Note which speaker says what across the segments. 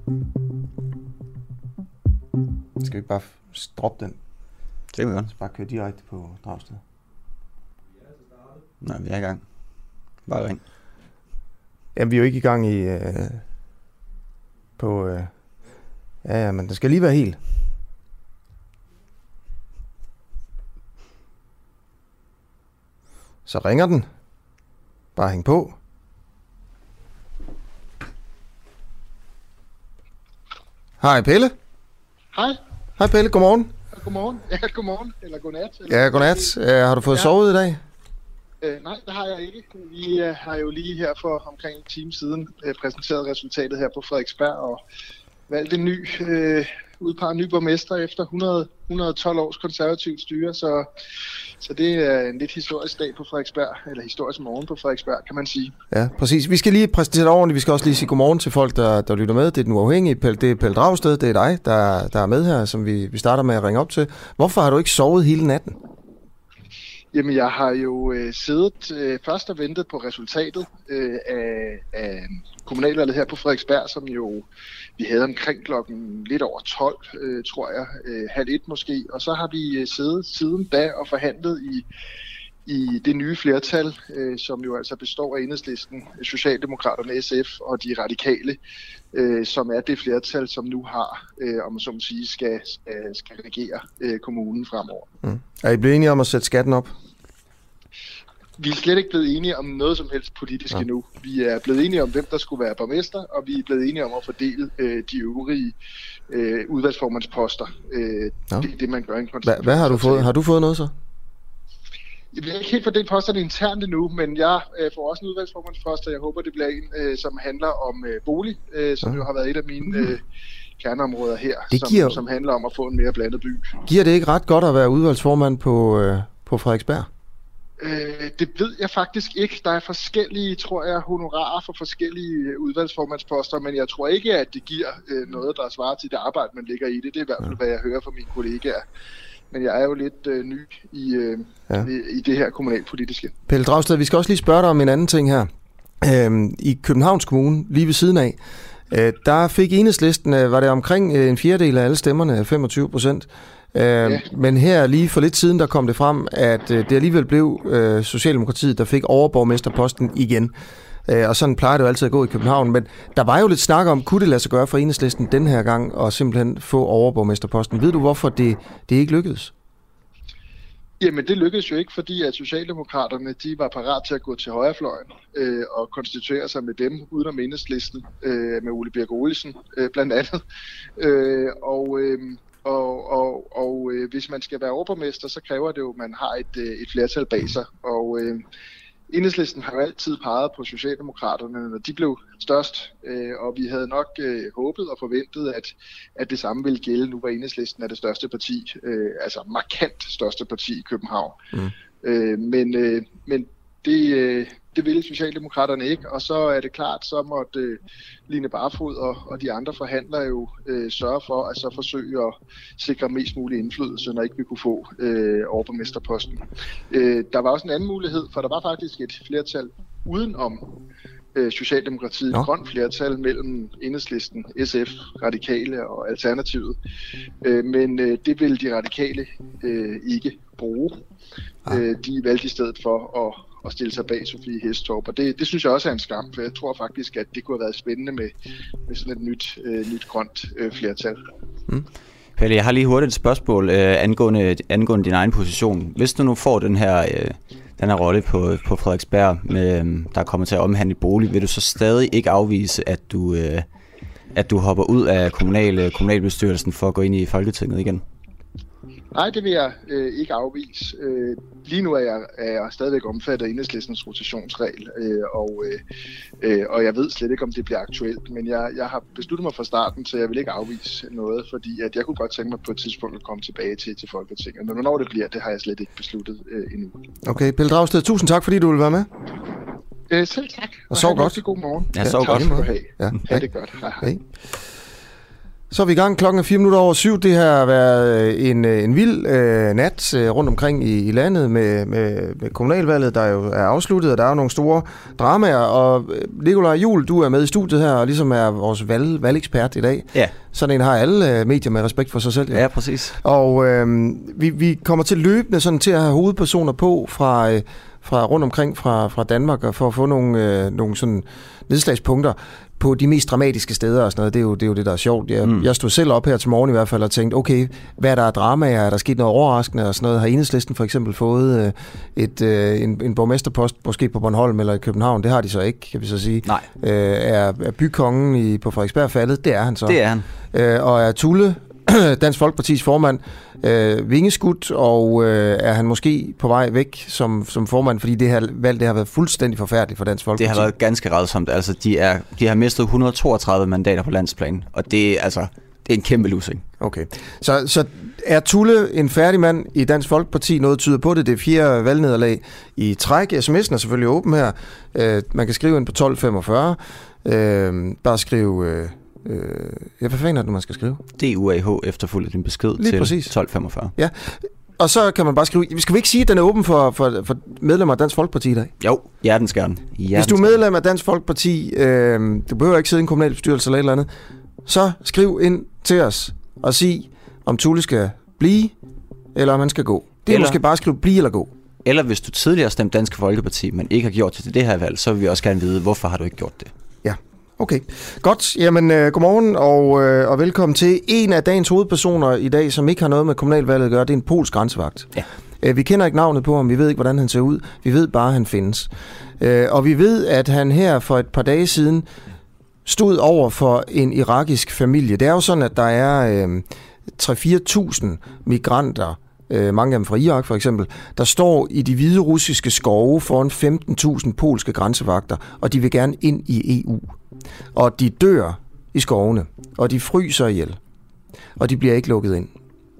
Speaker 1: Skal vi ikke bare droppe den?
Speaker 2: Det kan vi godt.
Speaker 1: Så bare køre direkte på Dragsted.
Speaker 2: Nej, vi er i gang. Bare ring.
Speaker 1: Jamen, vi er jo ikke i gang i... Ja, men det skal lige være helt. Så ringer den. Bare hæng på. Hej Pelle.
Speaker 3: Hej.
Speaker 1: Hej Pelle, godmorgen.
Speaker 3: Godmorgen. Ja, godmorgen. Eller godnat. Eller
Speaker 1: Ja, godnat. Har du fået sovet i dag?
Speaker 3: Nej, det har jeg ikke. Vi har jo lige her for omkring en time siden præsenteret resultatet her på Frederiksberg og valgt en ny, udpeget en ny borgmester efter 112 års konservativt styre, så det er en lidt historisk dag på Frederiksberg, eller historisk morgen på Frederiksberg, kan man sige.
Speaker 1: Ja, præcis. Vi skal lige præsentere det ordentligt. Vi skal også lige sige godmorgen til folk, der lytter med. Det er Den Uafhængige. Det er Pelle Dragsted. Det er dig, der er med her, som vi starter med at ringe op til. Hvorfor har du ikke sovet hele natten?
Speaker 3: Jamen, jeg har jo siddet først og ventet på resultatet af kommunalvalget her på Frederiksberg, som jo vi havde omkring klokken lidt over 12, tror jeg, halv et måske. Og så har vi siddet siden da og forhandlet i det nye flertal, som jo altså består af Enhedslisten, Socialdemokraterne, SF og de radikale, som er det flertal, som nu har, om man så må sige, skal regere kommunen fremover.
Speaker 1: Mm. Er I blevet enige om at sætte skatten op?
Speaker 3: Vi er slet ikke blevet enige om noget som helst politisk endnu. Vi er blevet enige om, hvem der skulle være borgmester, og vi er blevet enige om at fordele de øvrige udvalgsformandsposter. Det er det, man gør i en konstitution.
Speaker 1: Hvad har du fået? Har du fået noget så?
Speaker 3: Jeg har ikke helt fordelt posterne internt endnu, men jeg får også en udvalgsformandspost, og jeg håber, det bliver en, som handler om bolig, som jo har været et af mine kerneområder her, som handler om at få en mere blandet by.
Speaker 1: Giver det ikke ret godt at være udvalgsformand på Frederiksberg?
Speaker 3: Det ved jeg faktisk ikke. Der er forskellige, tror jeg, honorarer for forskellige udvalgsformandsposter, men jeg tror ikke, at det giver noget, der svarer til det arbejde, man lægger i det. Det er i hvert fald, hvad jeg hører fra mine kollegaer. Men jeg er jo lidt ny i det her kommunalpolitiske.
Speaker 1: Pelle Dragsted, vi skal også lige spørge dig om en anden ting her. I Københavns Kommune, lige ved siden af, der fik Enhedslisten, var det omkring en fjerdedel af alle stemmerne, 25%. Men her lige for lidt siden, der kom det frem, at det alligevel blev Socialdemokratiet, der fik overborgmesterposten igen. Og sådan plejer det jo altid at gå i København. Men der var jo lidt snak om, kunne det lade sig gøre for Enhedslisten den her gang, og simpelthen få overborgmesterposten. Ved du, hvorfor det ikke lykkedes?
Speaker 3: Jamen, det lykkedes jo ikke, fordi at Socialdemokraterne, de var parat til at gå til højrefløjen og konstituere sig med dem, uden om Enhedslisten, med Ole Birk Olesen blandt andet. Og hvis man skal være overborgmester, så kræver det jo, at man har et flertal bag sig. Og Enhedslisten har jo altid peget på Socialdemokraterne, når de blev størst. Og vi havde nok håbet og forventet, at det samme ville gælde nu, hvor Enhedslisten er det største parti. Altså markant største parti i København. Men det ville Socialdemokraterne ikke, og så er det klart, så måtte Line Barfod og de andre forhandlere jo sørge for at så forsøge at sikre mest mulig indflydelse, når ikke vi kunne få overborgmesterposten. Der var også en anden mulighed, for der var faktisk et flertal udenom Socialdemokratiet, et grønt flertal mellem Enhedslisten, SF, Radikale og Alternativet. Men det ville de radikale ikke bruge. De valgte i stedet for at stille sig bag Sofie Hæstorp, og det synes jeg også er en skam, for jeg tror faktisk, at det kunne have været spændende med sådan et nyt grønt flertal.
Speaker 2: Pelle, jeg har lige hurtigt et spørgsmål angående din egen position. Hvis du nu får den her rolle på Frederiksberg, der kommer til at omhandle bolig, vil du så stadig ikke afvise, at du hopper ud af kommunalbestyrelsen for at gå ind i Folketinget igen?
Speaker 3: Nej, det vil jeg ikke afvise. Lige nu er jeg stadigvæk omfattet af Enhedslistens rotationsregel, og jeg ved slet ikke, om det bliver aktuelt, men jeg har besluttet mig fra starten, så jeg vil ikke afvise noget, fordi at jeg kunne godt tænke mig på et tidspunkt at komme tilbage til Folketinget. Men hvornår det bliver, det har jeg slet ikke besluttet endnu.
Speaker 1: Okay, Pelle Dragsted, tusind tak, fordi du vil være med.
Speaker 3: Selv tak.
Speaker 1: Og sov godt.
Speaker 3: God morgen.
Speaker 2: Ja, sov godt.
Speaker 3: Ja, det er godt. Hej.
Speaker 1: Så er vi i gang. Klokken er 7:04. Det har været en vild nat rundt omkring i landet med kommunalvalget, der jo er afsluttet, og der er jo nogle store dramaer. Og Nikolaj Juhl, du er med i studiet her, og ligesom er vores valgekspert i dag.
Speaker 2: Ja.
Speaker 1: Sådan en har alle medier med respekt for sig selv.
Speaker 2: Ja, præcis.
Speaker 1: Og vi kommer til løbende sådan til at have hovedpersoner på fra rundt omkring fra Danmark, og for at få nogle sådan nedslagspunkter på de mest dramatiske steder og sådan noget. Det er jo det, der er sjovt. Jeg stod selv op her til morgen i hvert fald og tænkte, okay, hvad er der af dramaer? Er der sket noget overraskende og sådan noget? Har Enhedslisten for eksempel fået en borgmesterpost, måske på Bornholm eller i København? Det har de så ikke, kan vi så sige.
Speaker 2: Nej.
Speaker 1: Er bykongen på Frederiksberg faldet? Det er han så.
Speaker 2: Det er han.
Speaker 1: Og er Tulle, Dansk Folkepartis formand, vingeskudt, og er han måske på vej væk som formand, fordi det her valg har været fuldstændig forfærdeligt for Dansk Folkeparti.
Speaker 2: Det har været ganske rædsomt. Altså, de har mistet 132 mandater på landsplan, og det er en kæmpe losing.
Speaker 1: Okay. Så er Tulle en færdig mand i Dansk Folkeparti? Noget tyder på det. Det er 4 valgnederlag i træk. SMS'en er selvfølgelig åben her. Man kan skrive ind på 1245. Bare skrive... hvad fanden er det, man skal skrive?
Speaker 2: DUAH efterfulgt din besked
Speaker 1: lige
Speaker 2: til
Speaker 1: præcis.
Speaker 2: 1245.
Speaker 1: Ja, og så kan man bare skrive... Skal vi ikke sige, at den er åben for medlemmer af Dansk Folkeparti i dag?
Speaker 2: Jo, hjertens gerne.
Speaker 1: Hvis du er medlem af Dansk Folkeparti, du behøver ikke sidde i en kommunalbestyrelse eller et eller andet, så skriv ind til os og sig, om Tulle skal blive, eller om han skal gå. Det er måske bare skrive blive eller gå.
Speaker 2: Eller hvis du tidligere stemte Dansk Folkeparti, men ikke har gjort det til det her valg, så vil vi også gerne vide, hvorfor har du ikke gjort det?
Speaker 1: Ja. Okay, godt. Jamen, godmorgen og velkommen til en af dagens hovedpersoner i dag, som ikke har noget med kommunalvalget at gøre. Det er en polsk grænsevagt. Ja. Vi kender ikke navnet på ham, vi ved ikke, hvordan han ser ud. Vi ved bare, at han findes. Og vi ved, at han her for et par dage siden stod over for en irakisk familie. Det er jo sådan, at der er 3-4.000 migranter, mange af dem fra Irak for eksempel, der står i de hvide russiske skove foran 15.000 polske grænsevagter, og de vil gerne ind i EU. Og de dør i skovene, og de fryser ihjel, og de bliver ikke lukket ind.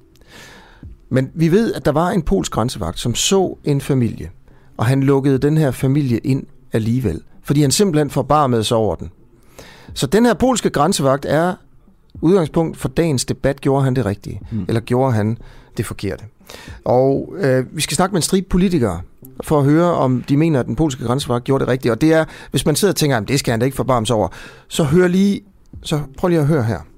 Speaker 1: Men vi ved, at der var en polsk grænsevagt, som så en familie, og han lukkede den her familie ind alligevel, fordi han simpelthen forbarmede sig over den. Så den her polske grænsevagt er udgangspunkt for dagens debat. Gjorde han det rigtige, eller gjorde han det forkerte? Og vi skal snakke med en stribe politikere for at høre, om de mener, at den polske grænsevagt gjorde det rigtige. Og det er, hvis man sidder og tænker, at det skal han da ikke forbarme sig over, så prøv lige at høre her.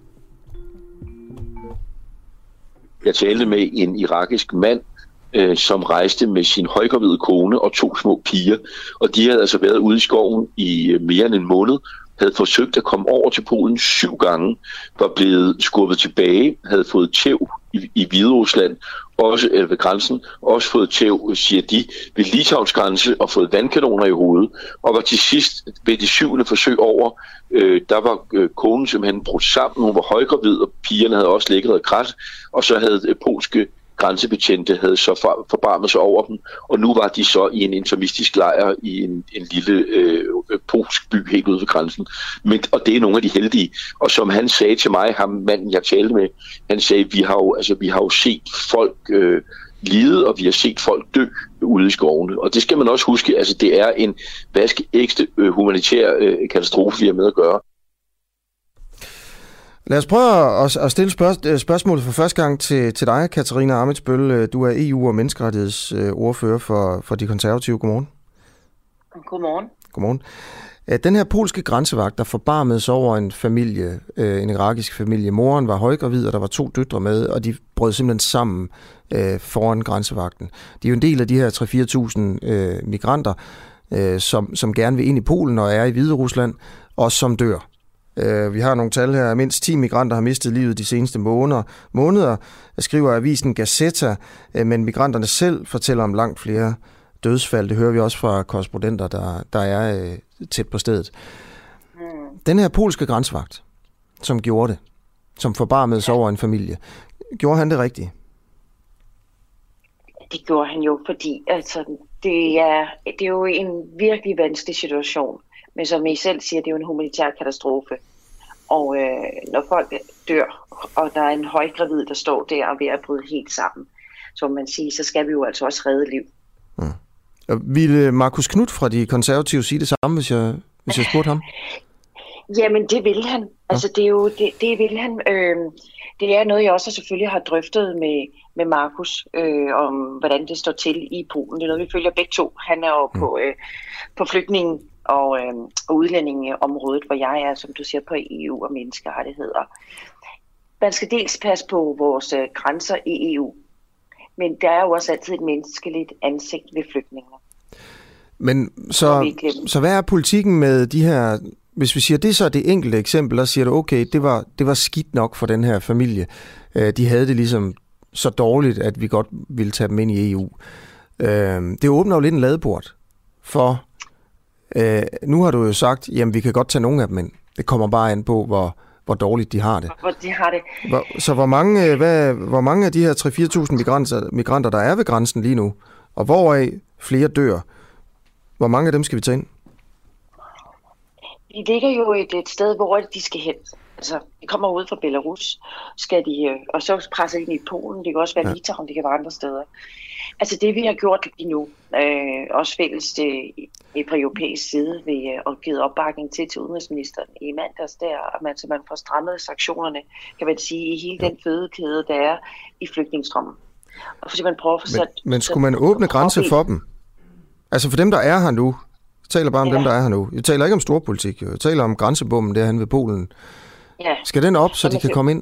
Speaker 4: Jeg talte med en irakisk mand, som rejste med sin højgravide kone og 2 små piger. Og de havde altså været ude i skoven i mere end en måned, havde forsøgt at komme over til Polen 7 gange, var blevet skubbet tilbage, havde fået tæv i Hviderusland, også ved grænsen, også fået tæv, siger de, ved Litauens grænse og fået vandkanoner i hovedet, og var til sidst ved det 7. forsøg over, der var konen simpelthen brudt sammen, hun var højgravid, og pigerne havde også ligget og grædt, og så havde polske grænsebetjente havde så forbarmet sig over dem, og nu var de så i en intermistisk lejr i en lille polsk by helt ude ved grænsen. Og det er nogle af de heldige. Og som han sagde til mig, ham manden jeg talte med, han sagde, vi har jo set folk lide, og vi har set folk dø ude i skovene. Og det skal man også huske, altså det er en vaskeægte humanitær katastrofe, vi har med at gøre.
Speaker 1: Lad os prøve at stille spørgsmålet for første gang til dig, Katarina Amitsbøl. Du er EU- og menneskerettighedsordfører for De Konservative. Godmorgen.
Speaker 5: Godmorgen.
Speaker 1: Godmorgen. Den her polske grænsevagt, der forbarmede sig over en familie, en irakisk familie. Moren var højgravid, og der var 2 døtre med, og de brød simpelthen sammen foran grænsevagten. De er jo en del af de her 3-4.000 migranter, som gerne vil ind i Polen og er i Hviderusland, og som dør. Vi har nogle tal her. Mindst 10 migranter har mistet livet de seneste måneder, skriver avisen Gazeta, men migranterne selv fortæller om langt flere dødsfald. Det hører vi også fra korrespondenter, der er tæt på stedet. Den her polske grænsevagt, som gjorde det, som forbarmede sig over en familie, gjorde han det rigtigt?
Speaker 5: Det gjorde han jo, fordi det er jo en virkelig vanskelig situation. Men som I selv siger, det er jo en humanitær katastrofe. Og når folk dør, og der er en højgravid, der står der og ved at bryde helt sammen, så man siger, så skal vi jo altså også redde liv.
Speaker 1: Ville Marcus Knuth fra De Konservative sige det samme, hvis jeg spurgte ham?
Speaker 5: Jamen, det ville han. Altså det er jo, det vil han, det er noget, jeg også selvfølgelig har drøftet med Markus, om hvordan det står til i Polen. Det er noget, vi følger begge to. Han er jo på flygtninge og udlændingeområdet, hvor jeg er, som du siger, på EU og menneskerettigheder. Man skal dels passe på vores grænser i EU, men der er jo også altid et menneskeligt ansigt ved flygtningene.
Speaker 1: Men så hvad er politikken med de her, hvis vi siger, det er så det enkelte eksempel, og siger du, okay, det var skidt nok for den her familie. De havde det ligesom så dårligt, at vi godt ville tage dem ind i EU. Det åbner jo lidt en ladeport, for nu har du jo sagt, jamen vi kan godt tage nogle af dem ind. Det kommer bare an på, hvor dårligt de har det.
Speaker 5: Hvor de har det.
Speaker 1: Så hvor mange af de her 3-4.000 migranter, der er ved grænsen lige nu, og hvoraf flere dør, hvor mange af dem skal vi tage ind?
Speaker 5: De ligger jo et sted, hvor de skal hen. Altså, de kommer ud fra Belarus, og så presser de ind i Polen. Det kan også være Litauen, det kan være andre steder. Altså det, vi har gjort lige nu, også fælles fra europæisk side, og givet opbakning til udenrigsministeren i mandags der, at man får strammet sanktionerne, kan man sige, i hele den fødekæde, der er i flygtningestrømmen. Og fordi man prøver at få sat...
Speaker 1: Men skulle man åbne grænse for dem? Altså for dem, der er her nu. Jeg taler bare om dem, der er her nu. Jeg taler ikke om storpolitik. Jeg taler om grænsebommen derhen ved Polen. Ja. Skal den op, så de kan komme ind?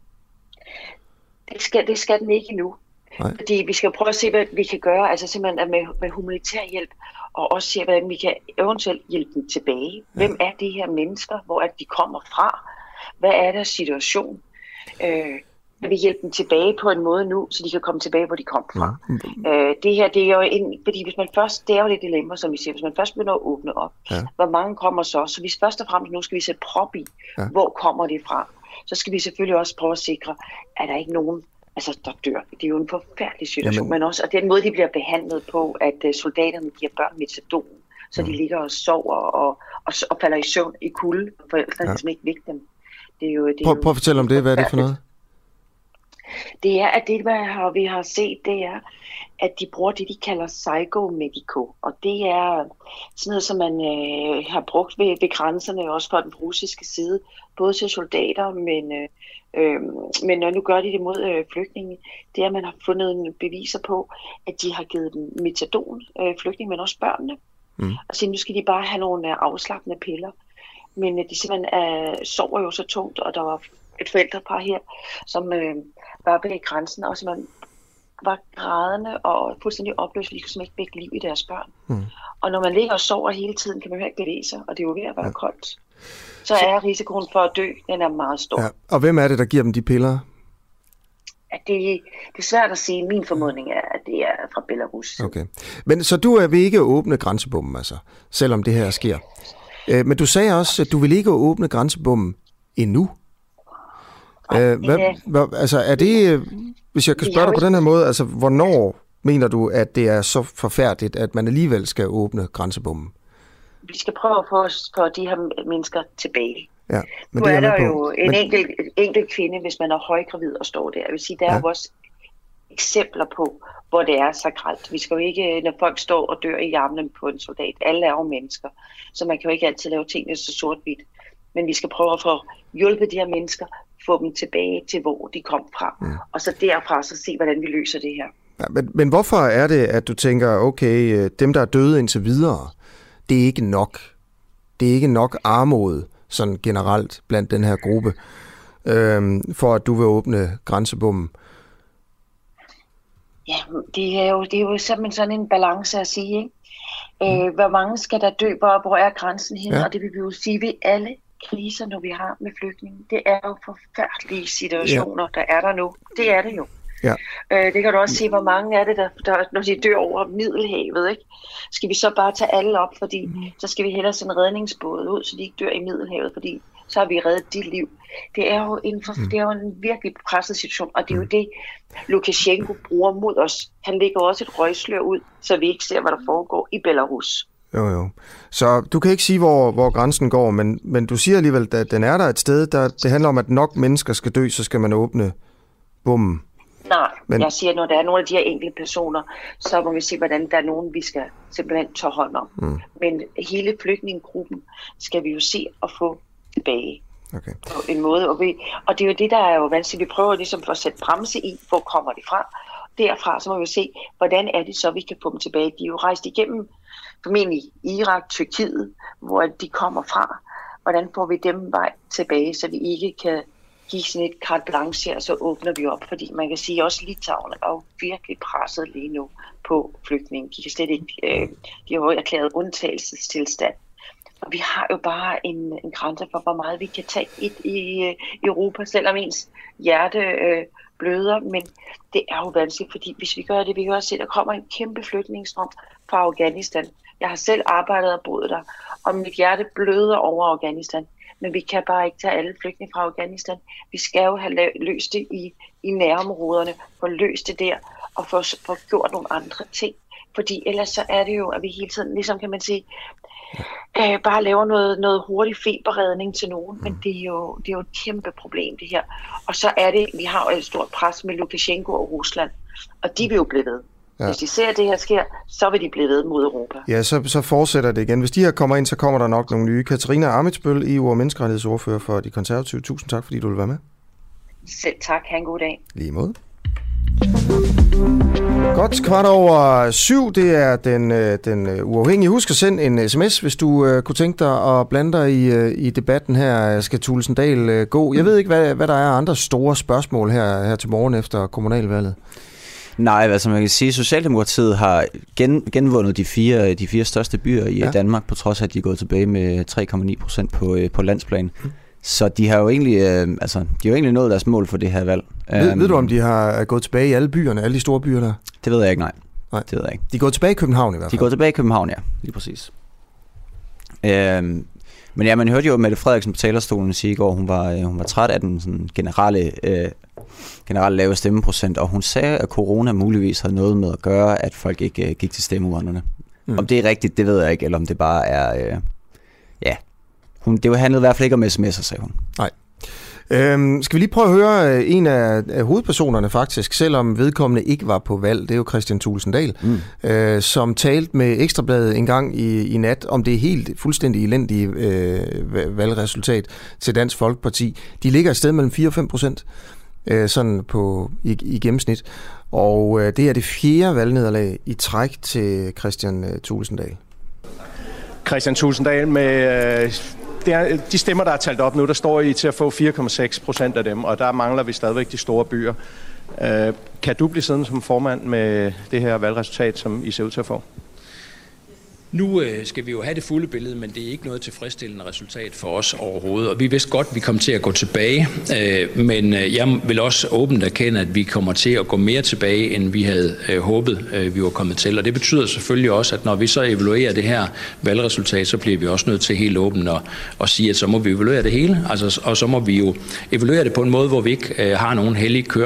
Speaker 5: Det skal den ikke endnu. Nej. Fordi vi skal prøve at se, hvad vi kan gøre, altså simpelthen med humanitær hjælp, og også se, hvordan vi kan eventuelt hjælpe dem tilbage. Hvem er de her mennesker? Hvor er de kommer fra? Hvad er deres situation? Kan vi hjælpe dem tilbage på en måde nu, så de kan komme tilbage, hvor de kom fra? Det her, det er jo fordi hvis man først, det er jo det dilemma, som vi siger, hvis man først begynder at åbne op, hvor mange kommer så hvis først og fremmest nu skal vi sætte prop i, hvor kommer det fra? Så skal vi selvfølgelig også prøve at sikre, at der ikke nogen, altså der dør. Det er jo en forfærdelig situation, men også, og den måde, de bliver behandlet på, at soldaterne giver børn metadon, så de ligger og sover og falder i søvn i kulde, og forældrene ligesom ikke væk dem. Det er jo,
Speaker 1: prøv at fortælle om det, hvad er det for noget?
Speaker 5: Det er, at det, hvad vi har set, det er, at de bruger det, de kalder psycho-medico. Og det er sådan noget, som man har brugt ved grænserne, også på den russiske side, både til soldater, men nu gør de det mod flygtninge. Det er, at man har fundet beviser på, at de har givet dem metadon, flygtninge, men også børnene. Og så nu skal de bare have nogle afslappende piller. Men de simpelthen sover jo så tungt, og der var et forældrepar her, som var ved grænsen, og som var grædende og fuldstændig opløst, fordi de kunne ikke vække liv i deres børn. Og når man ligger og sover hele tiden, kan man jo ikke bevæge sig, og det er jo ved at være koldt. Så er risikoen for at dø, den er meget stor. Ja.
Speaker 1: Og hvem er det, der giver dem de piller?
Speaker 5: Det er svært at sige. Min formodning er, at det er fra Belarus. Okay.
Speaker 1: Men så du vil ikke åbne grænsebommen, altså, selvom det her sker? Men du sagde også, at du vil ikke åbne grænsebommen endnu. Altså er det, hvis jeg kan spørge dig på den her måde, altså hvornår mener du, at det er så forfærdeligt, at man alligevel skal åbne grænsebommen?
Speaker 5: Vi skal prøve at få de her mennesker tilbage.
Speaker 1: Ja, men
Speaker 5: nu er der jo en enkelt kvinde, hvis man er højgravid og står der. Jeg vil sige, der er jo også eksempler på, hvor det er så grelt. Vi skal jo ikke, når folk står og dør i armene på en soldat, alle er jo mennesker, så man kan jo ikke altid lave tingene så sort-hvidt. Men vi skal prøve at få hjulpet de her mennesker, få dem tilbage til, hvor de kom fra. Og så derfra så se, hvordan vi løser det her.
Speaker 1: Ja, men hvorfor er det, at du tænker, okay, dem, der er døde indtil videre, det er ikke nok. Det er ikke nok armod, sådan generelt, blandt den her gruppe, for at du vil åbne grænsebommen?
Speaker 5: Ja, det er jo sådan en balance at sige, ikke? Hvor mange skal der dø, hvor er grænsen hen? Ja. Og det vil vi jo sige ved alle kriser, når vi har med flygtninge. Det er jo forfærdelige situationer, der er der nu. Det er det jo. Ja. Det kan du også se, hvor mange er det, der når de dør over Middelhavet, ikke? Skal vi så bare tage alle op, fordi så skal vi hellere sende redningsbåde ud, så de ikke dør i Middelhavet, fordi så har vi reddet dit liv. Det er jo en virkelig presset situation, og det er jo det, Lukashenko bruger mod os. Han lægger også et røgslør ud, så vi ikke ser, hvad der foregår i Belarus.
Speaker 1: Jo. Så du kan ikke sige, hvor grænsen går, men du siger alligevel, at den er der et sted, det handler om, at nok mennesker skal dø, så skal man åbne bommen.
Speaker 5: Nej, jeg siger, at når der er nogle af de her enkelte personer, så må vi se, hvordan der er nogen, vi skal simpelthen tage hånd om. Men hele flygtningegruppen skal vi jo se og få tilbage.
Speaker 1: Okay.
Speaker 5: På en måde, og det er jo det, der er jo vanskeligt. Vi prøver ligesom at sætte bremse i, hvor kommer det fra. Derfra så må vi jo se, hvordan er det så, vi kan få dem tilbage. De er jo rejst igennem formentlig Irak, Tyrkiet, hvor de kommer fra. Hvordan får vi dem vej tilbage, så vi ikke kan give sådan et carte blanche her, så åbner vi op. Fordi man kan sige, også Litauen er jo virkelig presset lige nu på flygtninge. De kan slet ikke, de har jo erklæret undtagelsestilstand. Og vi har jo bare en grænse for, hvor meget vi kan tage i Europa, selvom ens hjerte bløder. Men det er jo vanskeligt, fordi hvis vi gør det, vi kan også se, at der kommer en kæmpe flygtningsstrøm fra Afghanistan. Jeg har selv arbejdet og boet der, og mit hjerte bløder over Afghanistan. Men vi kan bare ikke tage alle flygtninge fra Afghanistan. Vi skal jo have løst det i nærområderne, få løst det der, og få gjort nogle andre ting. Fordi ellers så er det jo, at vi hele tiden, ligesom kan man sige, bare laver noget hurtig feberredning til nogen, men det er jo et kæmpe problem det her. Og så er det, vi har jo et stort pres med Lukashenko og Rusland, og de vil jo blive ved. Ja. Hvis de ser, at det her sker, så vil de blive ved mod Europa.
Speaker 1: Ja, så fortsætter det igen. Hvis de her kommer ind, så kommer der nok nogle nye. Katarina Amitsbøll, EU- og menneskerettighedsordfører for De Konservative. Tusind tak, fordi du vil være med.
Speaker 5: Selv tak. Ha' en god dag.
Speaker 1: Lige måde. Godt 7:15, det er den uafhængige. Husk at sende en sms, hvis du kunne tænke dig at blande dig i debatten her. Skal Thulesen Dahl gå? Jeg ved ikke, hvad der er andre store spørgsmål her til morgen efter kommunalvalget.
Speaker 2: Nej, altså man kan sige, at Socialdemokratiet har genvundet de fire største byer i Danmark, på trods af, at de er gået tilbage med 3,9% på landsplan. Så de har jo egentlig nået deres mål for det her valg.
Speaker 1: Ved du, om de har gået tilbage i alle byerne, alle de store byer der?
Speaker 2: Det ved jeg ikke, nej. Det ved jeg ikke.
Speaker 1: De er gået tilbage i København i hvert fald.
Speaker 2: De er gået tilbage i København, ja. Lige præcis. Men ja, man hørte jo Mette Frederiksen på talerstolen sige i går, hun var træt af den sådan generelle lave stemmeprocent, og hun sagde, at corona muligvis havde noget med at gøre, at folk ikke gik til stemmeurnerne. Om det er rigtigt, det ved jeg ikke, eller om det bare er... Det handlede i hvert fald ikke om sms'er, sagde hun.
Speaker 1: Nej. Skal vi lige prøve at høre en af hovedpersonerne faktisk, selvom vedkommende ikke var på valg, det er jo Kristian Thulesen Dahl, som talte med Ekstra Bladet en gang i nat om det helt fuldstændig elendige valgresultat til Dansk Folkeparti. De ligger et sted mellem 4-5%, sådan i gennemsnit, og det er det 4. valgnederlag i træk til Kristian Thulesen Dahl.
Speaker 6: Kristian Thulesen Dahl med... de stemmer, der er talt op nu, der står I til at få 4,6% af dem, og der mangler vi stadigvæk de store byer. Kan du blive siddende som formand med det her valgresultat, som I ser ud til at få?
Speaker 7: Nu skal vi jo have det fulde billede, men det er ikke noget tilfredsstillende resultat for os overhovedet. Og vi vidste godt, at vi kom til at gå tilbage, men jeg vil også åbent erkende, at vi kommer til at gå mere tilbage, end vi havde håbet, vi var kommet til. Og det betyder selvfølgelig også, at når vi så evaluerer det her valgresultat, så bliver vi også nødt til helt åbent at sige, at så må vi evaluere det hele. Altså, og så må vi jo evaluere det på en måde, hvor vi ikke har nogen hellige køer.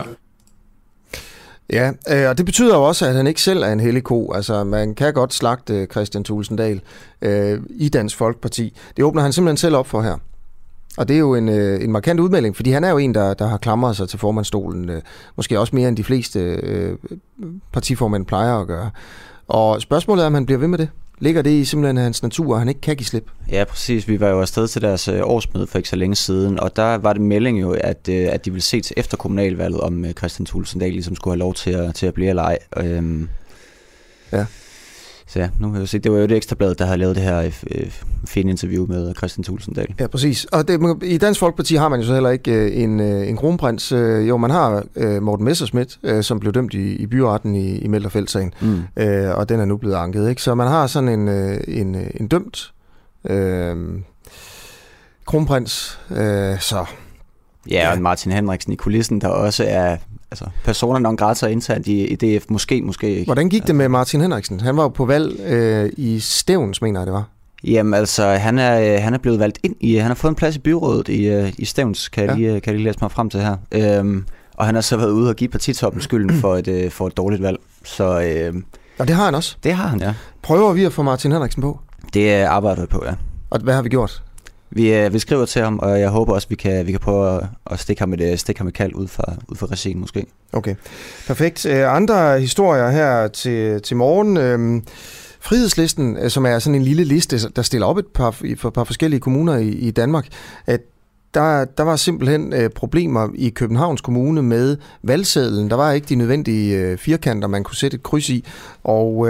Speaker 1: Ja, og det betyder jo også, at han ikke selv er en hellig ko. Altså, man kan godt slagte Kristian Thulesen Dahl i Dansk Folkeparti. Det åbner han simpelthen selv op for her. Og det er jo en markant udmelding, fordi han er jo en, der har klamret sig til formandsstolen, måske også mere end de fleste partiformænd plejer at gøre. Og spørgsmålet er, om han bliver ved med det. Ligger det i simpelthen hans natur, og han ikke kan give slip?
Speaker 2: Ja, præcis. Vi var jo afsted til deres årsmøde for ikke så længe siden, og der var det melding jo, at de ville se til efter kommunalvalget, om Kristian Thulesen Dahl ligesom skulle have lov til at blive eller ej.
Speaker 1: Ja.
Speaker 2: Så ja, nu kan jeg se, det var jo det Ekstra Bladet, der havde lavet det her fine interview med Kristian Thulesen Dahl.
Speaker 1: Ja, præcis. Og i Dansk Folkeparti har man jo så heller ikke en kronprins. Jo, man har Morten Messerschmidt, som blev dømt i byretten i Melderfeld-sagen, og den er nu blevet anket, ikke? Så man har sådan en dømt kronprins, så...
Speaker 2: Ja, og Martin Henriksen i kulissen, der også er... Altså, personer non grata internt i DF, måske ikke.
Speaker 1: Hvordan gik det med Martin Henriksen? Han var jo på valg i Stevns, mener jeg, det var.
Speaker 2: Jamen, altså, han er blevet valgt ind i... Han har fået en plads i byrådet i Stevns, kan jeg lige læse mig frem til her. Og han har så været ude og give partitoppen skylden for et dårligt valg. Så,
Speaker 1: og det har han også?
Speaker 2: Det har han, ja.
Speaker 1: Prøver vi at få Martin Henriksen på?
Speaker 2: Det arbejder vi på, ja.
Speaker 1: Og hvad har vi gjort?
Speaker 2: Vi skriver til ham, og jeg håber også, vi kan prøve at stikke ham et kald ud fra regien måske.
Speaker 1: Okay, perfekt. Andre historier her til morgen. Frihedslisten, som er sådan en lille liste, der stiller op et par forskellige kommuner i Danmark, der var simpelthen problemer i Københavns Kommune med valgsedlen. Der var ikke de nødvendige firkanter, man kunne sætte et kryds i, og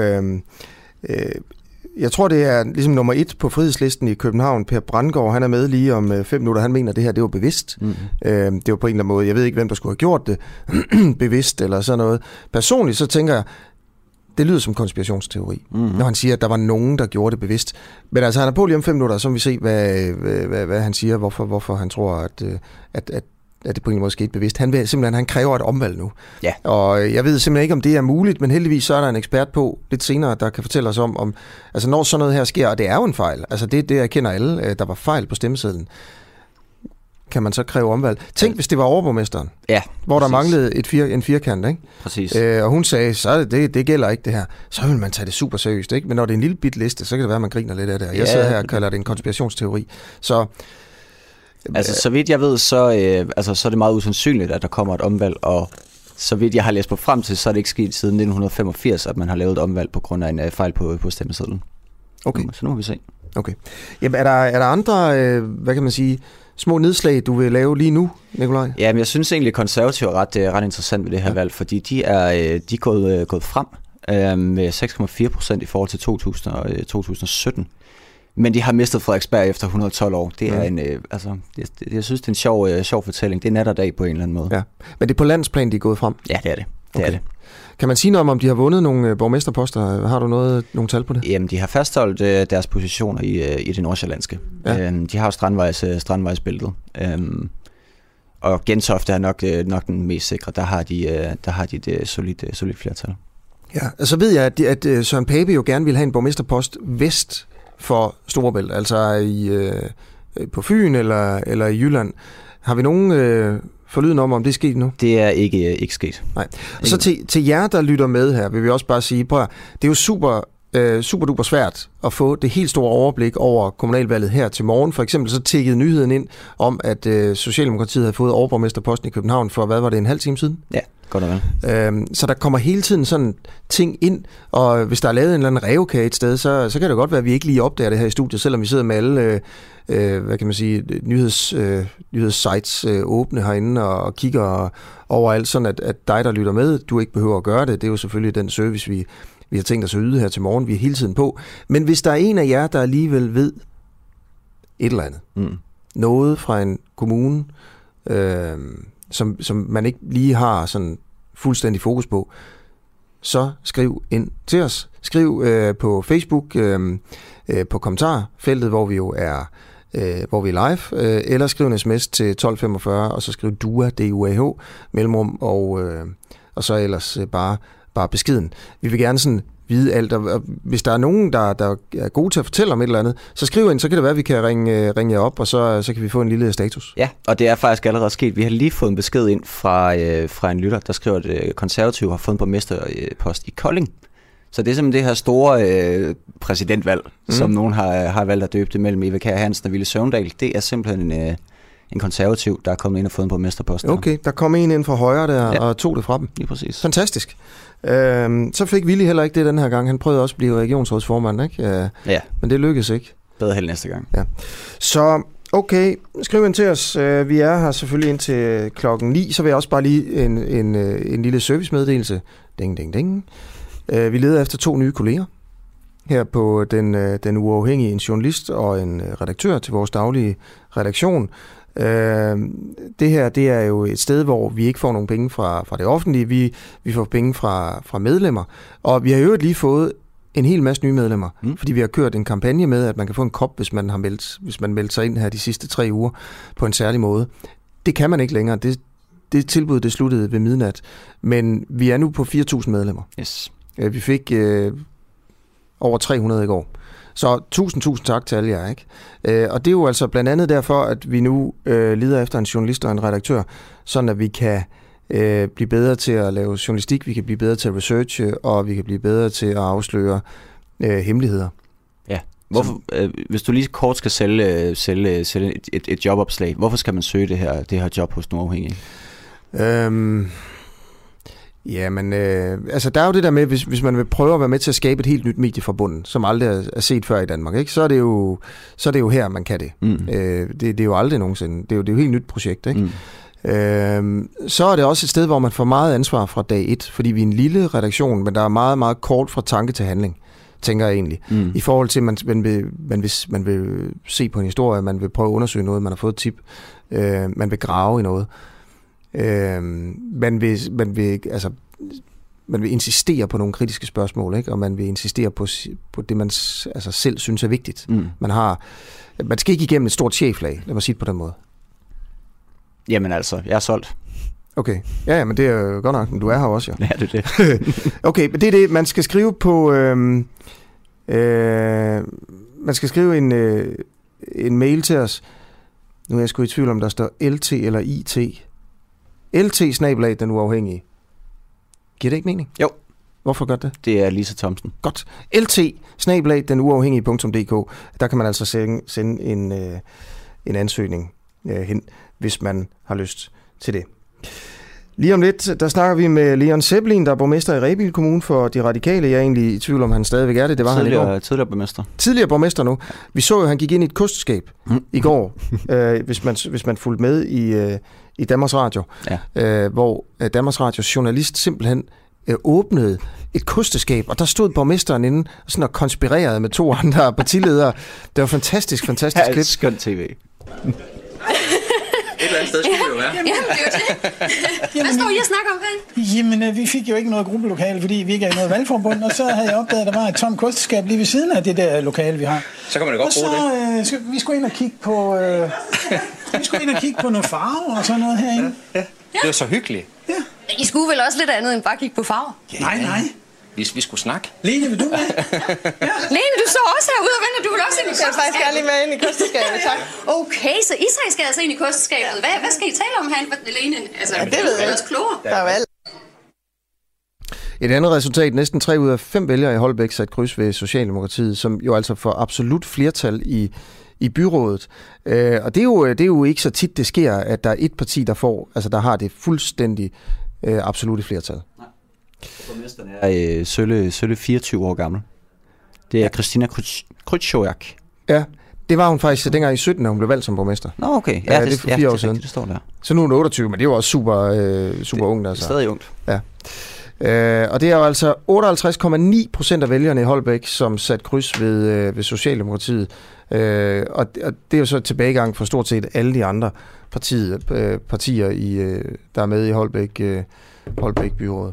Speaker 1: jeg tror, det er ligesom nummer 1 på frihedslisten i København. Per Brandgaard, han er med lige om 5 minutter. Han mener, at det her det var bevidst. Det var på en eller anden måde. Jeg ved ikke, hvem der skulle have gjort det bevidst eller sådan noget. Personligt så tænker jeg, det lyder som konspirationsteori, når han siger, at der var nogen, der gjorde det bevidst. Men altså, han er på lige om 5 minutter, så vi se, hvad han siger, hvorfor han tror, at det på en måde skete bevidst. Han kræver et omvalg nu.
Speaker 2: Ja.
Speaker 1: Og jeg ved simpelthen ikke, om det er muligt, men heldigvis så er der en ekspert på lidt senere, der kan fortælle os om altså når sådan noget her sker, og det er jo en fejl, altså det erkender alle, der var fejl på stemmesedlen, kan man så kræve omvalg. Tænk, hvis det var overborgmesteren, hvor der manglede en firkant, ikke?
Speaker 2: Præcis.
Speaker 1: Og hun sagde, så det gælder ikke det her. Så vil man tage det super seriøst, ikke? Men når det er en lille bit liste, så kan det være, at man griner lidt af det. Jeg sidder her og kalder det en konspirationsteori. Så
Speaker 2: altså, så vidt jeg ved, så er det meget usandsynligt, at der kommer et omvalg, og så vidt jeg har læst på frem til, så er det ikke sket siden 1985, at man har lavet et omvalg på grund af en fejl på stemmesedlen. Okay. Så nu må vi se.
Speaker 1: Okay. Jamen, er der andre, hvad kan man sige, små nedslag, du vil lave lige nu, Nikolaj?
Speaker 2: Ja, men jeg synes egentlig, at Konservative er ret interessant ved det her valg, fordi de er gået frem med 6,4% i forhold til 2017. Men de har mistet Frederiksberg efter 112 år. Det er jeg synes, det er en sjov fortælling. Det er nat og dag på en eller anden måde.
Speaker 1: Ja. Men det er på landsplan, de er gået frem?
Speaker 2: Ja, det er det.
Speaker 1: Okay. Kan man sige noget om de har vundet nogle borgmesterposter? Har du nogle tal på det?
Speaker 2: Jamen, de har fastholdt deres positioner i det nordsjællandske. Ja. De har jo Strandvejsbæltet. Og Gentofte er nok den mest sikre. Der har de et solidt flertal. Ja, altså ved jeg, at Søren Pape jo gerne vil have en borgmesterpost vest for Storebælt, altså på Fyn eller i Jylland. Har vi nogen forlyden om det er sket nu? Det er ikke sket. Nej. Og så til jer, der lytter med her, vil vi også bare sige, prøv, det er jo super duper svært at få det helt store overblik over kommunalvalget her til morgen. For eksempel så tikkede nyheden ind om, at Socialdemokratiet havde fået overborgmesterposten i København for, hvad var det, en halv time siden? Ja, godt og vel. Så der kommer hele tiden sådan ting ind, og hvis der er lavet en eller anden rævekage et sted, så kan det godt være, at vi ikke lige opdager det her i studiet, selvom vi sidder med alle hvad kan man sige, nyhedssites åbne herinde og kigger overalt, sådan at dig, der lytter med, du ikke behøver at gøre det. Det er jo selvfølgelig den service, vi har tænkt os at yde her til morgen. Vi er hele tiden på. Men hvis der er en af jer, der alligevel ved et eller andet, noget fra en kommune, som man ikke lige har sådan fuldstændig fokus på, så skriv ind til os. Skriv på Facebook, på kommentarfeltet, hvor vi jo er hvor vi er live, eller skriv en sms til 1245, og så skriv DUAH, D-U-A-H, mellemrum, og så ellers bare beskeden. Vi vil gerne sådan vide alt, og hvis der er nogen, der er gode til at fortælle om et eller andet, så skriv ind, så kan det være, at vi kan ringe jer op, og så kan vi få en lille status. Ja, og det er faktisk allerede sket. Vi har lige fået en besked ind fra en lytter, der skriver, at Konservative har fået en borgmesterpost i Kolding. Så det er simpelthen det her store præsidentvalg, som nogen har valgt at døbe det mellem Eva Kjær Hansen og Villy Søvndal. Det er simpelthen en konservativ, der er kommet ind og fået en borgmesterpost. Okay, der kom en ind fra højre der og tog det fra dem. Lige præcis. Fantastisk. Så fik Villy heller ikke det den her gang. Han prøvede også at blive regionsrådsformand, ikke? Ja. Men det lykkedes ikke. Bedre held næste gang. Ja. Så okay, skriv ind til os. Vi er her selvfølgelig indtil 9:00. Så vil jeg også bare lige en lille servicemeddelelse. Ding, ding, ding. Vi leder efter 2 nye kolleger her på den uafhængige, en journalist og en redaktør til vores daglige redaktion. Det her, det er jo et sted, hvor vi ikke får nogen penge fra det offentlige. Vi får penge fra medlemmer, og vi har jo lige fået en hel masse nye medlemmer, fordi vi har kørt en kampagne med, at man kan få en kop, hvis man melder sig ind her de sidste 3 uger på en særlig måde. Det kan man ikke længere. Det tilbud, det sluttede ved midnat, men vi er nu på 4.000 medlemmer. Yes. Vi fik over 300 i går. Så tusind tak til alle jer, ikke? Og det er jo altså blandt andet derfor, at vi nu leder efter en journalist og en redaktør, sådan at vi kan blive bedre til at lave journalistik, vi kan blive bedre til at researche, og vi kan blive bedre til at afsløre hemmeligheder. Ja. Hvorfor, hvis du lige kort skal sælge et jobopslag, hvorfor skal man søge det her job hos den uafhængige?
Speaker 1: Ja, men altså der er jo det der med, hvis man vil prøve at være med til at skabe et helt nyt medie fra bunden, som aldrig er set før i Danmark, ikke? Så er det jo her, man kan det. Det er jo aldrig nogensinde. Det er jo et helt nyt projekt, ikke? Så er det også et sted, hvor man får meget ansvar fra dag 1, fordi vi er en lille redaktion, men der er meget, meget kort fra tanke til handling, tænker jeg egentlig. I forhold til, at man vil se på en historie, man vil prøve at undersøge noget, man har fået et tip, man vil grave i noget. Man vil insistere på nogle kritiske spørgsmål, ikke? Og man vil insistere på det, man altså selv synes er vigtigt. Man skal ikke igennem et stort cheflag, lad mig sige det på den måde.
Speaker 2: Jamen altså, jeg er solgt.
Speaker 1: Okay, ja, men det er jo godt nok, men du er her også, jo.
Speaker 2: Ja, det er det.
Speaker 1: Okay, men det er det, man skal skrive på... man skal skrive en mail til os. Nu er jeg sgu i tvivl om, der står LT eller IT. LT / den uafhængige. Giver det ikke mening?
Speaker 2: Jo.
Speaker 1: Hvorfor gør det?
Speaker 2: Det er Lisa Thomsen.
Speaker 1: Godt. LT / den uafhængige.dk. Der kan man altså sende en ansøgning hen, hvis man har lyst til det. Lige om lidt, der snakker vi med Leon Seblin, der er borgmester i Rebild Kommune for De Radikale. Jeg er egentlig i tvivl om, han stadigvæk er det. Det var han i går.
Speaker 2: Tidligere borgmester.
Speaker 1: Tidligere borgmester nu. Vi så jo, han gik ind i et kosteskab i går, hvis man fulgte med i Danmarks Radio, hvor Danmarks Radios journalist simpelthen åbnede et kosteskab, og der stod borgmesteren inde sådan og konspirerede med 2 andre partiledere. Det var fantastisk klip.
Speaker 2: Skønt tv.
Speaker 8: Et eller andet sted skulle det jo være.
Speaker 9: Jamen, det er jo det. Hvad står I og snakker om her?
Speaker 10: Jamen, vi fik jo ikke noget gruppelokale, fordi vi ikke er i noget valgforbund, og så havde jeg opdaget, at der var et tomt kosteskab lige ved siden af det der lokale, vi har.
Speaker 8: Så kan man da godt bruge det.
Speaker 10: Vi skulle ind og kigge på, nogle farver og sådan noget herinde.
Speaker 8: Ja. Det var så hyggeligt.
Speaker 9: Ja. I skulle vel også lidt andet end bare kigge på farver?
Speaker 10: Ja. Nej.
Speaker 8: Vi skulle snakke.
Speaker 10: Lene, vil du med?
Speaker 9: Ja. Lene, du så også herude og venter. Du vil også ind i kosteskabet.
Speaker 11: Jeg vil faktisk gerne lige med ind i kosteskabet, tak.
Speaker 9: Okay, så I skal altså ind i kosteskabet. Hvad skal I tale om herinde, Lene? Altså,
Speaker 11: ja, det ved jeg.
Speaker 9: Ellers klogere.
Speaker 11: Der er jo alt.
Speaker 1: Et andet resultat, næsten 3 ud af 5 vælgere i Holbæk satte kryds ved Socialdemokratiet, som jo altså får absolut flertal i byrådet. Og det er jo ikke så tit, det sker, at der er et parti, der har det fuldstændig absolutte flertal.
Speaker 2: Borgmesteren er Sølle 24 år gammel. Det er Christina Krytsjojak.
Speaker 1: Ja, det var hun faktisk dengang i 17, når hun blev valgt som borgmester.
Speaker 2: Nå, okay. Ja,
Speaker 1: det er for 4 år siden.
Speaker 2: Det står der.
Speaker 1: Så nu er hun 28, men det er jo også super ungt. Altså.
Speaker 2: Stadig ungt.
Speaker 1: Ja. Og det er jo altså 58,9% af vælgerne i Holbæk, som satte kryds ved Socialdemokratiet. Og det er jo så tilbagegang for stort set alle de andre partier, der er med i Holbæk byrådet.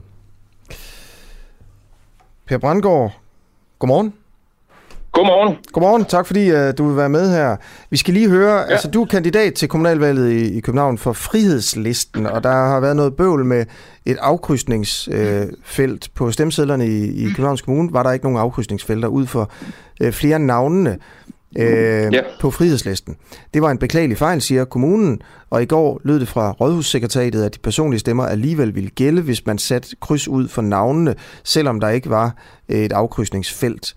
Speaker 1: Per Brandgaard, godmorgen. Godmorgen, tak fordi du vil være med her. Vi skal lige høre, altså du er kandidat til kommunalvalget i København for Frihedslisten, og der har været noget bøvl med et afkrydsningsfelt på stemmesedlerne i Københavns Kommune. Var der ikke nogen afkrydsningsfelter ud for flere navnene på Frihedslisten. Det var en beklagelig fejl, siger kommunen, og i går lød det fra Rådhussekretariatet, at de personlige stemmer alligevel ville gælde, hvis man satte kryds ud for navnene, selvom der ikke var et afkrydsningsfelt.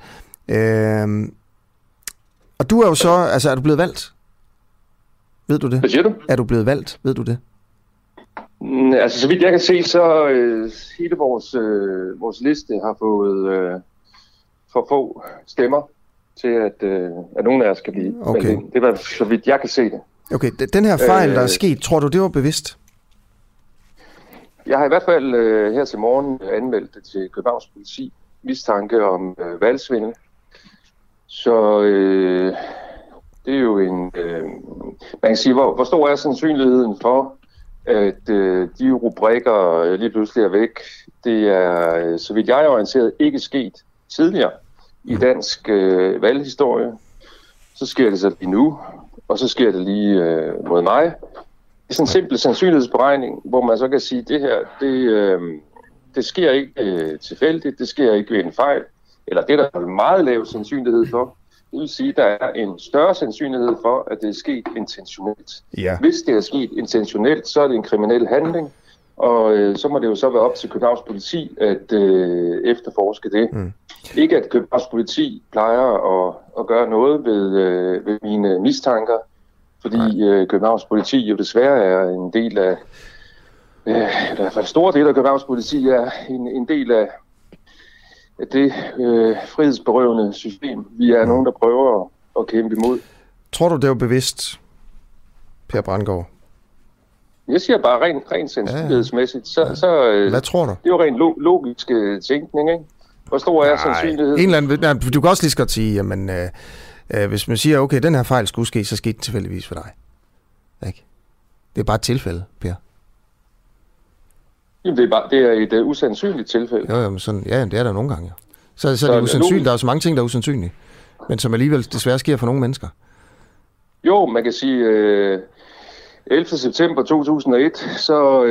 Speaker 1: Og du er jo så, altså er du blevet valgt? Ved du det?
Speaker 12: Hvad siger du?
Speaker 1: Er du blevet valgt? Ved du det?
Speaker 12: Altså så vidt jeg kan se, så hele vores liste har fået for få stemmer til, at nogen af os kan blive valgt. Det var så vidt jeg kan se det.
Speaker 1: Okay, den her fejl, der er sket, tror du, det var bevidst?
Speaker 12: Jeg har i hvert fald her til morgen anmeldt det til Københavns Politi. Mistanke om valgsvindel. Så det er jo en... man kan sige, hvor stor er sandsynligheden for, at de rubrikker lige pludselig er væk. Det er, så vidt jeg er orienteret, ikke sket tidligere i dansk valghistorie. Så sker det så lige nu, og så sker det lige mod mig. Det er sådan en simpel sandsynlighedsberegning, hvor man så kan sige, at det her, det sker ikke tilfældigt, det sker ikke ved en fejl, eller det der er meget lav sandsynlighed for. Det vil sige, at der er en større sandsynlighed for, at det er sket intentionelt.
Speaker 1: Ja.
Speaker 12: Hvis det er sket intentionelt, så er det en kriminel handling, og så må det jo så være op til Københavns Politi at efterforske det. Ikke at Københavns Politi plejer at gøre noget ved mine mistanker, fordi Københavns Politi jo desværre er en del af i hvert fald store del af Københavns Politi er en del af det frihedsberøvende system. Vi er nogen, der prøver at kæmpe imod.
Speaker 1: Tror du, det er bevidst, Per Brandgaard?
Speaker 12: Jeg siger bare rent sandsynlighedsmæssigt.
Speaker 1: Hvad tror du?
Speaker 12: Det er jo rent logisk tænkning, ikke? Hvor stor er sandsynligheden?
Speaker 1: En eller anden, du kan også lige så godt sige, jamen, hvis man siger, okay, den her fejl skulle ske, så skete den tilfældigvis for dig. Ikke? Det er bare et tilfælde, Per.
Speaker 12: Jamen, det er et usandsynligt tilfælde.
Speaker 1: Jo, men sådan, ja, det er der nogle gange. Så er det usandsynligt. Der er jo så mange ting, der er usandsynlige. Men som alligevel desværre sker for nogle mennesker.
Speaker 12: Jo, man kan sige, 11. september 2001, så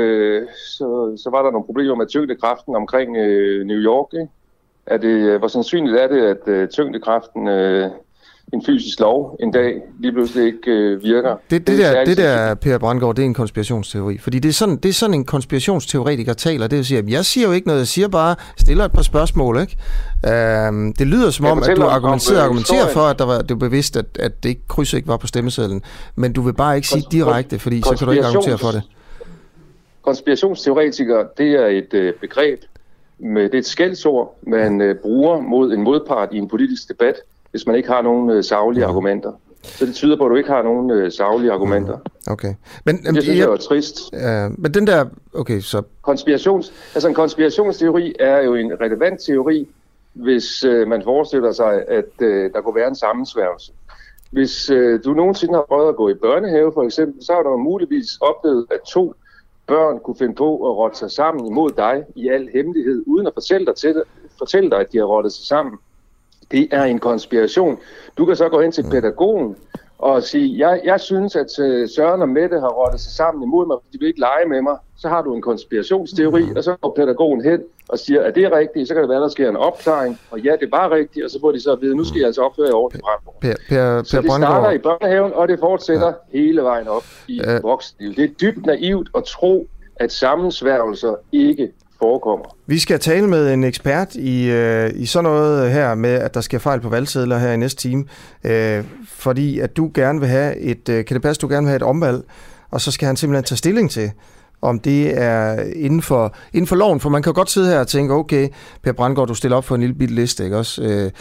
Speaker 12: var der nogle problemer med tyngdekraften omkring New York. Ikke? Hvor sandsynligt er det, at tyngdekraften, en fysisk lov, en dag lige pludselig ikke virker?
Speaker 1: Det der, Per Brandgaard, det er en konspirationsteori. Fordi det er sådan en konspirationsteoretiker taler. Det vil sige, at jeg siger jo ikke noget, jeg siger bare, stiller et par spørgsmål, ikke? Det lyder som om, at du argumenterer for, at det var bevidst, at det kryds ikke var på stemmesedlen. Men du vil bare ikke sige direkte, fordi så kan du ikke argumentere for det.
Speaker 12: Konspirationsteoretiker, det er et begreb, det er et skældsord, man bruger mod en modpart i en politisk debat, hvis man ikke har nogen saglige argumenter. Så det tyder på, at du ikke har nogen saglige argumenter.
Speaker 1: Okay.
Speaker 12: Det synes jeg er trist.
Speaker 1: Men den der... Okay, så...
Speaker 12: En konspirationsteori er jo en relevant teori, hvis man forestiller sig, at der kunne være en sammensværgelse. Hvis du nogensinde har prøvet at gå i børnehave, for eksempel, så har du muligvis oplevet, at 2 børn kunne finde på at rotte sig sammen imod dig i al hemmelighed, uden at fortælle dig, at de har rottet sig sammen. Det er en konspiration. Du kan så gå hen til pædagogen og sige, jeg synes, at Søren og Mette har rottet sig sammen imod mig, de vil ikke lege med mig. Så har du en konspirationsteori, og så går pædagogen hen og siger, at det er rigtigt, så kan det være, der sker en opklaring, og ja, det var rigtigt, og så får de så at vide, nu skal jeg altså opføre i ordentligt fremover. Så det starter i børnehaven, og det fortsætter hele vejen op i voksenlivet. Det er dybt naivt at tro, at sammensværgelser ikke forekommer. Vi skal tale med en ekspert i sådan noget her med, at der sker fejl på valgsedler her i næste time, fordi at du gerne vil have kan det passe, du gerne vil have et omvalg, og så skal han simpelthen tage stilling til, om det er inden for loven, for man kan godt sidde her og tænke, okay, Per Brandgaard, du stiller op for en lille bitte liste, ikke også?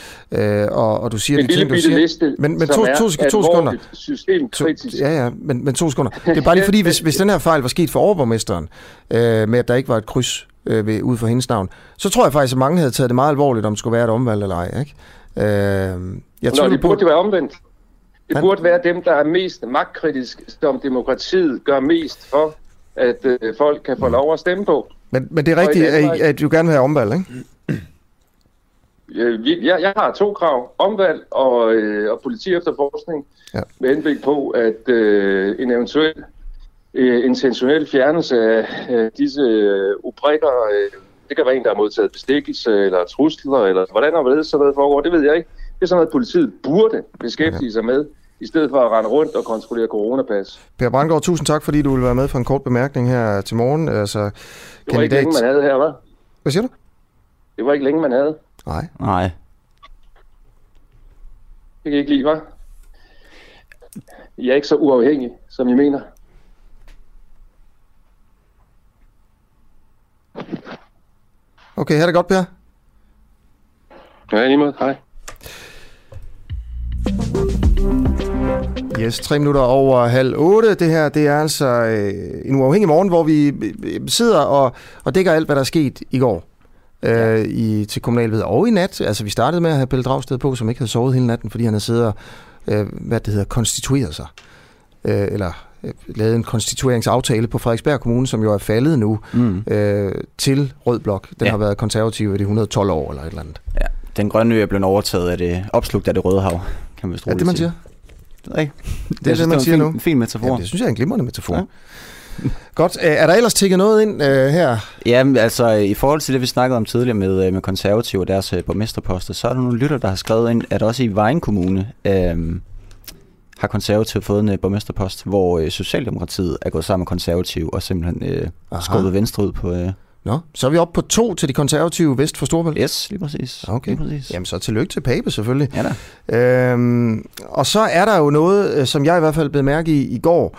Speaker 12: Og du siger en lille bitte liste, men
Speaker 1: to sekunder.
Speaker 12: Systemkritisk.
Speaker 1: Ja, men 2 sekunder. Det er bare lige fordi, hvis den her fejl var sket for overborgmesteren, med at der ikke var et kryds ud for hendes navn, så tror jeg faktisk, at mange havde taget det meget alvorligt, om det skulle være et omvalg eller ej, ikke?
Speaker 12: Det burde være omvendt. Det burde være dem, der er mest magtkritisk, som demokratiet gør mest for, at folk kan få lov at stemme på.
Speaker 1: Men det er rigtigt, at du gerne vil have omvalg, ikke?
Speaker 12: Jeg har 2 krav. Omvalg og politi efterforskning, med henblik på, at en eventuel intentionel fjernelse af disse rubrikker, det kan være en, der har modtaget bestikkelse eller trusler, eller hvordan og hvorledes sådan noget foregår, det ved jeg ikke. Det er sådan noget, politiet burde beskæftige sig med, i stedet for at rende rundt og kontrollere coronapas. Per Brandgaard, tusind tak, fordi du ville være med for en kort bemærkning her til morgen. Altså, det var ikke længe, man havde her, hva'? Hvad siger du? Det var ikke længe, man havde.
Speaker 2: Nej.
Speaker 12: Det kan I ikke lide, hva'? I er ikke så uafhængige, som I mener.
Speaker 1: Okay, her det godt, Per.
Speaker 12: Ja, lige måde. Hej.
Speaker 1: Yes, 7:03 over 7:30. Det her, det er altså en uafhængig morgen, hvor vi sidder og dækker alt, hvad der er sket i går til kommunalvalget og i nat. Altså, vi startede med at have Pelle Dragsted på, som ikke havde sovet hele natten, fordi han havde siddet og konstitueret sig. Eller lavet en konstitueringsaftale på Frederiksberg Kommune, som jo er faldet nu til Rød Blok. Den har været konservativ i de 112 år eller et eller andet.
Speaker 2: Ja, den grønne ø er blevet overtaget af det, opslugt af det Røde Hav, kan man vist roligt
Speaker 1: det, man siger?
Speaker 2: Nej,
Speaker 1: det er det, man siger nu.
Speaker 2: En fin metafor.
Speaker 1: Ja, det synes jeg er en glimrende metafor. Ja. Godt. Er der ellers tikket noget ind her?
Speaker 2: Ja, altså i forhold til det, vi snakkede om tidligere med konservative og deres borgmesterposter, så er der nogle lytter, der har skrevet ind, at også i Vejen Kommune har konservative fået en borgmesterpost, hvor Socialdemokratiet er gået sammen med konservative og simpelthen skubbet Venstre ud på...
Speaker 1: Nå, så er vi oppe på 2 til de konservative vest for Storebælt?
Speaker 2: Yes, lige præcis.
Speaker 1: Okay.
Speaker 2: Lige præcis.
Speaker 1: Jamen så tillykke til Pape selvfølgelig.
Speaker 2: Ja da.
Speaker 1: Og så er der jo noget, som jeg i hvert fald blev mærke i går.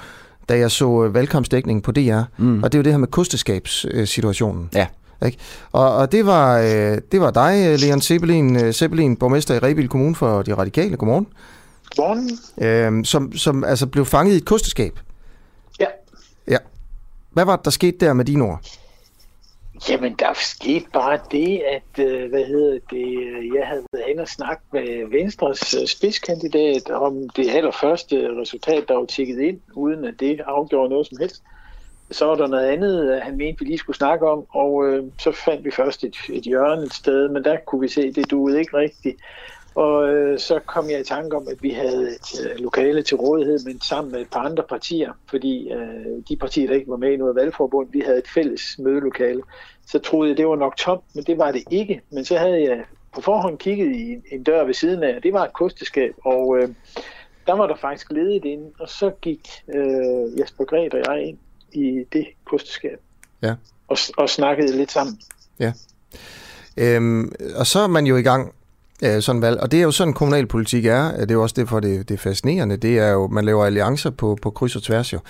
Speaker 1: da jeg så valgkampsdækning på DR, og det er jo det her med kosteskabssituationen.
Speaker 2: Ja.
Speaker 1: Ikke? Og det var dig, Leon Sebbelin, borgmester i Rebild Kommune for De Radikale. Godmorgen.
Speaker 13: Godmorgen.
Speaker 1: Som altså blev fanget i et kosteskab.
Speaker 13: Ja.
Speaker 1: Ja. Hvad var det, der skete der med dine ord?
Speaker 13: Jamen, der skete bare det, at jeg havde været hen og snakket med Venstres spidskandidat om det allerførste resultat, der var tikket ind, uden at det afgjorde noget som helst. Så var der noget andet, han mente, vi lige skulle snakke om, og så fandt vi først et hjørne et sted, men der kunne vi se, at det duede ikke rigtigt. Og så kom jeg i tanke om, at vi havde et lokale til rådighed, men sammen med et par andre partier, fordi de partier, der ikke var med i noget valgforbund, vi havde et fælles mødelokale. Så troede jeg, det var nok tomt, men det var det ikke. Men så havde jeg på forhånd kigget i en dør ved siden af, og det var et kosteskab, og der var der faktisk ledigt inde, og så gik Jesper Gret og jeg ind i det kosteskab,
Speaker 1: ja.
Speaker 13: og snakkede lidt sammen.
Speaker 1: Ja. Og så er man jo i gang sådan valg, og det er jo sådan kommunalpolitik er. Det er jo også derfor, det er fascinerende. Det er jo, man laver alliancer på kryds og tværs jo.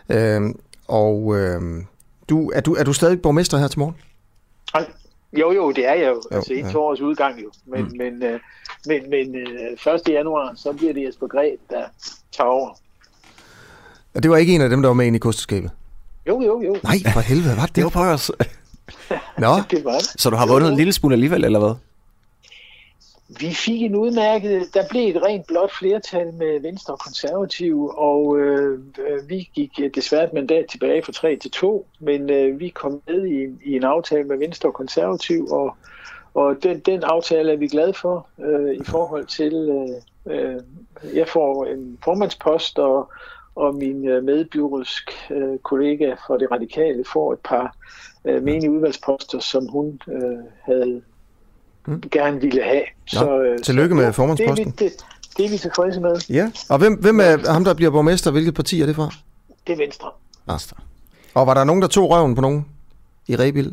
Speaker 1: Er du stadig borgmester her til morgen?
Speaker 13: Jo, det er jeg jo. Altså inden 2 års udgang jo. Men 1. januar, så bliver det Jesper Gret, der tager over.
Speaker 1: Og det var ikke en af dem, der var med inde i kosteskabet?
Speaker 13: Jo.
Speaker 1: Nej, for helvede, hvad det?
Speaker 2: Det var på os.
Speaker 1: Nå,
Speaker 13: det var det.
Speaker 2: Så du har vundet en lille smule alligevel, eller hvad?
Speaker 13: Vi fik en udmærket, der blev et rent blåt flertal med Venstre og Konservative, og vi gik desværre et mandat tilbage fra 3 til 2, men vi kom med i en aftale med Venstre og Konservative, og den aftale er vi glade for i forhold til, jeg får en formandspost, og min medbyrådsk kollega fra Det Radikale får et par menige udvalgsposter, som hun havde gerne ville have.
Speaker 1: Så, tillykke med formandsposten.
Speaker 13: Det er vi tilfredse med.
Speaker 1: Ja. Og hvem er ham, der bliver borgmester? Hvilket parti er det fra?
Speaker 13: Det er Venstre.
Speaker 1: Og var der nogen, der tog røven på nogen i Rebild?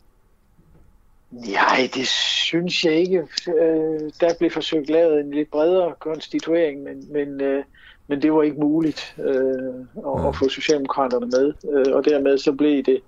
Speaker 13: Nej, det synes jeg ikke. Der blev forsøgt lavet en lidt bredere konstituering, men det var ikke muligt at få Socialdemokraterne med. Og dermed så blev det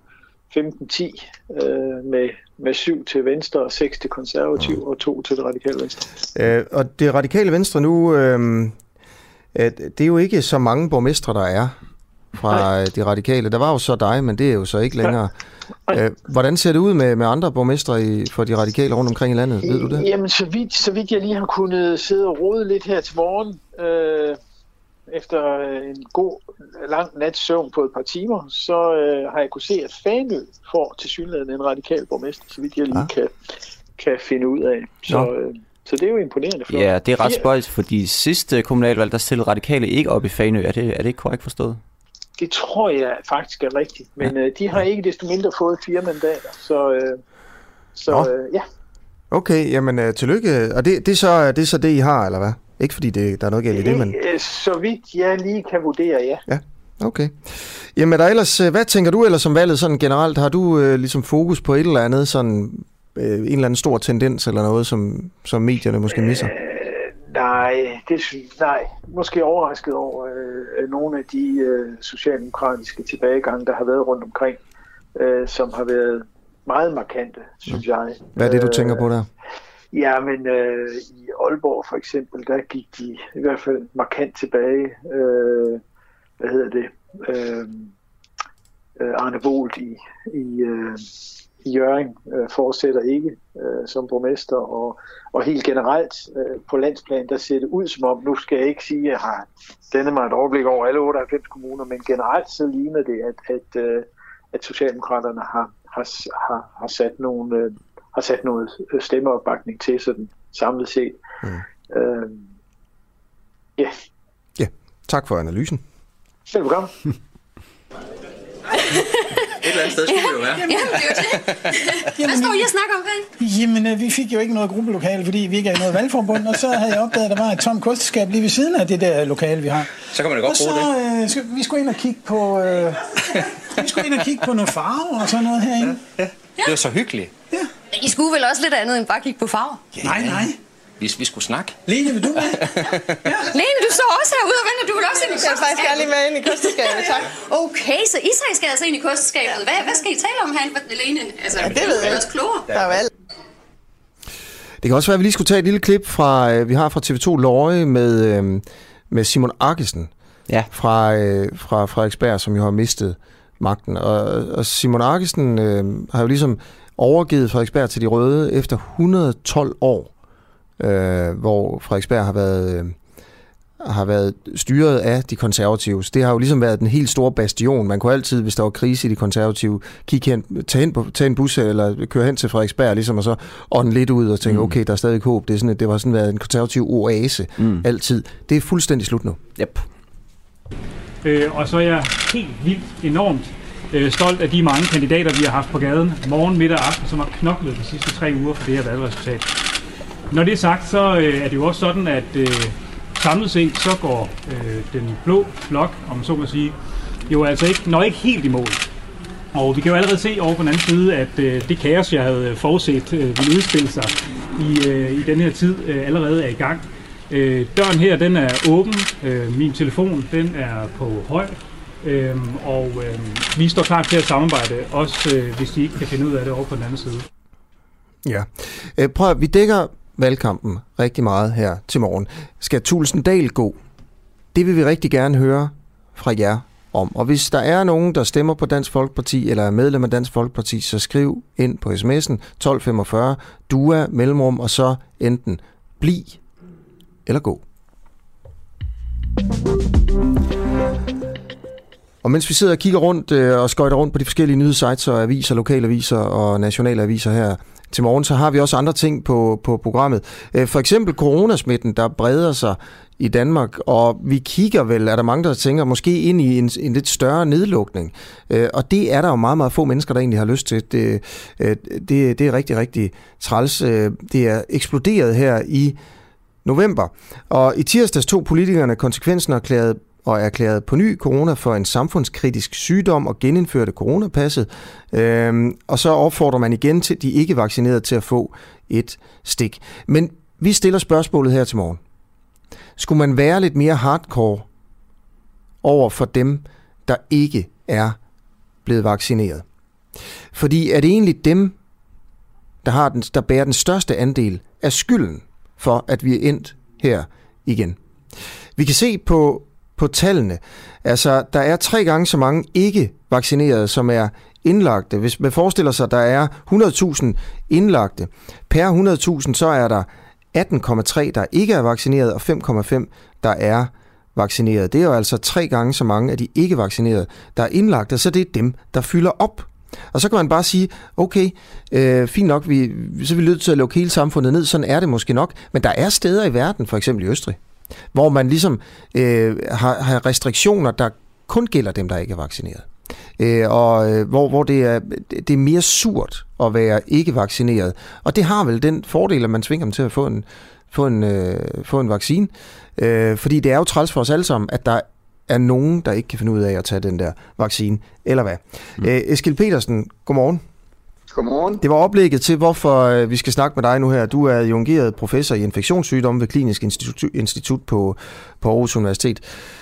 Speaker 13: 15-10 med 7 til Venstre og 6 til Konservative og 2 til Det Radikale Venstre.
Speaker 1: Og Det Radikale Venstre nu, det er jo ikke så mange borgmestre, der er fra De Radikale. Der var jo så dig, men det er jo så ikke længere. Hvordan ser det ud med andre borgmestre for De Radikale rundt omkring i landet? Ved du det?
Speaker 13: Jamen, så vidt jeg lige har kunnet sidde og rode lidt her til morgen, efter en god, lang nats søvn på et par timer, så har jeg kunnet se, at Fanø får tilsyneladende en radikal borgmester, så vidt jeg lige kan finde ud af. Så det er jo imponerende. Flot.
Speaker 2: Ja, det er ret spøjst, fordi sidste kommunalvalg, der stillede Radikale ikke op i Fanø. Er det ikke korrekt forstået?
Speaker 13: Det tror jeg faktisk er rigtigt, men de har ikke desto mindre fået 4 mandater, så ja.
Speaker 1: Okay, jamen tillykke. Og det er så det, I har, eller hvad? Ikke fordi der er noget galt i det, men...
Speaker 13: Så vidt jeg lige kan vurdere, ja.
Speaker 1: Ja, okay. Jamen hvad tænker du ellers om valget sådan generelt? Har du ligesom fokus på et eller andet, sådan en eller anden stor tendens eller noget, som medierne måske misser?
Speaker 13: Nej, måske overrasket over nogle af de socialdemokratiske tilbagegange, der har været rundt omkring, som har været meget markante, synes jeg.
Speaker 1: Hvad er det, du tænker på der?
Speaker 13: Ja, men i Aalborg for eksempel, der gik de i hvert fald markant tilbage. Arne Bolt i Hjørring fortsætter ikke som borgmester, og helt generelt på landsplan, der ser det ud som om, nu skal jeg ikke sige, at jeg har dannet mig et overblik over alle 98 kommuner, men generelt så ligner det, at Socialdemokraterne har sat noget stemmeopbakning til sådan samlet set. Ja.
Speaker 1: Ja, tak for analysen.
Speaker 13: Velbekomme.
Speaker 8: Et eller andet sted skulle det jo være.
Speaker 9: Jamen, det er jo det. Hvad står I og snakker om her?
Speaker 10: Jamen, vi fik jo ikke noget gruppelokale, fordi vi ikke er i noget valgforbund, og så havde jeg opdaget, at der var et tomt kosteskab lige ved siden af det der lokale, vi har.
Speaker 8: Så kan man da godt bruge det.
Speaker 10: Vi skulle ind og kigge på... vi skulle ind og kigge på nogle farver og sådan noget herinde.
Speaker 8: Ja. Det var så hyggeligt.
Speaker 10: Ja.
Speaker 9: I skulle vel også lidt andet end bare kigge på farver?
Speaker 10: Ja. Nej.
Speaker 8: hvis vi skulle snakke.
Speaker 10: Lene, vil du med?
Speaker 9: Lene, du står også herude og venter. Du vil også ind i
Speaker 11: Jeg vil faktisk gerne lige med ind i kosteskabet, tak.
Speaker 9: Okay, så I tre skal altså ind i kosteskabet. Hvad skal I tale om herinde, Lene? Altså,
Speaker 11: Ja, det ved jeg
Speaker 9: også klogere.
Speaker 11: Der er jo alt.
Speaker 1: Det kan også være, at vi lige skulle tage et lille klip fra, vi har fra TV2 Løje med Simon Arkesen fra Frederiksberg, som jo har mistet magten. Og Simon Arkesen har jo ligesom overgivet Frederiksberg til de røde efter 112 år, hvor Frederiksberg har været styret af de konservative. Det har jo ligesom været den helt store bastion. Man kunne altid, hvis der var krise i de konservative, tage en bus eller køre hen til Frederiksberg, ligesom, og så ånde lidt ud og tænke, okay, der er stadig håb. Det var sådan været en konservativ oase altid. Det er fuldstændig slut nu.
Speaker 2: Yep.
Speaker 14: Og så er jeg helt vildt enormt stolt af de mange kandidater, vi har haft på gaden morgen, middag og aften, som har knoklet de sidste 3 uger for det her valgresultat. Når det er sagt, så er det jo også sådan, at samlet set så går den blå blok, om så må sige, jo altså ikke helt i mål. Og vi kan jo allerede se over på den anden side, at det kaos, jeg havde forudset ville udspille sig i den her tid, allerede er i gang. Døren her, den er åben. Min telefon, den er på høj. Og vi står klar til at samarbejde, også hvis de ikke kan finde ud af det over på den anden side.
Speaker 1: Ja. Prøv at, vi dækker valgkampen rigtig meget her til morgen. Skal Thulesen Dahl gå? Det vil vi rigtig gerne høre fra jer om. Og hvis der er nogen, der stemmer på Dansk Folkeparti, eller er medlem af Dansk Folkeparti, så skriv ind på sms'en 1245, DUA, mellemrum, og så enten bliv eller gå. Og mens vi sidder og kigger rundt og skøjter rundt på de forskellige nyhedssites og aviser, lokalaviser og nationale aviser her til morgen, så har vi også andre ting på programmet. For eksempel coronasmitten, der breder sig i Danmark, og vi kigger vel, er der mange, der tænker, måske ind i en lidt større nedlukning. Og det er der jo meget, meget få mennesker, der egentlig har lyst til. Det er rigtig, rigtig træls. Det er eksploderet her i november. Og i tirsdags tog politikerne konsekvensen og erklærede på ny corona for en samfundskritisk sygdom og genindførte coronapasset. Og så opfordrer man igen til de ikke vaccinerede til at få et stik. Men vi stiller spørgsmålet her til morgen. Skulle man være lidt mere hardcore over for dem, der ikke er blevet vaccineret? Fordi er det egentlig dem, der bærer den største andel af skylden for, at vi er endt her igen? Vi kan se på tallene. Altså, der er 3 gange så mange ikke-vaccinerede, som er indlagte. Hvis man forestiller sig, at der er 100.000 indlagte, per 100.000, så er der 18,3, der ikke er vaccineret, og 5,5, der er vaccineret. Det er jo altså 3 gange så mange af de ikke-vaccinerede, der er indlagte, så det er dem, der fylder op. Og så kan man bare sige, okay, fint nok, så er vi nødt til at lukke hele samfundet ned, sådan er det måske nok, men der er steder i verden, for eksempel i Østrig, hvor man ligesom har restriktioner, der kun gælder dem, der ikke er vaccineret. Hvor det er mere surt at være ikke vaccineret. Og det har vel den fordel, at man tvinger dem til at få en vaccine. Fordi det er jo træls for os alle sammen, at der er nogen, der ikke kan finde ud af at tage den der vaccine. Eller hvad? Eskild Petersen, godmorgen.
Speaker 15: Godmorgen.
Speaker 1: Det var oplægget til, hvorfor vi skal snakke med dig nu her. Du er adjungeret professor i infektionssygdomme ved Klinisk Institut på Aarhus Universitet.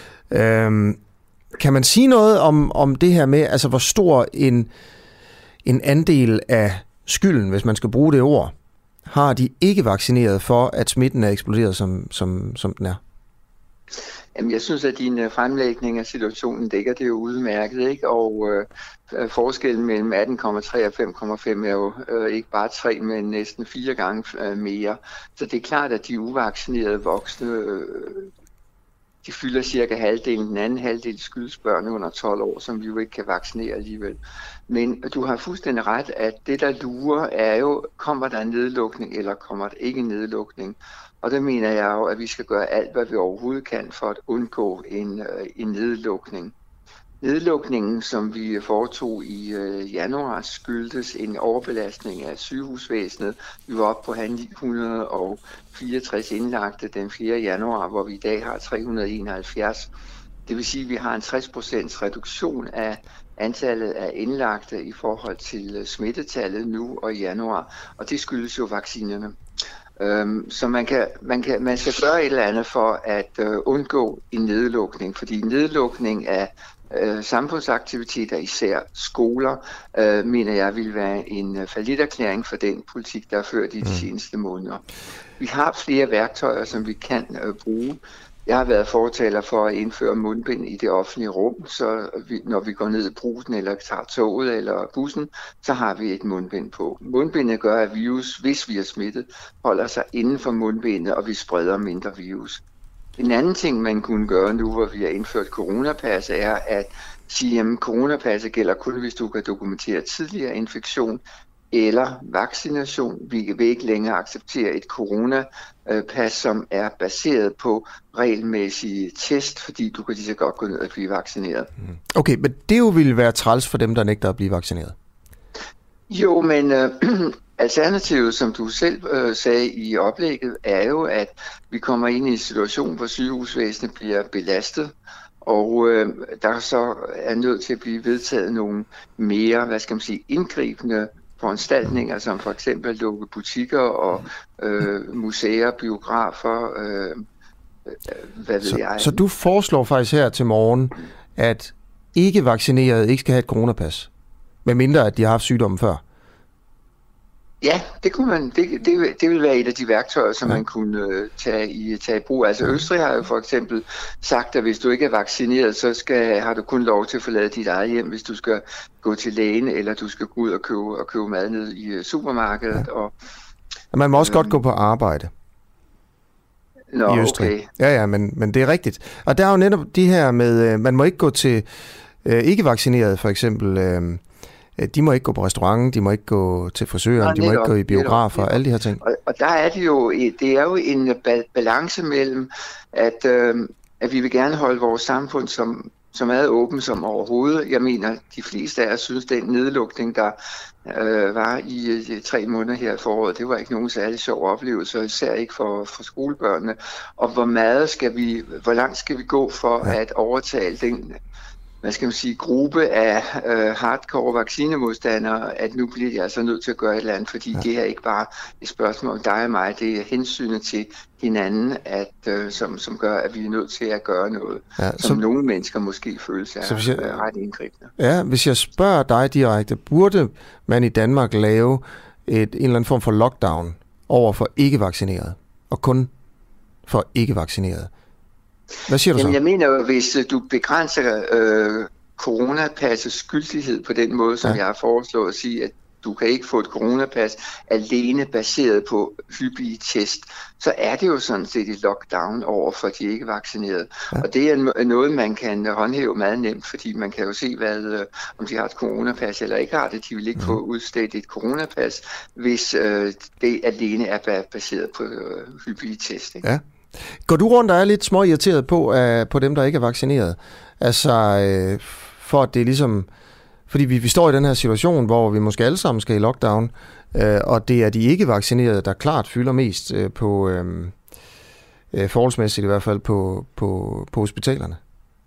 Speaker 1: Kan man sige noget om det her med, altså hvor stor en andel af skylden, hvis man skal bruge det ord, har de ikke vaccineret for, at smitten er eksploderet, som den er?
Speaker 15: Jamen, jeg synes, at din fremlægning af situationen dækker det jo udmærket, ikke? Og forskellen mellem 18,3 og 5,5 er jo ikke bare 3, men næsten 4 gange mere. Så det er klart, at de uvaccinerede voksne, de fylder cirka halvdelen. Den anden halvdel skyldes børn under 12 år, som vi jo ikke kan vaccinere alligevel. Men du har fuldstændig ret, at det, der lurer, er jo, kommer der en nedlukning, eller kommer der ikke en nedlukning? Og der mener jeg jo, at vi skal gøre alt, hvad vi overhovedet kan for at undgå en nedlukning. Nedlukningen, som vi foretog i januar, skyldtes en overbelastning af sygehusvæsenet. Vi var oppe på 964 indlagte den 4. januar, hvor vi i dag har 371. Det vil sige, at vi har en 60% reduktion af antallet af indlagte i forhold til smittetallet nu og i januar, og det skyldes jo vaccinerne. Så man skal gøre et eller andet for at undgå en nedlukning, fordi nedlukning af samfundsaktiviteter, især skoler, mener jeg vil være en falliterklæring for den politik, der er ført i de seneste måneder. Vi har flere værktøjer, som vi kan bruge. Jeg har været fortaler for at indføre mundbind i det offentlige rum, så når vi går ned i Brugsen eller tager toget eller bussen, så har vi et mundbind på. Mundbindet gør, at virus, hvis vi er smittet, holder sig inden for mundbindet, og vi spreder mindre virus. En anden ting, man kunne gøre nu, hvor vi har indført coronapas, er at sige, at coronapasset gælder kun, hvis du kan dokumentere tidligere infektion eller vaccination. Vi vil ikke længere acceptere et coronapas, som er baseret på regelmæssige test, fordi du kan lige så godt gå ned og blive vaccineret.
Speaker 1: Okay, men det jo ville være træls for dem, der nægter at blive vaccineret.
Speaker 15: Jo, men alternativet, som du selv sagde i oplægget, er jo, at vi kommer ind i en situation, hvor sygehusvæsenet bliver belastet, og der så er nødt til at blive vedtaget nogle mere, indgribende foranstaltninger, som for eksempel lukke butikker og museer, biografer, hvad ved jeg.
Speaker 1: Så du foreslår faktisk her til morgen, at ikke-vaccinerede ikke skal have et coronapas, medmindre at de har haft sygdommen før?
Speaker 15: Ja, det kunne man. Det vil være et af de værktøjer, som man kunne tage i brug. Altså Østrig har jo for eksempel sagt, at hvis du ikke er vaccineret, så har du kun lov til at forlade dit eget hjem, hvis du skal gå til lægen, eller du skal gå ud og købe mad ned i supermarkedet. Og
Speaker 1: man må også godt gå på arbejde.
Speaker 15: Nå,
Speaker 1: i Østrig.
Speaker 15: Okay.
Speaker 1: Ja, men det er rigtigt. Og der er jo netop de her med, man må ikke gå til ikke-vaccinerede for eksempel. De må ikke gå på restaurant, de må ikke gå til frisøren, de må ikke gå i biografer, alle de her ting.
Speaker 15: Og der er det er jo en balance mellem, at vi vil gerne holde vores samfund som er åben som overhovedet. Jeg mener, de fleste af os synes, den nedlukning, der var i 3 måneder her i foråret, det var ikke nogen særlig sjov oplevelse, især ikke for skolebørnene. Og hvor langt skal vi gå for at overtale den gruppe af hardcore vaccinemodstandere, at nu bliver de altså nødt til at gøre et eller andet, fordi det er ikke bare et spørgsmål om dig og mig, det er hensynet til hinanden, som gør, at vi er nødt til at gøre noget, som nogle mennesker måske føler sig ret indgribende.
Speaker 1: Ja, hvis jeg spørger dig direkte, burde man i Danmark lave en eller anden form for lockdown over for ikke-vaccinerede, og kun for ikke-vaccinerede? Hvad siger du så?
Speaker 15: Jeg mener jo, hvis du begrænser coronapassets skyldighed på den måde, som jeg har foreslået at sige, at du kan ikke få et coronapas alene baseret på hyppige test, så er det jo sådan set et lockdown over for de ikke vaccinerede. Ja. Og det er noget, man kan håndhæve meget nemt, fordi man kan jo se, om de har et coronapas eller ikke har det. De vil ikke få udstedt et coronapas, hvis det alene er baseret på hyppige test. Ikke?
Speaker 1: Ja. Går du rundt og er lidt småirriteret på dem, der ikke er vaccineret? Altså, for at det er ligesom... Fordi vi står i den her situation, hvor vi måske alle sammen skal i lockdown, og det er de ikke vaccinerede, der klart fylder mest på forholdsmæssigt i hvert fald på hospitalerne.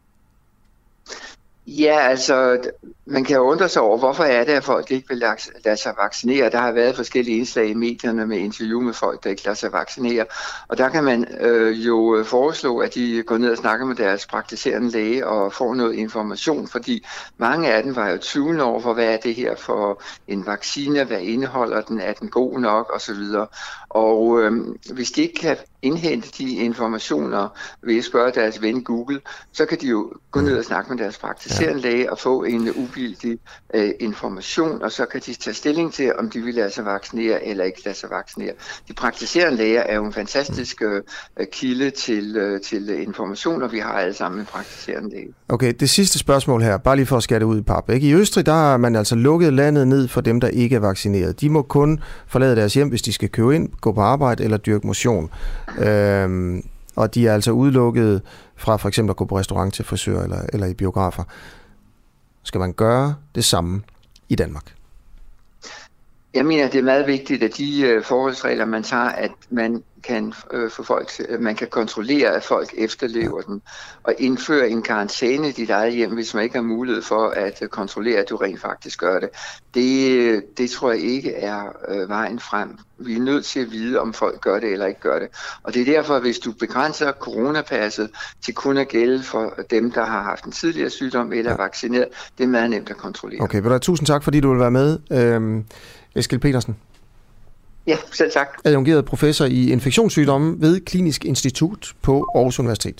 Speaker 15: Ja, altså, man kan jo undre sig over, hvorfor er det, at folk ikke vil lade sig vaccinere. Der har været forskellige indslag i medierne med interview med folk, der ikke lader sig vaccinere. Og der kan man jo foreslå, at de går ned og snakker med deres praktiserende læge og får noget information, fordi mange af dem var jo tvivlende over for, hvad er det her for en vaccine, hvad indeholder den, er den god nok osv. Og hvis de ikke kan indhente de informationer ved at spørge deres ven Google, så kan de jo gå ned og snakke med deres praktiserende læge og få en uvildig information, og så kan de tage stilling til, om de vil lade sig vaccinere eller ikke lade sig vaccinere. De praktiserende læger er jo en fantastisk kilde til informationer, vi har alle sammen en praktiserende læge.
Speaker 1: Okay, det sidste spørgsmål her, bare lige for at skære det ud i pap. Ikke? I Østrig, der har man altså lukket landet ned for dem, der ikke er vaccineret. De må kun forlade deres hjem, hvis de skal købe ind, gå på arbejde eller dyrke motion. Og de er altså udelukket fra for eksempel at gå på restaurant til frisør eller i biografer. Skal man gøre det samme i Danmark?
Speaker 15: Jeg mener, det er meget vigtigt, at de forholdsregler, man tager, at man kan få folk til, man kan kontrollere, at folk efterlever den, og indføre en karantæne i dit eget hjem, hvis man ikke har mulighed for at kontrollere, at du rent faktisk gør det. Det tror jeg ikke er vejen frem. Vi er nødt til at vide, om folk gør det eller ikke gør det. Og det er derfor, hvis du begrænser coronapasset til kun at gælde for dem, der har haft en tidligere sygdom eller er vaccineret, det er meget nemt at kontrollere.
Speaker 1: Okay, tusind tak, fordi du vil være med, Eskild Petersen.
Speaker 15: Ja, selv tak.
Speaker 1: Adjungeret professor i infektionssygdomme ved Klinisk Institut på Aarhus Universitet.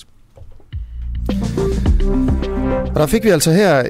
Speaker 1: Og der fik vi altså her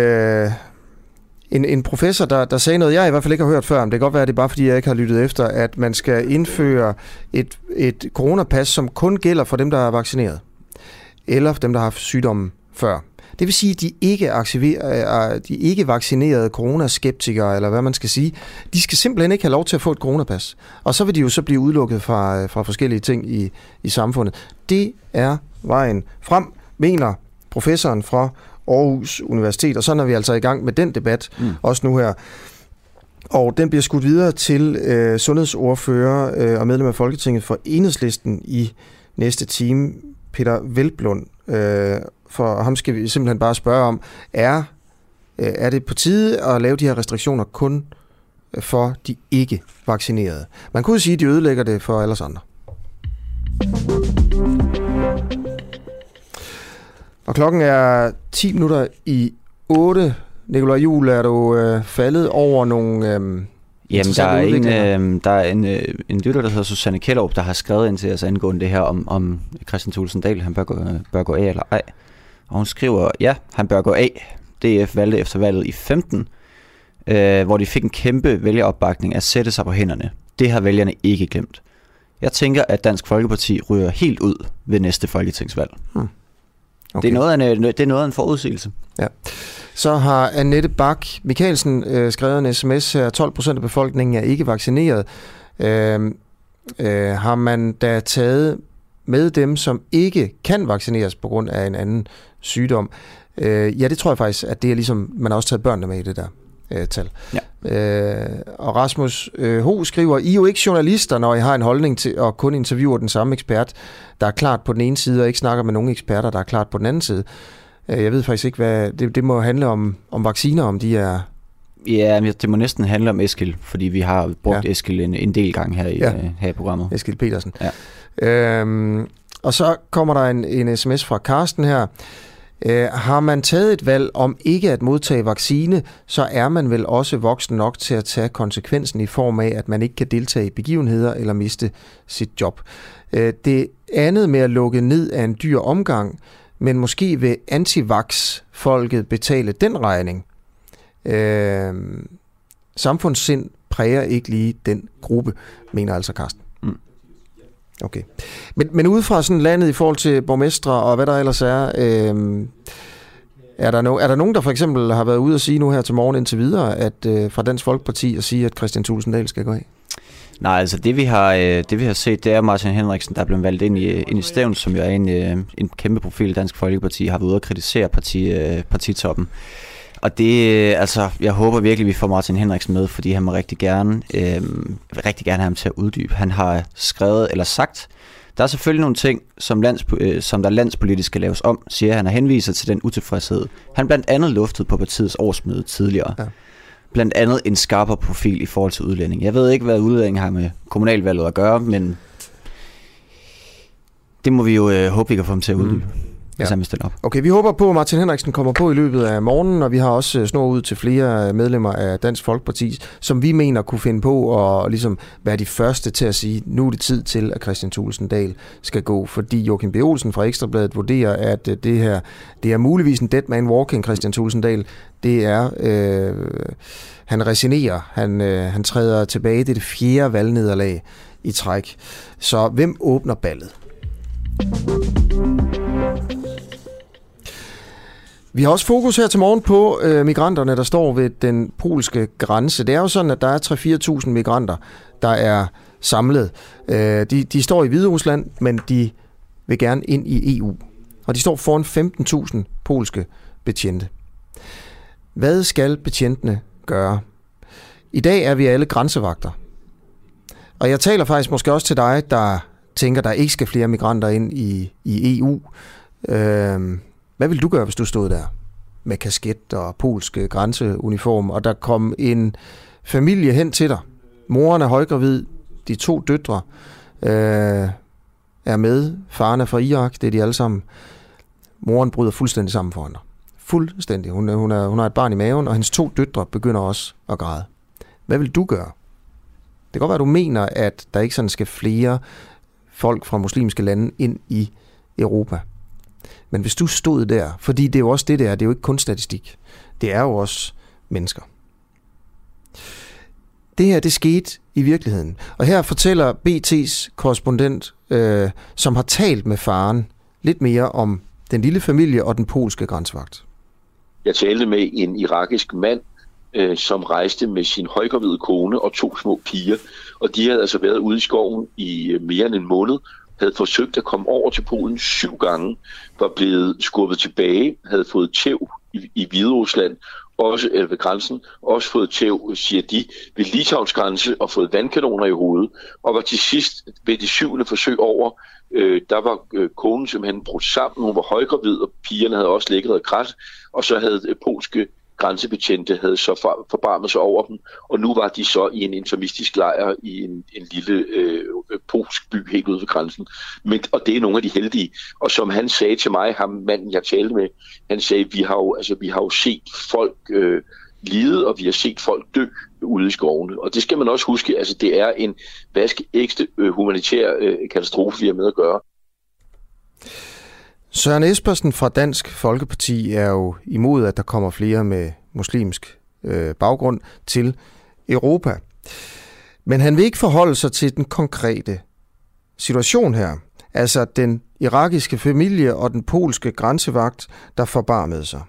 Speaker 1: en professor, der sagde noget, jeg i hvert fald ikke har hørt før. Men det kan godt være, at det er bare fordi, jeg ikke har lyttet efter, at man skal indføre et coronapas, som kun gælder for dem, der er vaccineret. Eller for dem, der har haft sygdommen før. Det vil sige, at de ikke vaccinerede coronaskeptikere, eller hvad man skal sige, de skal simpelthen ikke have lov til at få et coronapas. Og så vil de jo så blive udelukket fra forskellige ting i samfundet. Det er vejen frem, mener professoren fra Aarhus Universitet. Og så er vi altså i gang med den debat, også nu her. Og den bliver skudt videre til sundhedsordfører og medlem af Folketinget for Enhedslisten i næste time, Peter Hvelplund. For ham skal vi simpelthen bare spørge om, er det på tide at lave de her restriktioner kun for de ikke vaccinerede? Man kunne sige, at de ødelægger det for alle os andre. Og klokken er 10 minutter i 8. Nikolaj Juhl, er du faldet over nogle...
Speaker 2: Jamen, der er en lytter, der hedder Susanne Kjellup, der har skrevet ind til os angående det her, om Kristian Thulesen Dahl, han bør gå af eller ej. Og hun skriver, ja, han bør gå af. DF valgte efter valget i 15, hvor de fik en kæmpe vælgeropbakning at sætte sig på hænderne. Det har vælgerne ikke glemt. Jeg tænker, at Dansk Folkeparti ryger helt ud ved næste folketingsvalg. Okay. Det er noget af en forudsigelse. Ja.
Speaker 1: Så har Annette Bak Michaelsen skrevet en sms her. 12% af befolkningen er ikke vaccineret. Har man da taget med dem, som ikke kan vaccineres på grund af en anden sygdom? Ja, det tror jeg faktisk, at det er ligesom, man har også taget børnene med i det der tal. Ja. Og Rasmus Ho skriver, I er jo ikke journalister, når I har en holdning til at kun interviewe den samme ekspert, der er klart på den ene side, og ikke snakker med nogle eksperter, der er klart på den anden side. Jeg ved faktisk ikke, hvad det må handle om vacciner, om de er...
Speaker 2: Ja, det må næsten handle om Eskild, fordi vi har brugt Eskild en del gange her i programmet.
Speaker 1: Eskild Petersen. Ja. Og så kommer der en sms fra Karsten her. Har man taget et valg om ikke at modtage vaccine, så er man vel også voksen nok til at tage konsekvensen i form af, at man ikke kan deltage i begivenheder eller miste sit job. Det andet med at lukke ned af en dyr omgang, men måske vil antivax-folket betale den regning. Samfundssind præger ikke lige den gruppe, mener altså Karsten. Okay. Men ud fra sådan landet i forhold til borgmestre og hvad der ellers er, er der nogen, der for eksempel har været ude at sige nu her til morgen indtil videre, at fra Dansk Folkeparti at sige, at Kristian Thulesen Dahl skal gå af?
Speaker 2: Nej, altså det vi har set, det er Martin Henriksen, der er blevet valgt ind i Stævns, som jo er en kæmpe profil i Dansk Folkeparti, har været ude at kritisere partitoppen. Og det, altså, jeg håber virkelig, vi får Martin Henriksen med, fordi han må rigtig gerne have ham til at uddybe. Han har skrevet eller sagt, der er selvfølgelig nogle ting, som der landspolitisk skal laves om, siger han, og henviser til den utilfredshed. Han blandt andet luftede på partiets årsmøde tidligere. Ja. Blandt andet en skarpere profil i forhold til udlænding. Jeg ved ikke, hvad udlænding har med kommunalvalget at gøre, men det må vi jo håbe, vi kan få ham til at uddybe. Ja.
Speaker 1: Okay, vi håber på, at Martin Henriksen kommer på i løbet af morgenen, og vi har også snor ud til flere medlemmer af Dansk Folkeparti, som vi mener kunne finde på at ligesom være de første til at sige, nu er det tid til, at Kristian Thulesen Dahl skal gå, fordi Joachim B. Olsen fra Ekstra Bladet vurderer, at det er muligvis en dead man walking, Kristian Thulesen Dahl. Det er, han resignerer, han træder tilbage, det er det 4. valgnederlag i træk. Så hvem åbner ballet? Vi har også fokus her til morgen på migranterne, der står ved den polske grænse. Det er jo sådan, at der er 3-4.000 migranter, der er samlet. De står i Hviderusland, men de vil gerne ind i EU. Og de står foran 15.000 polske betjente. Hvad skal betjentene gøre? I dag er vi alle grænsevagter. Og jeg taler faktisk måske også til dig, der tænker, der ikke skal flere migranter ind i EU. Hvad vil du gøre, hvis du stod der med kasket og polsk grænseuniform, og der kom en familie hen til dig? Moren er højgravid, de 2 døtre er med, faren er fra Irak, det er de alle sammen. Moren bryder fuldstændig sammen foran dig. Fuldstændig. Hun har et barn i maven, og hendes 2 døtre begynder også at græde. Hvad vil du gøre? Det kan godt være, du mener, at der ikke sådan skal flere folk fra muslimske lande ind i Europa. Men hvis du stod der, fordi det er jo også det er jo ikke kun statistik. Det er jo også mennesker. Det her, det skete i virkeligheden. Og her fortæller BT's korrespondent, som har talt med faren, lidt mere om den lille familie og den polske grænsevagt.
Speaker 4: Jeg talte med en irakisk mand, som rejste med sin højgravide kone og 2 små piger. Og de havde altså været ude i skoven i mere end en måned, havde forsøgt at komme over til Polen 7 gange, var blevet skubbet tilbage, havde fået tæv i Hviderusland, også ved grænsen, også fået tæv, siger de, ved Litauens grænse og fået vandkanoner i hovedet, og var til sidst ved det 7. forsøg over, der var konen simpelthen brudt sammen, hun var højgravid, og pigerne havde også ligget og grædt, og så havde polske grænsebetjente havde så forbarmet sig over dem, og nu var de så i en intermistisk lejr i en lille polsk by helt ude ved grænsen. Og det er nogle af de heldige. Og som han sagde til mig, ham manden jeg talte med, han sagde, vi har jo set folk lide, og vi har set folk dø ude i skovene. Og det skal man også huske, altså det er en vaskeægte humanitær katastrofe, vi har med at gøre.
Speaker 1: Søren Espersen fra Dansk Folkeparti er jo imod, at der kommer flere med muslimsk baggrund til Europa. Men han vil ikke forholde sig til den konkrete situation her. Altså den irakiske familie og den polske grænsevagt, der forbarmede sig.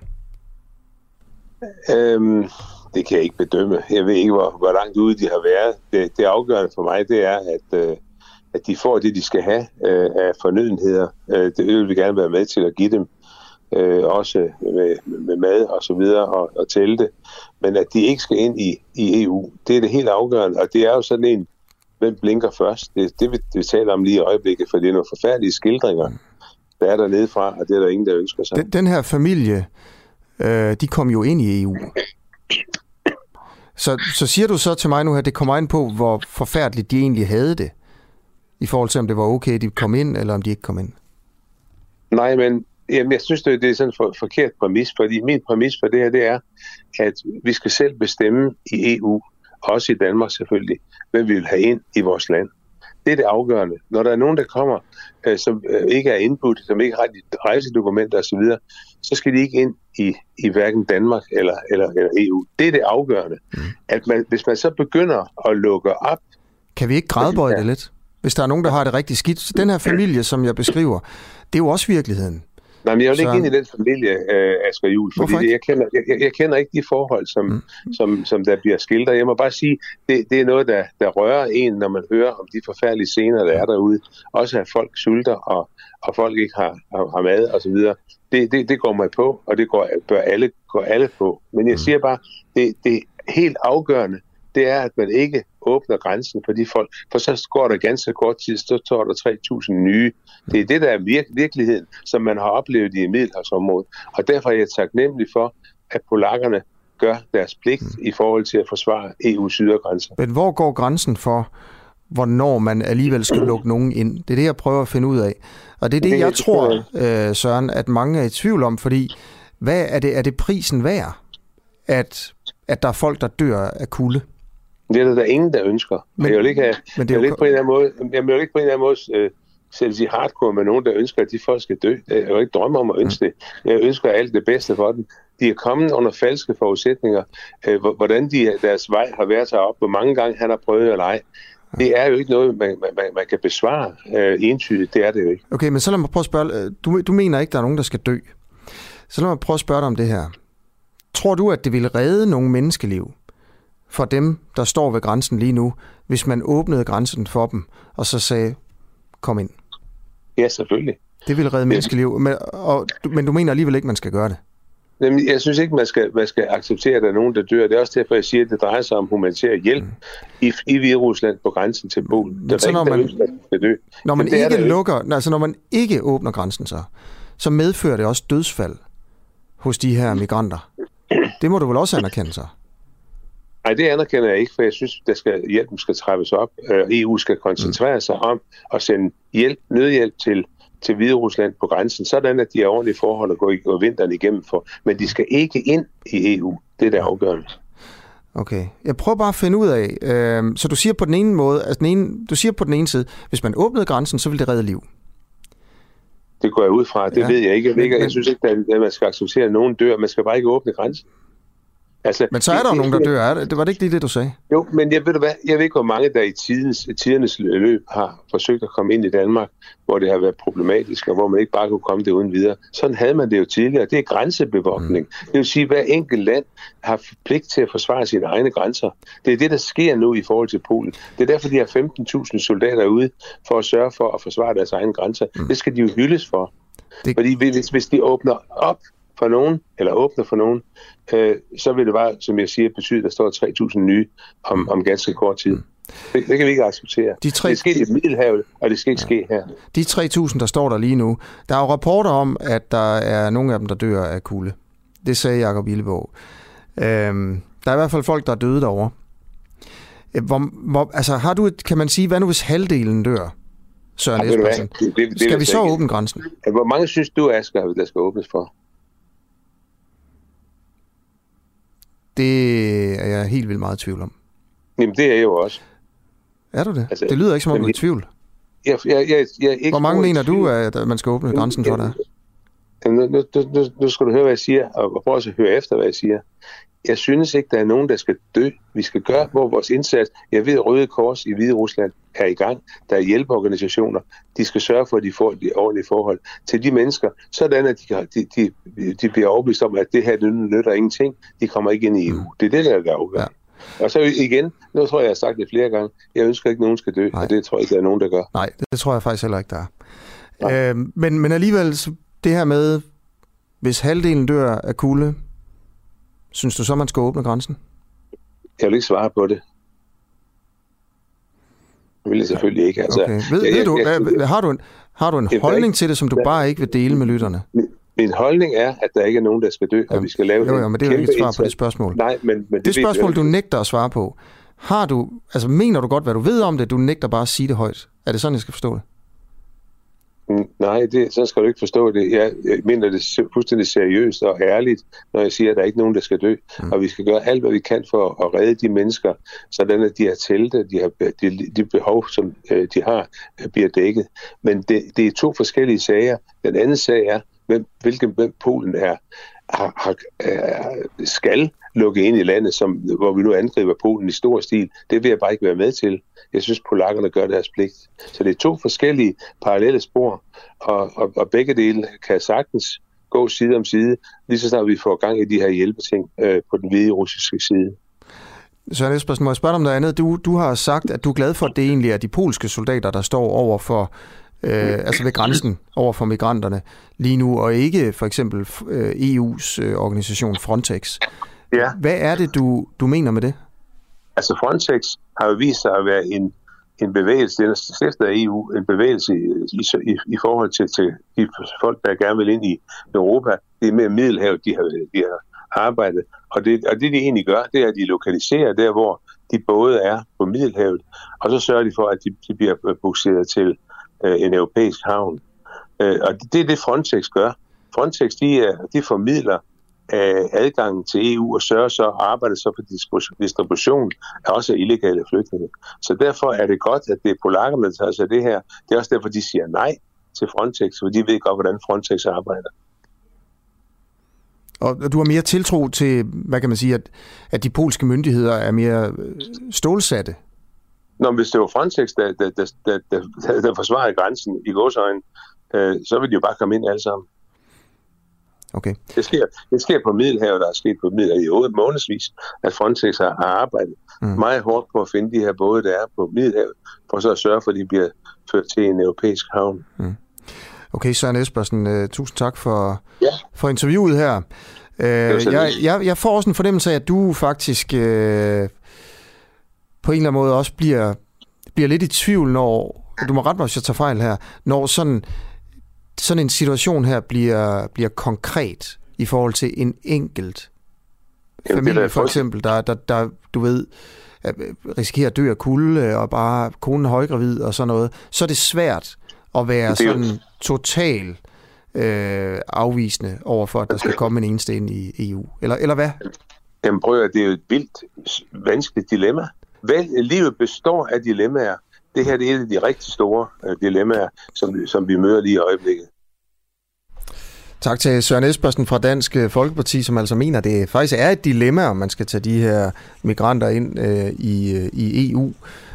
Speaker 16: Det kan jeg ikke bedømme. Jeg ved ikke, hvor langt ude de har været. Det afgørende for mig, det er, at de får det, de skal have af fornødenheder. Det vil vi gerne være med til at give dem, også med mad og så videre og telte. Men at de ikke skal ind i EU, det er det helt afgørende. Og det er jo sådan en, hvem blinker først. Det vi taler om lige i øjeblikket, for det er nogle forfærdelige skildringer, der er dernede fra, og det er der ingen, der ønsker sig.
Speaker 1: Den her familie, de kom jo ind i EU. Så siger du så til mig nu her, det kommer ind på, hvor forfærdeligt de egentlig havde det, i forhold til, om det var okay, de kom ind, eller om de ikke kom ind?
Speaker 16: Nej, men jeg synes, det er sådan en forkert præmis, fordi min præmis for det her, det er, at vi skal selv bestemme i EU, også i Danmark selvfølgelig, hvem vi vil have ind i vores land. Det er det afgørende. Når der er nogen, der kommer, som ikke er indbudt, som ikke har rejsedokumenter osv., så skal de ikke ind i hverken Danmark eller EU. Det er det afgørende. At hvis man så begynder at lukke op...
Speaker 1: Kan vi ikke gradbøje det lidt? Hvis der er nogen, der har det rigtig skidt. Den her familie, som jeg beskriver, det er jo også virkeligheden.
Speaker 16: Nej, men jeg vil ikke ind i den familie, Asger Juhl, fordi jeg kender ikke de forhold, som der bliver skildret. Jeg må bare sige, det er noget, der rører en, når man hører om de forfærdelige scener, der er derude. Også at folk sulter, og folk ikke har mad og så videre. Det går mig på, og det bør alle på. Men jeg siger bare, det helt afgørende, det er, at man ikke åbner grænsen for de folk, for så går der ganske kort tid, så står der 3.000 nye. Det er det, der er virkeligheden, som man har oplevet i Middelhavsområdet. Og derfor er jeg taknemmelig for, at polakkerne gør deres pligt i forhold til at forsvare EU's ydergrænser.
Speaker 1: Men hvor går grænsen for, hvornår man alligevel skal lukke nogen ind? Det er det, jeg prøver at finde ud af. Og det er det, jeg tror, Søren, at mange er i tvivl om, fordi hvad er det prisen værd, at der er folk, der dør af kulde?
Speaker 16: Det er der ingen, der ønsker. Jeg vil ikke på en eller anden måde selv sige hardcore med nogen, der ønsker, at de folk skal dø. Jeg vil ikke drømme om at ønske det. Jeg ønsker alt det bedste for dem. De er kommet under falske forudsætninger. Hvordan deres vej har været herop, hvor mange gange han har prøvet eller ej. Det er jo ikke noget, man kan besvare entydigt. Det er det jo ikke.
Speaker 1: Okay, men så lad mig prøve at spørge. Du mener ikke, der er nogen, der skal dø. Så lad mig prøve at spørge dig om det her. Tror du, at det ville redde nogle menneskeliv for dem, der står ved grænsen lige nu, hvis man åbnede grænsen for dem, og så sagde, kom ind?
Speaker 16: Ja, selvfølgelig.
Speaker 1: Det ville redde menneskeliv, men du mener alligevel ikke, man skal gøre det?
Speaker 16: Jeg synes ikke, man skal acceptere, at der er nogen, der dør. Det er også derfor, jeg siger, at det drejer sig om humanitær hjælp i Hviderusland på grænsen til Polen.
Speaker 1: Når man ikke åbner grænsen, så medfører det også dødsfald hos de her migranter. Det må du vel også anerkende sig?
Speaker 16: Nej, det anerkender jeg ikke, for jeg synes, hjælpen skal trappes op. EU skal koncentrere sig om at sende nødhjælp til Hviderusland på grænsen, sådan at de har ordentlige forhold at gå vinteren igennem for. Men de skal ikke ind i EU. Det er det afgørende.
Speaker 1: Okay. Jeg prøver bare at finde ud af, så du siger på den ene måde, du siger på den ene side, hvis man åbnede grænsen, så ville det redde liv.
Speaker 16: Det går jeg ud fra. Det ved jeg ikke. Jeg synes ikke, at man skal acceptere, at nogen dør. Man skal bare ikke åbne grænsen. Altså,
Speaker 1: men så er der jo nogen, der dør. Det var det ikke lige det, du sagde?
Speaker 16: Jo, men jeg ved ikke, hvor mange der i tidernes løb har forsøgt at komme ind i Danmark, hvor det har været problematisk, og hvor man ikke bare kunne komme det uden videre. Sådan havde man det jo tidligere. Det er grænsebevogtning. Det vil sige, at hver enkelt land har pligt til at forsvare sine egne grænser. Det er det, der sker nu i forhold til Polen. Det er derfor, de har 15.000 soldater ude for at sørge for at forsvare deres egne grænser. Det skal de jo hyldes for. Fordi hvis de åbner op for nogen, eller åbner for nogen, så vil det bare, som jeg siger, betyde, at der står 3.000 nye om ganske kort tid. Det kan vi ikke acceptere. Det sker i Middelhavet, og det skal ikke ske her.
Speaker 1: De 3.000, der står der lige nu, der er jo rapporter om, at der er nogle af dem, der dør af kulde. Det sagde Jakob Illeborg. Der er i hvert fald folk, der er døde derovre. Altså, har du kan man sige, hvad nu hvis halvdelen dør? Søren Espersen. Skal vi så åbne grænsen?
Speaker 16: Hvor mange synes du, Asger, der skal åbnes for?
Speaker 1: Det er jeg helt vildt meget i tvivl om.
Speaker 16: Jamen, det er jeg jo også.
Speaker 1: Er du det? Altså, det lyder ikke som om du er i tvivl.
Speaker 16: Jeg ikke.
Speaker 1: Hvor mange mener du, at man skal åbne grænsen for dig?
Speaker 16: Nu skal du høre, hvad jeg siger, og prøv at høre efter, hvad jeg siger. Jeg synes ikke, der er nogen, der skal dø. Vi skal gøre vores indsats. Jeg ved, at Røde Kors i Hviderusland er i gang. Der er hjælpeorganisationer. De skal sørge for, at de får de ordentlige forhold til de mennesker, sådan at de bliver overbevist om, at det her nytter ingenting. De kommer ikke ind i EU. Det er det, der er afgørende. Ja. Og så igen, nu tror jeg har sagt det flere gange, jeg ønsker ikke, at nogen skal dø, og det tror jeg ikke, der er nogen, der gør.
Speaker 1: Nej, det tror jeg faktisk heller ikke, der er. Men alligevel, det her med, hvis halvdelen dør af kulde, synes du så, man skal åbne grænsen?
Speaker 16: Jeg vil ikke svare på det. Det vil jeg selvfølgelig ikke. Altså,
Speaker 1: okay. Har du en holdning til det, som du bare ikke vil dele med lytterne?
Speaker 16: Min holdning er, at der ikke er nogen, der skal dø, og vi skal lave
Speaker 1: men det er jo ikke et svar på det spørgsmål.
Speaker 16: Nej, men
Speaker 1: det spørgsmål, du nægter at svare på, mener du godt, hvad du ved om det, du nægter bare at sige det højt? Er det sådan, jeg skal forstå det?
Speaker 16: Nej, så skal du ikke forstå det. Jeg mener det fuldstændig seriøst og ærligt, når jeg siger, at der er ikke nogen, der skal dø. Og vi skal gøre alt, hvad vi kan for at redde de mennesker, sådan at de har telte, de behov, som de har, bliver dækket. Men det er to forskellige sager. Den anden sag er, hvem Polen skal lukke ind i landet, hvor vi nu angriber Polen i stor stil. Det vil jeg bare ikke være med til. Jeg synes, polakkerne gør deres pligt. Så det er to forskellige parallelle spor, og begge dele kan sagtens gå side om side, lige så snart vi får gang i de her hjælpeting på den hviderussiske side.
Speaker 1: Søren Espersen, må jeg spørge om noget andet? Du har sagt, at du er glad for, at det egentlig er de polske soldater, der står over for altså ved grænsen over for migranterne lige nu, og ikke for eksempel EU's organisation Frontex.
Speaker 16: Ja.
Speaker 1: Hvad er det, du mener med det?
Speaker 16: Altså Frontex har jo vist sig at være en bevægelse, den stiftet af EU, en bevægelse i forhold til de folk, der gerne vil ind i Europa. Det er mere Middelhavet, de har arbejdet. Og det de egentlig gør, det er, at de lokaliserer der, hvor de både er på Middelhavet, og så sørger de for, at de bliver bugseret til en europæisk havn. Og det er det, Frontex gør. Frontex, de formidler adgangen til EU og sørger så og arbejder så for distribution af også illegale flygtninge. Så derfor er det godt, at det er polakkerne, der tager sig det her. Det er også derfor, de siger nej til Frontex, for de ved godt, hvordan Frontex arbejder.
Speaker 1: Og du har mere tiltro til, hvad kan man sige, at de polske myndigheder er mere stålsatte?
Speaker 16: Hvis det var Frontex, der forsvarede grænsen i godsøjne, så vil de jo bare komme ind alle sammen.
Speaker 1: Okay.
Speaker 16: Det sker på Middelhavet, der er sket på Middelhavet i 8 månedsvis, at Frontex har arbejdet meget hårdt på at finde de her både, der er på Middelhavet, for så at sørge for, at de bliver ført til en europæisk havn.
Speaker 1: Okay, Søren Espersen, tusind tak for interviewet her. Jeg får også en fornemmelse af, at du faktisk på en eller anden måde også bliver lidt i tvivl, når, du må rette mig, hvis jeg tager fejl her, når sådan en situation her bliver konkret i forhold til en enkelt familie, for eksempel, der du ved, risikerer at dø af kulde, og bare konen er højgravid og sådan noget, så er det svært at være sådan total afvisende overfor, at der skal komme en eneste ind i EU. Eller hvad?
Speaker 16: Jamen prøv at det er jo et vildt vanskeligt dilemma. Livet består af dilemmaer. Det her det er et af de rigtig store dilemmaer, som vi møder lige i øjeblikket.
Speaker 1: Tak til Søren Espersen fra Dansk Folkeparti, som altså mener, at det faktisk er et dilemma, om man skal tage de her migranter ind i EU.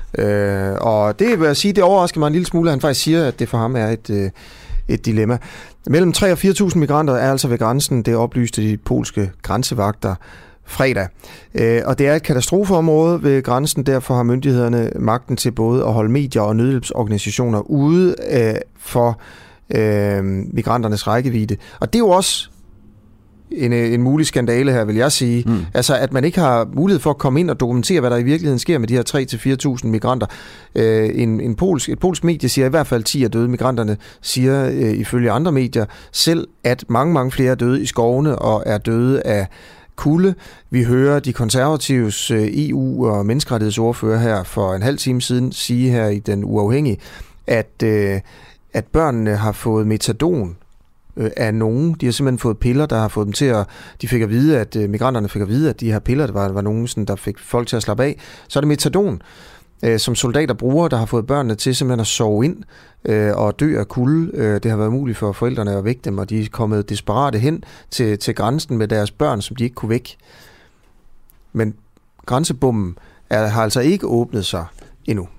Speaker 1: Og det vil jeg sige, det overrasker mig en lille smule, at han faktisk siger, at det for ham er et dilemma. Mellem 3.000 og 4.000 migranter er altså ved grænsen, det oplyste de polske grænsevagter fredag. Og det er et katastrofeområde ved grænsen, derfor har myndighederne magten til både at holde medier og nødhjælpsorganisationer ude for migranternes rækkevidde. Og det er jo også en mulig skandale her, vil jeg sige. Altså, at man ikke har mulighed for at komme ind og dokumentere, hvad der i virkeligheden sker med de her 3.000 til 4.000 migranter. Et polsk medie siger i hvert fald 10 er døde. Migranterne siger ifølge andre medier selv, at mange flere er døde i skovene og er døde af kulde. Vi hører de konservatives EU- og menneskerettighedsordfører her for en halv time siden sige her i Den Uafhængige, at børnene har fået metadon af nogen. De har simpelthen fået piller, der har fået dem til at... De fik at vide, at migranterne fik at vide, at de her piller, der var nogen, sådan, der fik folk til at slappe af. Så er det metadon, som soldater bruger, der har fået børnene til simpelthen at sove ind og dø af kulde. Det har været muligt for forældrene at vække dem, og de er kommet desperate hen til grænsen med deres børn, som de ikke kunne vække. Men grænsebommen har altså ikke åbnet sig endnu.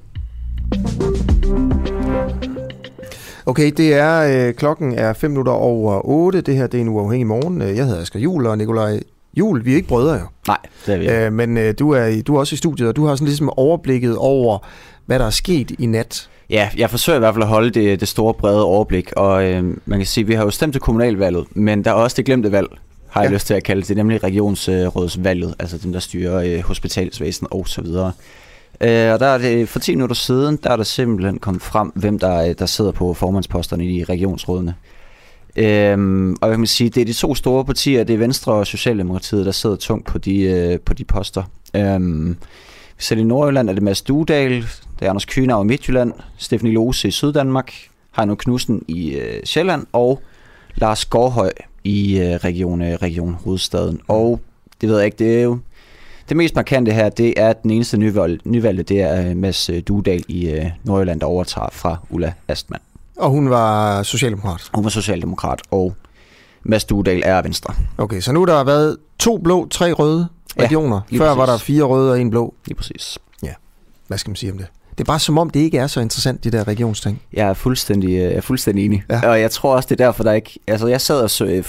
Speaker 1: Okay, det er klokken er 7:05. Det her det er en uafhængig morgen. Jeg hedder Asger Juhl, og Nikolaj Juhl, vi er ikke brødre jo.
Speaker 2: Nej, det er vi.
Speaker 1: Men du er også i studiet, og du har sådan ligesom overblikket over, hvad der er sket i nat.
Speaker 2: Ja, jeg forsøger i hvert fald at holde det store brede overblik, og man kan sige, at vi har jo stemt til kommunalvalget, men der er også det glemte valg, har jeg lyst til at kalde det, nemlig regionsrådsvalget, altså dem, der styrer hospitalsvæsen og så videre. Og der er det for 10 minutter siden, der er der simpelthen kommet frem, hvem der sidder på formandsposterne i regionsrådene. Og jeg kan sige, det er de to store partier, det er Venstre og Socialdemokratiet, der sidder tungt på de poster. Så i Nordjylland er det Mads Duedal, det er Anders Kynav i Midtjylland, Stephanie Lose i Syddanmark, Heino Knudsen i Sjælland og Lars Gårdhøj i Region Hovedstaden. Og det ved jeg ikke, det er jo det mest markante her, det er, at den eneste nyvalgte, det er Mads Duedal i Nordjylland, der overtager fra Ulla Astman.
Speaker 1: Og hun var socialdemokrat?
Speaker 2: Hun var socialdemokrat, og Mads Duedal er Venstre.
Speaker 1: Okay, så nu har der været 2 blå, 3 røde regioner.
Speaker 2: Ja,
Speaker 1: før
Speaker 2: præcis.
Speaker 1: Var der 4 røde og 1 blå.
Speaker 2: Lige præcis.
Speaker 1: Ja, hvad skal man sige om det? Det er bare som om, det ikke er så interessant, de der regionsting.
Speaker 2: Jeg er fuldstændig enig. Ja. Og jeg tror også, det er derfor, der ikke... Altså, jeg sad og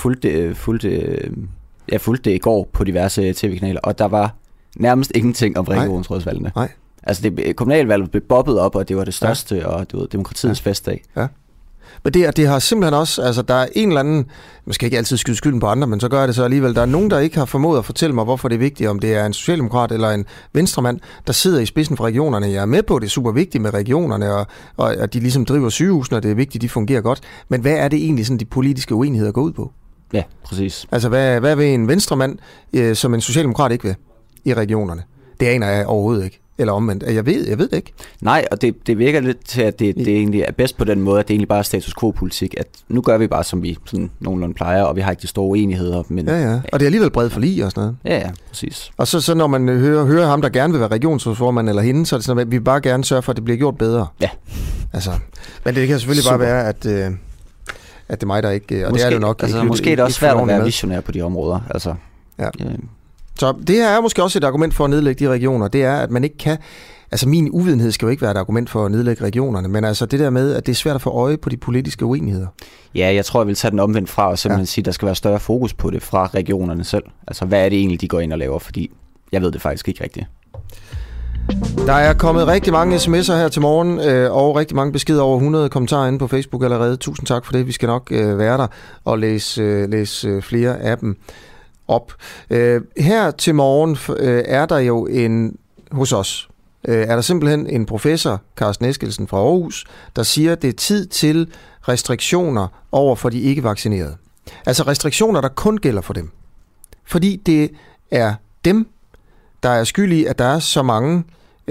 Speaker 2: fulgte det i går på diverse tv-kanaler, og der var nærmest ingenting om regionsrådsvalgene.
Speaker 1: Nej.
Speaker 2: Altså, kommunalvalget blev bobbet op, og det var det største, og det var demokratiets festdag.
Speaker 1: Ja. Men det har simpelthen også, altså der er en eller anden, man skal ikke altid skyde skylden på andre, men så gør jeg det så alligevel, der er nogen, der ikke har formået at fortælle mig, hvorfor det er vigtigt, om det er en socialdemokrat eller en venstremand, der sidder i spidsen for regionerne. Jeg er med på, at det er super vigtigt med regionerne, og at de ligesom driver sygehusene, og det er vigtigt, at de fungerer godt. Men hvad er det egentlig, sådan de politiske uenigheder går ud på?
Speaker 2: Ja, præcis.
Speaker 1: Altså, hvad vil en venstremand, som en socialdemokrat ikke vil i regionerne? Det aner jeg overhovedet ikke. Eller omvendt. Jeg ved det ikke. Nej, og det virker lidt til, at det egentlig er bedst på den måde, at det egentlig bare er status quo-politik, at nu gør vi bare, som vi sådan nogenlunde plejer, og vi har ikke de store uenigheder. Men, ja. Og det er alligevel bred forlig og sådan noget.
Speaker 2: Ja, præcis.
Speaker 1: Og så når man hører ham, der gerne vil være regionsrådsformand eller hende, så er det sådan, at vi bare gerne sørge for, at det bliver gjort bedre.
Speaker 2: Ja.
Speaker 1: Altså, men det kan selvfølgelig bare være, at det er mig, der ikke... Og
Speaker 2: måske,
Speaker 1: det er det nok.
Speaker 2: Altså, måske er det også svært at være visionær på de områder. Altså,
Speaker 1: ja. Så det her er måske også et argument for at nedlægge de regioner. Det er, at man ikke kan... Altså min uvidenhed skal jo ikke være et argument for at nedlægge regionerne, men altså det der med, at det er svært at få øje på de politiske uenigheder.
Speaker 2: Ja, jeg tror, jeg vil tage den omvendt fra og simpelthen sige, at der skal være større fokus på det fra regionerne selv. Altså hvad er det egentlig, de går ind og laver, fordi jeg ved det faktisk ikke rigtigt.
Speaker 1: Der er kommet rigtig mange sms'er her til morgen, og rigtig mange beskeder, over 100 kommentarer inde på Facebook allerede. Tusind tak for det. Vi skal nok være der og læse flere af dem op. Her til morgen er der jo hos os, er der simpelthen en professor, Carsten Eskelsen fra Aarhus, der siger, at det er tid til restriktioner over for de ikke-vaccinerede. Altså restriktioner, der kun gælder for dem. Fordi det er dem, der er skyld i, at der er så mange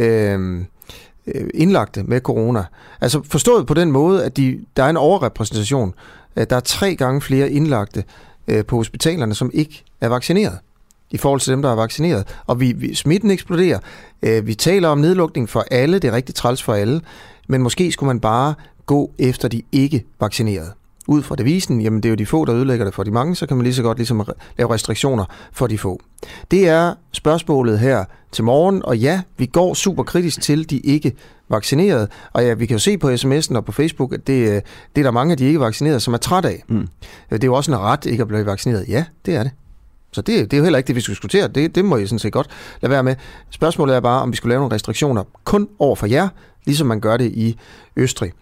Speaker 1: indlagte med corona. Altså forstået på den måde, at der er en overrepræsentation. Der er 3 gange flere indlagte på hospitalerne, som ikke er vaccineret i forhold til dem, der er vaccineret. Og smitten eksploderer. Vi taler om nedlukning for alle. Det er rigtig træls for alle. Men måske skulle man bare gå efter de ikke vaccinerede. Ud fra devisen, jamen det er jo de få, der ødelægger det for de mange, så kan man lige så godt ligesom lave restriktioner for de få. Det er spørgsmålet her til morgen, og ja, vi går super kritisk til de ikke vaccinerede, og ja, vi kan jo se på sms'en og på Facebook, at det er der mange af de ikke vaccinerede, som er træt af. Det er jo også en ret ikke at blive vaccineret. Ja, det er det. Så det er jo heller ikke det, vi skal diskutere. Det må I sådan set godt lade være med. Spørgsmålet er bare, om vi skulle lave nogle restriktioner kun over for jer, ligesom man gør det i Østrig.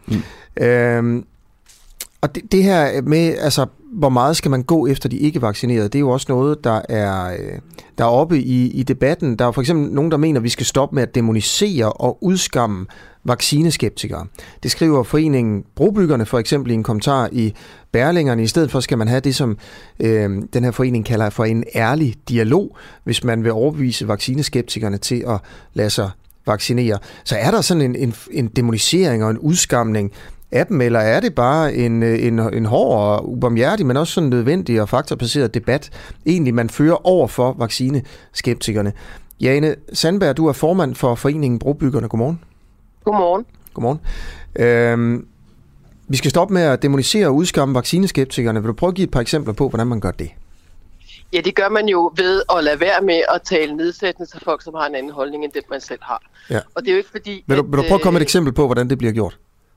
Speaker 1: Og det her med, altså, hvor meget skal man gå efter de ikke-vaccinerede, det er jo også noget, der er oppe i debatten. Der er for eksempel nogen, der mener, at vi skal stoppe med at dæmonisere og udskamme vaccineskeptikere. Det skriver foreningen Brobyggerne for eksempel i en kommentar i Berlingerne. I stedet for skal man have det, som den her forening kalder for en ærlig dialog, hvis man vil overbevise vaccineskeptikerne til at lade sig vaccinere. Så er der sådan en dæmonisering og en udskamning af dem, eller er det bare en hård og ubarmhjertig, men også sådan nødvendig og faktorbaseret debat, egentlig man fører over for vaccineskeptikerne? Jane Sandberg, du er formand for foreningen Brobyggerne. Godmorgen.
Speaker 11: Godmorgen.
Speaker 1: Godmorgen. Vi skal stoppe med at dæmonisere og udskamme vaccineskeptikerne. Vil du prøve at give et par eksempler på, hvordan man gør det?
Speaker 11: Ja, det gør man jo ved at lade være med at tale nedsættende til folk, som har en anden holdning, end den man selv har. Ja. Og det er jo ikke fordi...
Speaker 1: Vil du prøve at komme med et eksempel på, hvordan det bliver gjort?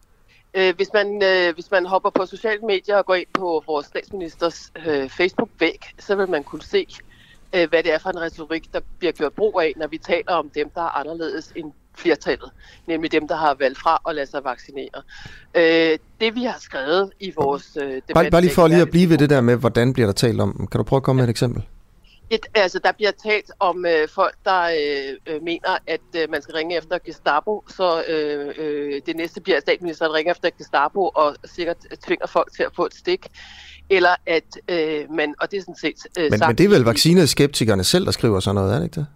Speaker 11: Hvis man hopper på sociale medier og går ind på vores statsministers Facebook-væg, så vil man kunne se, hvad det er for en retorik, der bliver gjort brug af, når vi taler om dem, der er anderledes end flertallet, nemlig dem, der har valgt fra at lade sig vaccinere. Det vi har skrevet i vores debat...
Speaker 1: Bare lige for lige at blive ved det der med, hvordan bliver der talt om. Kan du prøve at komme med et eksempel?
Speaker 11: Altså, der bliver talt om folk, der mener, at man skal ringe efter Gestapo, så det næste bliver, at statsministeren ringer efter Gestapo og sikkert tvinger folk til at få et stik. Eller at man, og det er sådan set
Speaker 1: sagt... Men det er vel vaccineskeptikerne selv, der skriver sådan noget, er det ikke det?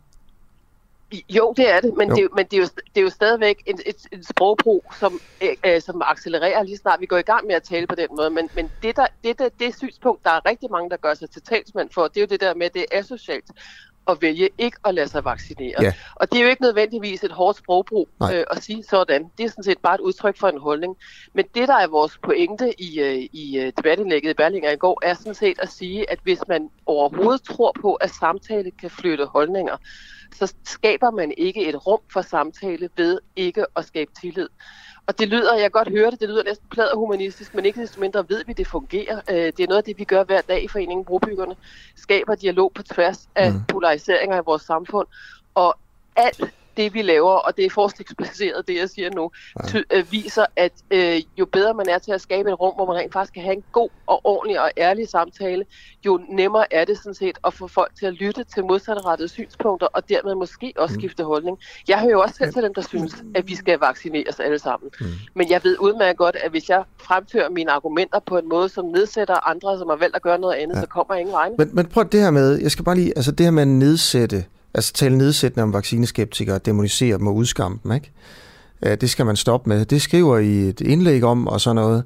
Speaker 11: Jo, det er det, men det er jo stadigvæk et sprogbrug, som accelererer lige snart vi går i gang med at tale på den måde. Men det synspunkt, der er rigtig mange, der gør sig til talsmænd for, det er jo det der med, at det er asocialt at vælge ikke at lade sig vaccinere. Ja. Og det er jo ikke nødvendigvis et hårdt sprogbrug at sige sådan. Det er sådan set bare et udtryk for en holdning. Men det, der er vores pointe i debatindlægget i Berlingerne i går, er sådan set at sige, at hvis man overhovedet tror på, at samtale kan flytte holdninger, så skaber man ikke et rum for samtale ved ikke at skabe tillid. Og det lyder, jeg kan godt høre det lyder næsten pladderhumanistisk, men ikke desto mindre ved vi, det fungerer. Det er noget af det, vi gør hver dag i foreningen Brobyggerne. Skaber dialog på tværs af polariseringer i vores samfund. Og alt det, vi laver, og det er forskningsbaseret, det jeg siger nu, viser, at jo bedre man er til at skabe et rum, hvor man rent faktisk kan have en god og ordentlig og ærlig samtale, jo nemmere er det sådan set at få folk til at lytte til modsatrettede synspunkter, og dermed måske også skifte holdning. Jeg hører jo også selv til dem, der synes, at vi skal vaccineres alle sammen. Men jeg ved udmærket godt, at hvis jeg fremfører mine argumenter på en måde, som nedsætter andre, som har valgt at gøre noget andet, så kommer jeg ingen vegne.
Speaker 1: Men prøv det her med, jeg skal bare lige, altså det her med at nedsætte, altså tale nedsættende om vaccineskeptikere, dæmonisere dem og udskamme dem, ikke? Det skal man stoppe med. Det skriver I et indlæg om og sådan noget.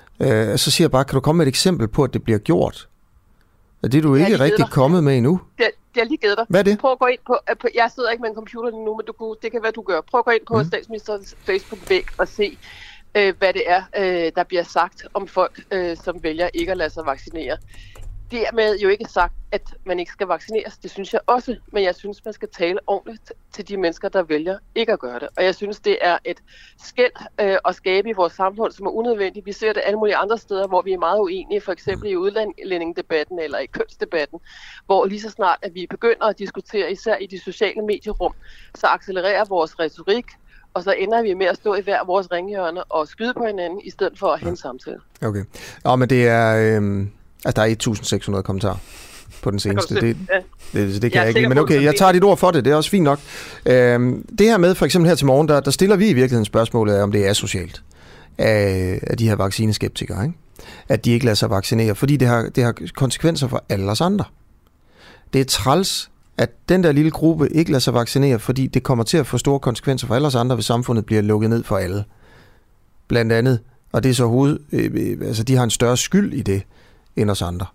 Speaker 1: Så siger jeg bare, kan du komme med et eksempel på, at det bliver gjort? Det er du ikke rigtig kommet med endnu.
Speaker 11: Det har lige givet dig.
Speaker 1: Hvad er det?
Speaker 11: Prøv at gå ind på, jeg sidder ikke med en computer lige nu, men det kan være, du gør. Prøv at gå ind på statsministerens Facebook-væg og se, hvad det er, der bliver sagt om folk, som vælger ikke at lade sig vaccinere. dermed jo ikke sagt, at man ikke skal vaccineres. Det synes jeg også, men jeg synes, man skal tale ordentligt til de mennesker, der vælger ikke at gøre det. Og jeg synes, det er et skel at skabe i vores samfund, som er unødvendigt. Vi ser det alle mulige andre steder, hvor vi er meget uenige, for eksempel i udlændingedebatten eller i kønsdebatten, hvor lige så snart, at vi begynder at diskutere, især i de sociale medierum, så accelererer vores retorik, og så ender vi med at stå i hver vores ringhjørne og skyde på hinanden, i stedet for at have en samtale.
Speaker 1: Okay. Ja, men det er... der er 1.600 kommentarer på den seneste. Det kan jeg ikke. Men okay, jeg tager dit ord for det. Det er også fint nok. Det her med, for eksempel her til morgen, der stiller vi i virkeligheden spørgsmålet af, om det er socialt af de her vaccineskeptikere, ikke? At de ikke lader sig vaccinere, fordi det har konsekvenser for alle os andre. Det er træls, at den der lille gruppe ikke lader sig vaccinere, fordi det kommer til at få store konsekvenser for alle os andre, hvis samfundet bliver lukket ned for alle. Blandt andet, og det er så altså de har en større skyld i det, end os andre.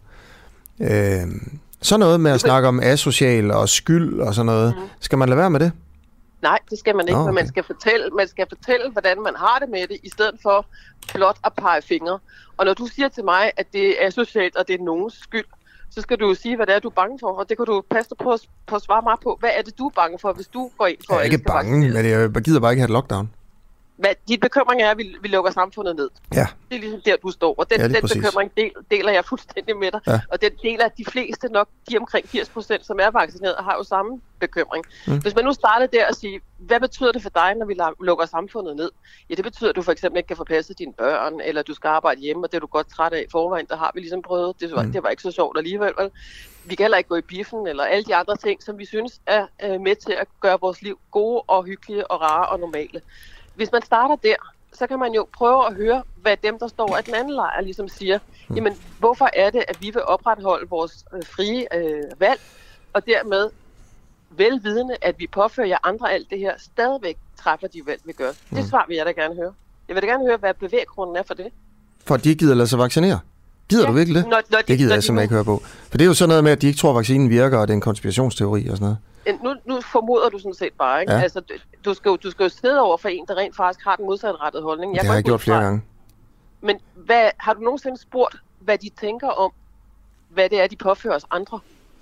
Speaker 1: Så noget med at snakke om asocial og skyld og sådan noget. Skal man lade være med det?
Speaker 11: Nej, det skal man ikke,
Speaker 1: okay.
Speaker 11: Men man skal fortælle, hvordan man har det med det, i stedet for blot at pege fingre. Og når du siger til mig, at det er asocialt, og det er nogens skyld, så skal du sige, hvad det er, du er bange for, og det kan du passe på at svare mig på. Hvad er det, du er bange for, hvis du går ind for...
Speaker 1: Jeg er ikke bange, men jeg gider bare ikke have et lockdown.
Speaker 11: Dit bekymring er, at vi lukker samfundet ned.
Speaker 1: Ja.
Speaker 11: Det er ligesom der, du står. Og den bekymring deler jeg fuldstændig med dig. Ja. Og den deler de fleste nok, de omkring 80%, som er vaccineret, har jo samme bekymring. Hvis man nu startede der og sige, hvad betyder det for dig, når vi lukker samfundet ned? Ja, det betyder, at du for eksempel ikke kan få passet dine børn, eller du skal arbejde hjemme, og det er du godt træt af i forvejen. Der har vi ligesom prøvet. Det var ikke så sjovt alligevel. Vel? Vi kan heller ikke gå i biffen, eller alle de andre ting, som vi synes er med til at gøre vores liv gode og hyggelige og rare og normale. Hvis man starter der, så kan man jo prøve at høre, hvad dem, der står af den anden lejr, ligesom siger. Jamen, hvorfor er det, at vi vil opretholde vores frie valg, og dermed velvidende, at vi påfører jer andre alt det her, stadigvæk træffer de valg, vi gør. Det svar vil jeg da gerne høre. Jeg vil da gerne høre, hvad bevæggrunden er for det.
Speaker 1: For at de ikke gider lade sig vaccinere? Gider du virkelig det? Det gider jeg simpelthen ikke høre på. For det er jo sådan noget med, at de ikke tror, at vaccinen virker, og det er en konspirationsteori og sådan noget.
Speaker 11: Nu formoder du sådan set bare, ikke? Ja. Altså, du skal jo sidde over for en, der rent faktisk har den modsatrettede holdning.
Speaker 1: Det har jeg gjort flere gange.
Speaker 11: Men har du nogensinde spurgt, hvad de tænker om, hvad det er, de påfører os andre?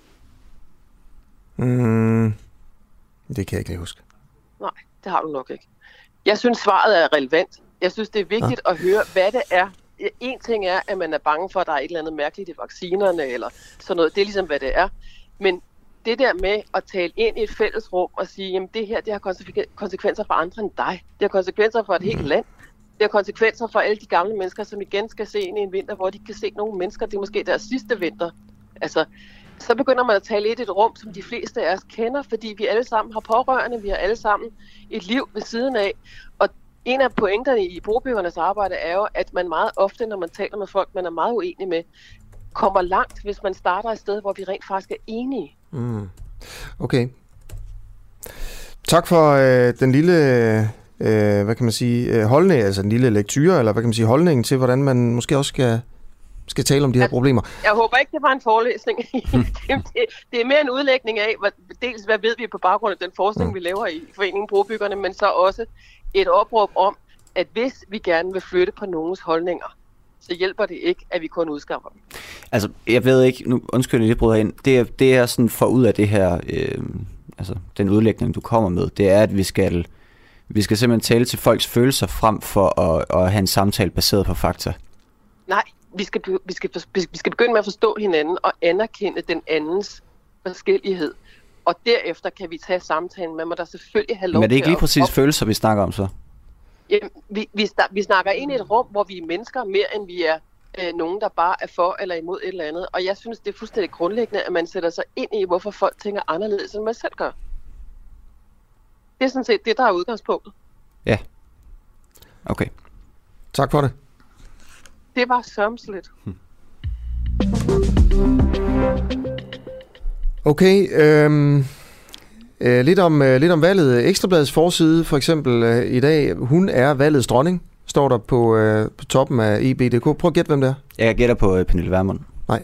Speaker 1: Det kan jeg ikke lige huske.
Speaker 11: Nej, det har du nok ikke. Jeg synes, svaret er relevant. Jeg synes, det er vigtigt at høre, hvad det er. En ting er, at man er bange for, at der er et eller andet mærkeligt i vaccinerne, eller sådan noget. Det er ligesom, hvad det er. Men det der med at tale ind i et fælles rum og sige, jamen det her, det har konsekvenser for andre end dig. Det har konsekvenser for et helt land. Det har konsekvenser for alle de gamle mennesker, som igen skal se ind i en vinter, hvor de kan se nogle mennesker, det er måske deres sidste vinter. Altså, så begynder man at tale ind i et rum, som de fleste af os kender, fordi vi alle sammen har pårørende, vi har alle sammen et liv ved siden af. Og en af pointerne i brobyggernes arbejde er jo, at man meget ofte, når man taler med folk, man er meget uenig med, kommer langt, hvis man starter et sted, hvor vi rent faktisk er enige.
Speaker 1: Okay. Tak for den lille, hvad kan man sige, holdning, altså den lille lektyre, eller hvad kan man sige, holdningen til, hvordan man måske også skal tale om de her problemer.
Speaker 11: Jeg håber ikke, det var en forelæsning. det er mere en udlægning af, dels hvad ved vi på baggrund af den forskning, vi laver i Foreningen Brobyggerne, men så også et opråb om, at hvis vi gerne vil flytte på nogens holdninger, så hjælper det ikke, at vi kun udskammer dem.
Speaker 2: Altså, jeg ved ikke, nu undskyld, jeg lige bryder ind, det er sådan for ud af det her, altså den udlægning, du kommer med, det er, at vi skal simpelthen tale til folks følelser frem for at have en samtale baseret på fakta.
Speaker 11: Nej, vi skal begynde med at forstå hinanden og anerkende den andens forskellighed. Og derefter kan vi tage samtalen med, men der selvfølgelig have lov til.
Speaker 2: Men det er ikke lige præcis følelser, vi snakker om så?
Speaker 11: Jamen, vi snakker ind i et rum, hvor vi er mennesker mere, end vi er nogen, der bare er for eller imod et eller andet. Og jeg synes, det er fuldstændig grundlæggende, at man sætter sig ind i, hvorfor folk tænker anderledes, end man selv gør. Det er sådan set det, der er udgangspunktet.
Speaker 2: Ja. Okay.
Speaker 1: Tak for det.
Speaker 11: Det var sørmsligt.
Speaker 1: Okay, lidt om valget. Ekstrabladets forside for eksempel i dag. Hun er valgets dronning, står der på toppen af EB.dk. Prøv at gætte, hvem det er.
Speaker 2: Jeg gætter på Pernille Vermund.
Speaker 1: Nej.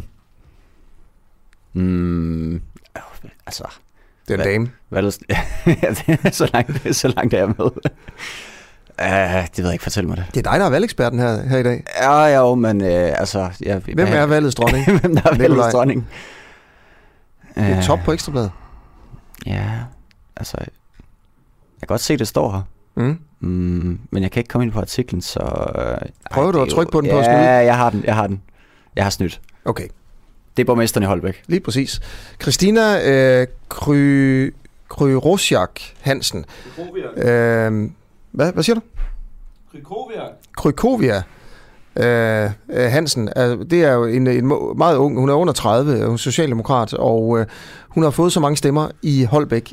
Speaker 2: Altså...
Speaker 1: Det er en dame.
Speaker 2: Valget, så langt er jeg med. Det ved jeg ikke, fortæl mig det.
Speaker 1: Det er dig, der er valgeksperten her i dag.
Speaker 2: Ja, men altså...
Speaker 1: Hvem er valgets dronning?
Speaker 2: Hvem der er valgets dronning?
Speaker 1: Det er top på Ekstrabladet.
Speaker 2: Ja, altså... Jeg kan godt se, det står her. Men jeg kan ikke komme ind på artiklen, så...
Speaker 1: Prøver du at trykke på den på at
Speaker 2: snyde? Ja, jeg har den. Jeg har snydt.
Speaker 1: Okay.
Speaker 2: Det er borgmesteren i Holbæk.
Speaker 1: Lige præcis. Christina Kryrosiak Hansen. Hvad siger du? Krykovia Hansen. Det er jo en meget ung, hun er under 30, hun er socialdemokrat, og hun har fået så mange stemmer i Holbæk,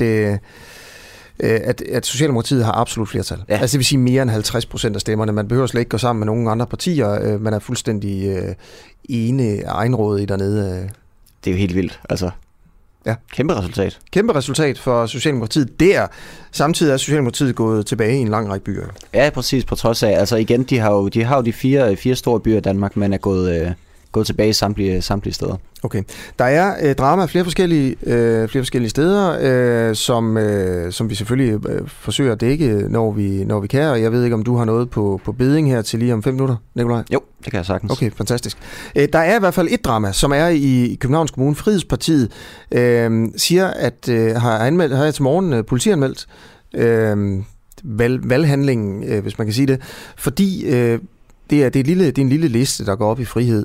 Speaker 1: at Socialdemokratiet har absolut flertal. Ja. Altså det vil sige mere end 50% af stemmerne. Man behøver slet ikke gå sammen med nogen andre partier. Man er fuldstændig egenrådig dernede.
Speaker 2: Det er jo helt vildt, altså.
Speaker 1: Ja.
Speaker 2: Kæmpe resultat.
Speaker 1: Kæmpe resultat for Socialdemokratiet der. Samtidig er Socialdemokratiet gået tilbage i en lang række byer.
Speaker 2: Ja, præcis, på trods af. Altså igen, de har jo de fire store byer i Danmark, men er gået tilbage i samtlige steder.
Speaker 1: Okay. Der er drama flere forskellige steder, som vi selvfølgelig forsøger at dække, når vi kan. Og jeg ved ikke, om du har noget på beding her til lige om 5 minutter, Nikolaj?
Speaker 2: Jo, det kan jeg sagtens.
Speaker 1: Okay, fantastisk. Der er i hvert fald et drama, som er i Københavns Kommune. Frihedspartiet siger, at har jeg til morgen politianmeldt valghandlingen, hvis man kan sige det, fordi det er en lille liste, der går op i frihed,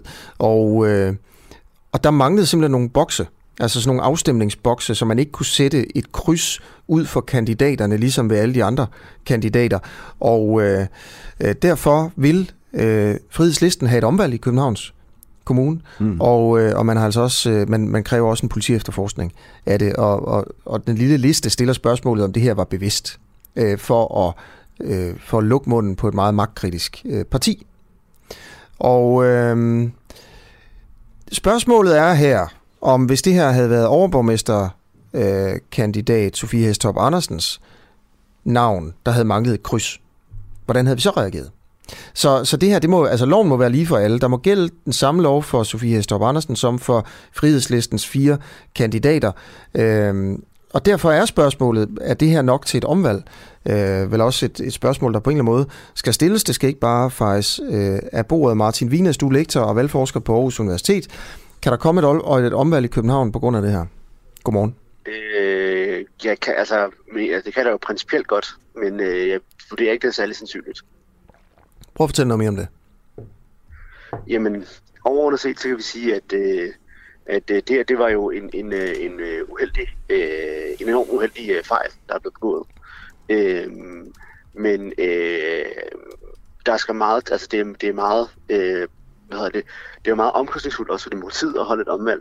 Speaker 1: og der manglede simpelthen nogle bokse, altså sådan nogle afstemningsbokse, så man ikke kunne sætte et kryds ud for kandidaterne, ligesom ved alle de andre kandidater. Og derfor vil Frihedslisten have et omvalg i Københavns Kommune, og man har altså også, man kræver også en politiefterforskning af det, og den lille liste stiller spørgsmålet, om det her var bevidst, for at lukke munden på et meget magtkritisk parti. Og spørgsmålet er her, om hvis det her havde været overborgmesterkandidat Sofie Hæstorp Andersens navn, der havde manglet et kryds, hvordan havde vi så reageret? Så det her, loven må være lige for alle. Der må gælde den samme lov for Sofie Hæstorp Andersen som for Frihedslistens 4 kandidater. Og derfor er spørgsmålet, er det her nok til et omvalg? Vel også et spørgsmål, der på en eller anden måde skal stilles. Det skal ikke bare fejes af bordet. Martin Wienes, du er lektor og valgforsker på Aarhus Universitet. Kan der komme et omvalg i København på grund af det her? Godmorgen.
Speaker 17: Det kan der jo principielt godt, men jeg vurderer ikke, det er særlig sandsynligt.
Speaker 1: Prøv at fortælle noget mere om det.
Speaker 17: Jamen, overordnet set, så kan vi sige, at det her, det var jo en enormt uheldig fejl, der er blevet begået. Men der skal meget, altså det er meget, det er meget omkostningsfuldt også for demokratiet at holde et omvalg.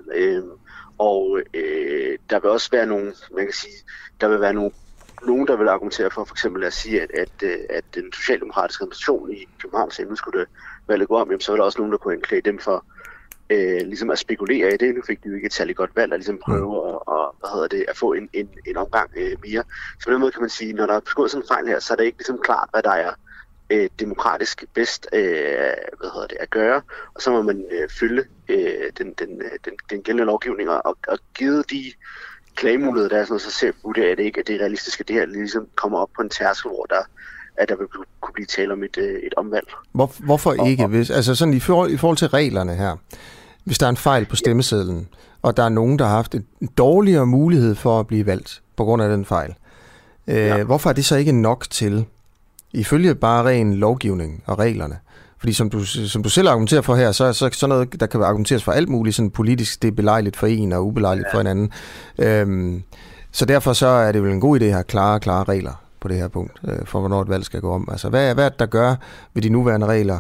Speaker 17: Der vil også være nogle, man kan sige, der vil være nogen, der vil argumentere for eksempel at sige, at den socialdemokratiske administration i København nu skulle det valget gå om, jamen, så er der også nogen, der kunne anklage dem for ligesom at spekulere i det. Nu fik de jo ikke et særligt godt valg, at ligesom prøve at få en omgang mere. Så på den måde kan man sige, når der er begået sådan en fejl her, så er det ikke ligesom klart, hvad der er demokratisk bedst at gøre, og så må man følge den gældende lovgivning, og givet de klagemuligheder, der er sådan noget, så ser vurderer jeg det ikke, at det er realistisk, at det her ligesom kommer op på en tærskel, hvor der vil kunne blive tale om et omvalg.
Speaker 1: Hvorfor ikke? Altså sådan i forhold til reglerne her, hvis der er en fejl på stemmesedlen, og der er nogen, der har haft en dårligere mulighed for at blive valgt på grund af den fejl, hvorfor er det så ikke nok til, ifølge bare ren lovgivning og reglerne? Fordi som du selv argumenterer for her, så sådan noget, der kan argumenteres for alt muligt, sådan politisk, det er belejligt for en og ubelejligt for en anden. Så derfor så er det vel en god idé at have klare regler på det her punkt, for hvornår et valg skal gå om. Altså, hvad er det, der gør ved de nuværende regler,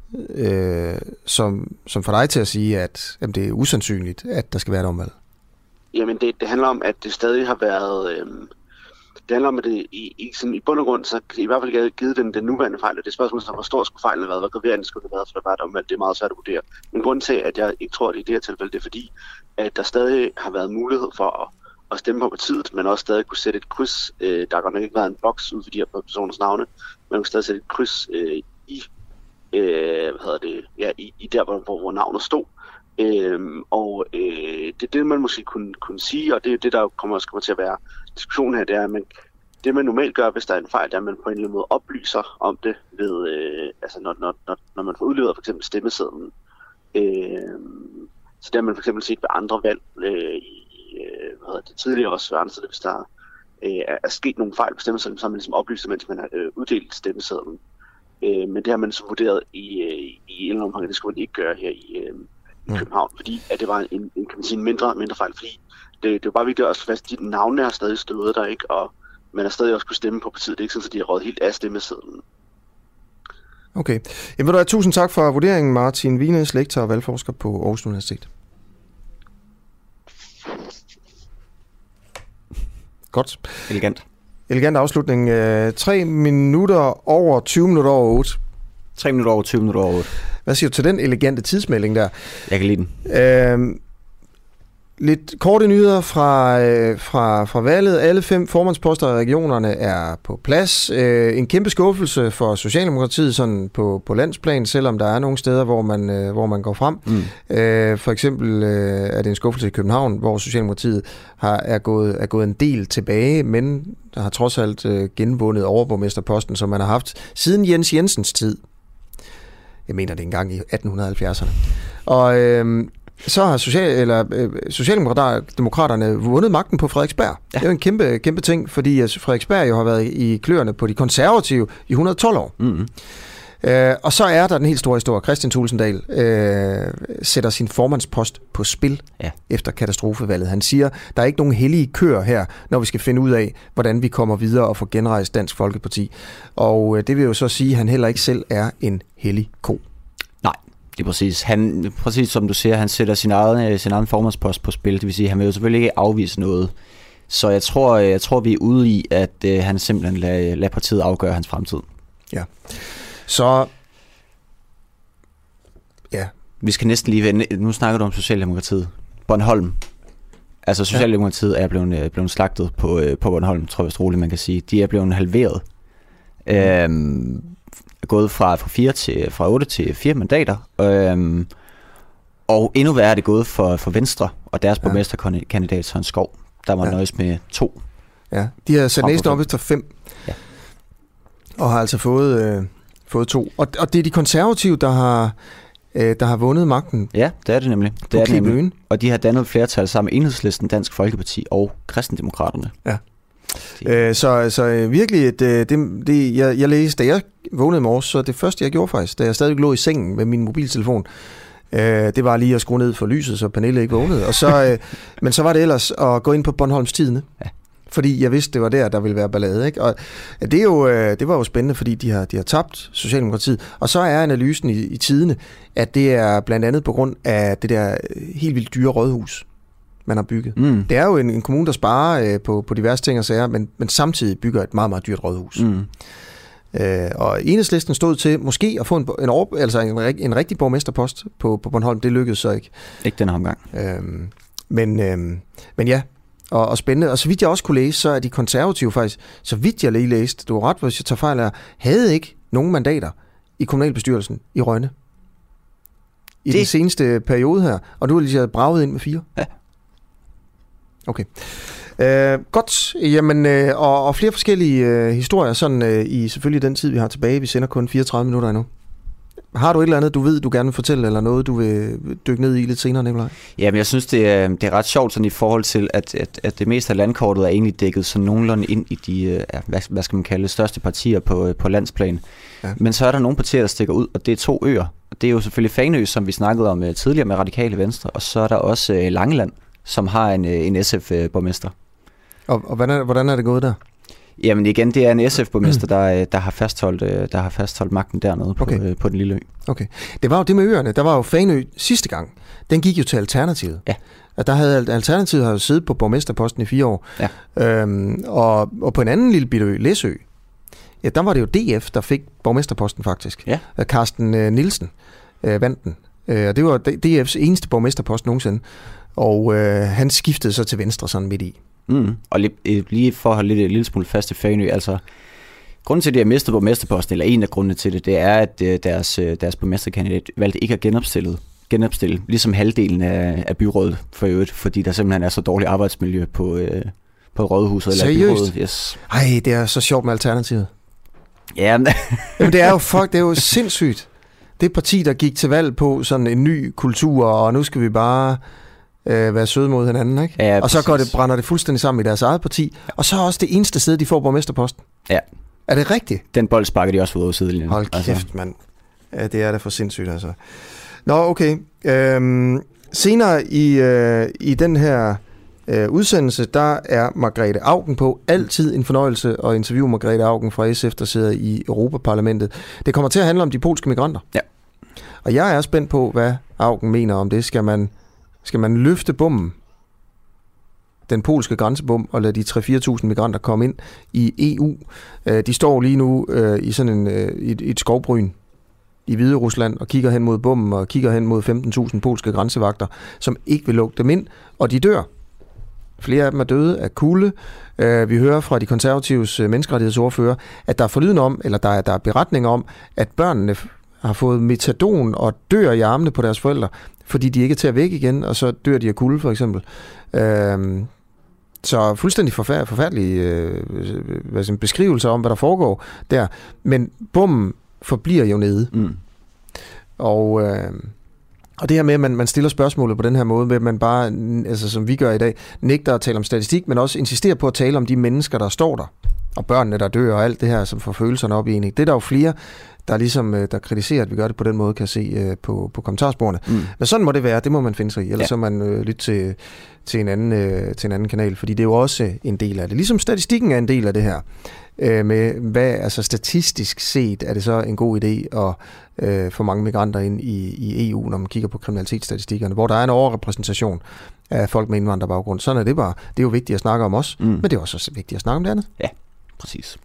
Speaker 1: som får dig til at sige, at det er usandsynligt, at der skal være et omvalg?
Speaker 17: Jamen, det handler om, at det stadig har været... det handler om, at det i bund og grund, så i hvert fald givet den nuværende fejl, og det spørgsmål, hvor stor skulle fejlen have været, hvor graverende skulle det have været, for der var et omvalg, det er meget svært at vurdere. Men grunden til, at jeg ikke tror, at i det her tilfælde, det er fordi, at der stadig har været mulighed for at stemme på partiet, men også stadig kunne sætte et kryds. Der har godt nok ikke været en boks ud for de her personers navne, men kunne stadig sætte et kryds i der, hvor navnet stod. Det er det, man måske kunne sige, og det er det, der kommer til at være diskussionen her, det er, at Det man normalt gør, hvis der er en fejl, er, at man på en eller anden måde oplyser om det ved, når man får udleveret for eksempel stemmesedlen. Så det har man for eksempel set ved andre valg tidligere også ved andre steder, hvis der er sket nogle fejl på stemmesedlen, så har man ligesom oplyst, mens man har uddelt stemmesedlen. Men det har man så vurderet i en eller anden omgang, det skulle man ikke gøre her i København, fordi at det var en mindre fejl, fordi det var bare vigtigt at slå fast, at de navne har stadig stået der, ikke? Og man har stadig også kunne stemme på partiet. Det er ikke sådan, at de har røget helt af stemmesedlen.
Speaker 1: Okay. Jamen, ved du hvad, tusind tak for vurderingen, Martin Wienes, lektor og valgforsker på Aarhus Universitet. Godt. Elegant afslutning. 3 minutter over 20 minutter over 8.
Speaker 2: 3 minutter over 20 minutter over 8.
Speaker 1: Hvad siger du til den elegante tidsmelding der?
Speaker 2: Jeg kan lide den.
Speaker 1: Lidt korte nyheder fra valget. Alle 5 formandsposter i regionerne er på plads. En kæmpe skuffelse for Socialdemokratiet sådan på landsplan, selvom der er nogle steder, hvor man går frem. For eksempel er det en skuffelse i København, hvor Socialdemokratiet er gået en del tilbage, men der har trods alt genvundet overborgmesterposten, som man har haft siden Jens Jensens tid. Jeg mener, det er engang i 1870'erne. Og så har Socialdemokraterne vundet magten på Frederiksberg. Ja. Det er jo en kæmpe ting, fordi Frederiksberg jo har været i kløerne på de konservative i 112 år. Mm-hmm. Og så er der den helt store historie. Kristian Thulesen Dahl sætter sin formandspost på spil efter katastrofevalget. Han siger, der er ikke nogen hellige køer her, når vi skal finde ud af, hvordan vi kommer videre og får genrejst Dansk Folkeparti. Og det vil jo så sige, at han heller ikke selv er en hellig ko.
Speaker 2: Det er præcis. Præcis som du siger, han sætter sin egen formandspost på spil. Det vil sige, at han vil jo selvfølgelig ikke afvise noget. Så jeg tror vi er ude i, at han simpelthen lader partiet afgøre hans fremtid.
Speaker 1: Ja. Så ja.
Speaker 2: Vi skal næsten lige vende. Nu snakker du om Socialdemokratiet. Bornholm. Altså Socialdemokratiet er blevet slagtet på Bornholm, tror jeg vist roligt, man kan sige. De er blevet halveret. Gået fra 8 til 4 mandater. Og endnu værre er det gået for Venstre og deres borgmesterkandidat Søren Skov, der må nøjes med 2.
Speaker 1: Ja, de har sat næsten op efter 5. Ja. Og har altså fået 2. Og det er de konservative, der har vundet magten.
Speaker 2: Ja, det er det nemlig. Det er det nemlig. Og de har dannet flertal sammen med Enhedslisten, Dansk Folkeparti og Kristendemokraterne.
Speaker 1: Ja. Så virkelig, jeg læste, da jeg vågnede i morges, så det første, jeg gjorde faktisk, da jeg stadig lå i sengen med min mobiltelefon, det var lige at skrue ned for lyset, så Pernille ikke vågnede. Og så, men så var det ellers at gå ind på Bornholms Tidende, fordi jeg vidste, det var der ville være ballade. Ikke? Og det var jo spændende, fordi de har tabt Socialdemokratiet. Og så er analysen i Tidende, at det er blandt andet på grund af det der helt vildt dyre rådhus, man har bygget. Det er jo en kommune, der sparer på diverse ting og sager, men samtidig bygger et meget, meget dyrt rådhus. Og Enhedslisten stod til måske at få en rigtig borgmesterpost på Bornholm. Det lykkedes så ikke.
Speaker 2: Ikke den omgang.
Speaker 1: Men ja, og spændende. Og så vidt jeg også kunne læse, så er de konservative faktisk, så vidt jeg lige læste, du har ret, hvis jeg tager fejl, havde ikke nogen mandater i kommunalbestyrelsen i Rønne i den seneste periode her. Og nu er de lige braget ind med 4.
Speaker 2: Ja.
Speaker 1: Okay. Godt. Jamen, og flere forskellige historier, sådan i selvfølgelig den tid, vi har tilbage. Vi sender kun 34 minutter endnu. Har du et eller andet, du ved, du gerne vil fortælle, eller noget, du vil dykke ned i lidt senere, Nikolaj?
Speaker 2: Jamen, jeg synes, det er ret sjovt sådan i forhold til, at det meste af landkortet er egentlig dækket sådan nogenlunde ind i de, hvad skal man kalde, største partier på landsplan. Ja. Men så er der nogle partier, der stikker ud, og det er 2 øer. Det er jo selvfølgelig Fanø, som vi snakkede om tidligere med Radikale Venstre, og så er der også Langeland, som har en SF-borgmester.
Speaker 1: Og hvordan er det gået der?
Speaker 2: Jamen igen, det er en SF-borgmester, der har fastholdt magten dernede på den lille ø. Okay.
Speaker 1: Det var jo det med øerne. Der var jo Fanø sidste gang. Den gik jo til Alternativet.
Speaker 2: Ja.
Speaker 1: Der havde Alternativet jo siddet på borgmesterposten i 4 år. Ja. Og på en anden lille bitte ø, Læsø, ja, der var det jo DF, der fik borgmesterposten faktisk. Ja. Carsten Nielsen vandt den. Det var DF's eneste borgmesterpost nogensinde. Og han skiftede så til Venstre sådan midt i.
Speaker 2: Og lige for at holde lidt lille smule fast i Fanø, altså grunden til, at de har mistet borgmesterposten, eller en af grundene til det er, at deres borgmesterkandidat valgte ikke at genopstille, ligesom halvdelen af byrådet for øvrigt, fordi der simpelthen er så dårligt arbejdsmiljø på på rådhuset eller byrådet. Yes.
Speaker 1: Ej, det er så sjovt med Alternativet.
Speaker 2: Ja.
Speaker 1: Jamen, det er jo sindssygt. Det parti, der gik til valg på sådan en ny kultur, og nu skal vi bare være søde mod hinanden, ikke?
Speaker 2: Ja,
Speaker 1: og så brænder det fuldstændig sammen i deres eget parti, og så er også det eneste sted, de får borgmesterposten.
Speaker 2: Ja.
Speaker 1: Er det rigtigt?
Speaker 2: Den bold sparker de også ud over sidelinjen.
Speaker 1: Hold kæft, mand. Ja, det er da for sindssygt, altså. Nå, okay. Senere i den her udsendelse, der er Margrethe Auken på. Altid en fornøjelse at interviewe Margrethe Auken fra SF, der sidder i Europaparlamentet. Det kommer til at handle om de polske migranter.
Speaker 2: Ja.
Speaker 1: Og jeg er spændt på, hvad Auken mener om det. Skal man løfte bommen, den polske grænsebom, og lade de 3-4.000 migranter komme ind i EU? De står lige nu i sådan et skovbryn i Hvide Rusland og kigger hen mod bommen og kigger hen mod 15.000 polske grænsevagter, som ikke vil lukke dem ind, og de dør. Flere af dem er døde af kulde. Vi hører fra de konservatives menneskerettighedsordfører, at der er forlyden om, eller der er beretninger om, at børnene har fået metadon og dør i armene på deres forældre, fordi de ikke er til at væk igen, og så dør de af kulde, for eksempel. Så fuldstændig forfærdelige beskrivelser om, hvad der foregår der. Men bommen forbliver jo nede. Og det her med, at man stiller spørgsmålet på den her måde, med at man bare, altså som vi gør i dag, nægter at tale om statistik, men også insisterer på at tale om de mennesker, der står der, og børnene, der dør, og alt det her, som får følelserne op i en. Det er der jo flere, der ligesom der kritiserer, at vi gør det på den måde, kan se på kommentarsporene. Men sådan må det være, det må man finde sig i, ellers så man lytte til en anden kanal, fordi det er jo også en del af det. Ligesom statistikken er en del af det her. Med hvad, altså statistisk set, er det så en god idé at få mange migranter ind i EU, når man kigger på kriminalitetsstatistikkerne, hvor der er en overrepræsentation af folk med indvandrerbaggrund. Sådan er det bare. Det er jo vigtigt at snakke om os, men det er også vigtigt at snakke om det andet.
Speaker 2: Ja, præcis.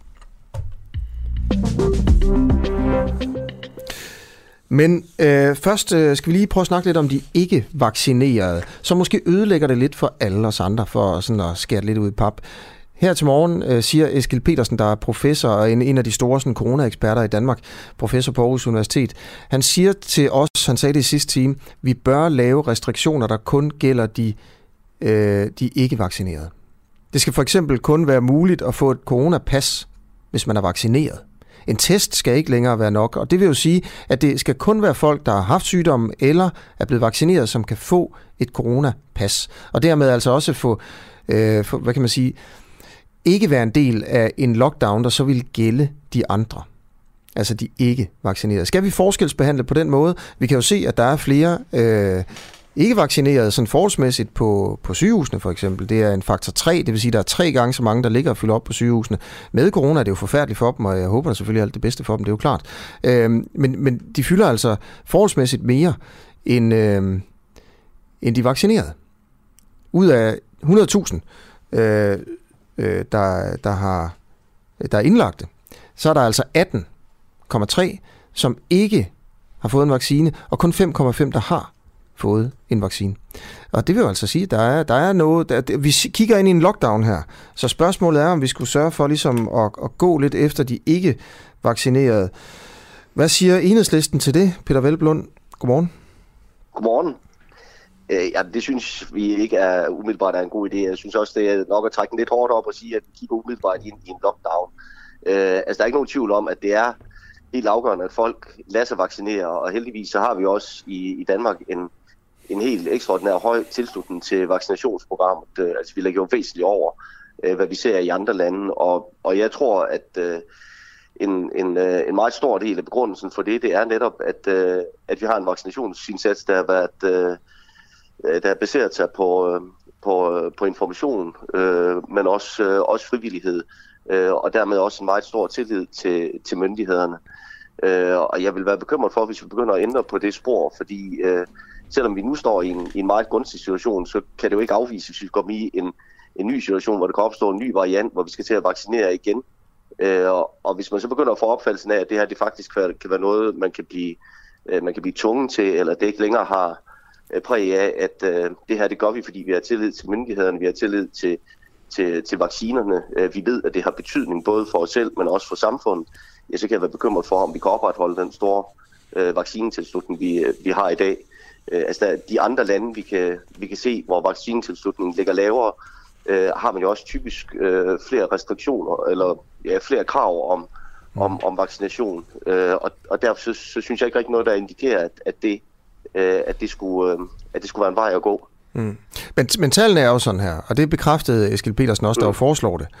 Speaker 1: Men først skal vi lige prøve at snakke lidt om de ikke-vaccinerede, som måske ødelægger det lidt for alle os andre, for sådan at skære det lidt ud i pap. Her til morgen siger Eskil Petersen, der er professor og en af de store sådan, corona-eksperter i Danmark, professor på Aarhus Universitet. Han siger til os, han sagde det i sidste time, vi bør lave restriktioner, der kun gælder de ikke-vaccinerede. Det skal for eksempel kun være muligt at få et coronapas, hvis man er vaccineret. En test skal ikke længere være nok, og det vil jo sige, at det skal kun være folk, der har haft sygdommen eller er blevet vaccineret, som kan få et coronapas. Og dermed altså også få hvad kan man sige, ikke være en del af en lockdown, der så vil gælde de andre. Altså de ikke vaccinerede. Skal vi forskelsbehandle på den måde? Vi kan jo se, at der er flere ikke vaccinerede sådan forholdsmæssigt på sygehusene for eksempel. Det er en faktor 3, det vil sige, at der er 3 gange så mange, der ligger og fylder op på sygehusene. Med corona er det jo forfærdeligt for dem, og jeg håber selvfølgelig alt det bedste for dem, det er jo klart. Men de fylder altså forholdsmæssigt mere end de vaccinerede. Ud af 100.000 der er indlagte, så er der altså 18,3, som ikke har fået en vaccine, og kun 5,5, der har fået en vaccine. Og det vil jo altså sige, at der er noget, vi kigger ind i en lockdown her, så spørgsmålet er, om vi skulle sørge for ligesom at gå lidt efter de ikke vaccinerede. Hvad siger Enhedslisten til det, Peter Hvelplund? Godmorgen.
Speaker 18: Godmorgen. Ja, det synes vi ikke er umiddelbart er en god idé. Jeg synes også, det er nok at trække den lidt hårdt op og sige, at vi kigger umiddelbart i en lockdown. Altså, der er ikke nogen tvivl om, at det er helt afgørende, at folk lader sig vaccinere, og heldigvis så har vi også i Danmark en helt ekstraordinær høj tilslutning til vaccinationsprogrammet. Altså, vi lægger jo væsentligt over, hvad vi ser i andre lande, og jeg tror, at en meget stor del af begrundelsen for det er netop, at vi har en vaccinationsindsats, der er baseret sig på information, men også frivillighed, og dermed også en meget stor tillid til myndighederne. Og jeg vil være bekymret for, hvis vi begynder at ændre på det spor, fordi selvom vi nu står i en meget gunstig situation, så kan det jo ikke afvise, hvis vi kommer i en ny situation, hvor der kan opstå en ny variant, hvor vi skal til at vaccinere igen. Og hvis man så begynder at få opfattelsen af, at det her det faktisk kan være noget, man kan blive tvunget til, eller det ikke længere har præg af, at det her det gør vi, fordi vi har tillid til myndighederne, vi har tillid til vaccinerne. Vi ved, at det har betydning både for os selv, men også for samfundet. Ja, så kan jeg være bekymret for, om vi kan opretholde den store vaccinetilslutning, vi har i dag. Altså de andre lande, vi kan se, hvor vaccinetilslutningen ligger lavere, har man jo også typisk flere restriktioner, eller flere krav om vaccination. Og derfor så synes jeg ikke rigtig noget, der indikerer, at det skulle være en vej at gå.
Speaker 1: Mm. Men tallene er jo sådan her, og det bekræftede Eskild Petersen også, der jo foreslår det,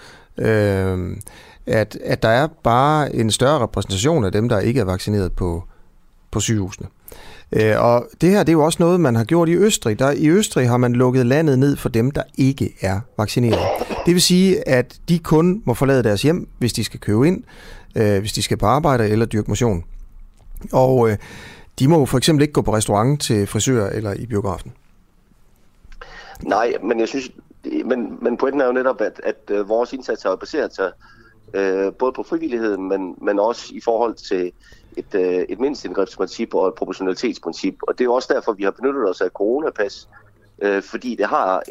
Speaker 1: at der er bare en større repræsentation af dem, der ikke er vaccineret på sygehusene. Og det her, det er jo også noget, man har gjort i Østrig. I Østrig har man lukket landet ned for dem, der ikke er vaccineret. Det vil sige, at de kun må forlade deres hjem, hvis de skal købe ind, hvis de skal på arbejde eller dyrke motion. Og de må for eksempel ikke gå på restaurant, til frisør eller i biografen.
Speaker 18: Nej, men jeg synes, men pointen er jo netop, at vores indsats har baseret sig både på frivilligheden, men også i forhold til et mindsteindgrebsprincip og et proportionalitetsprincip. Og det er også derfor, vi har benyttet os af et coronapas, fordi det har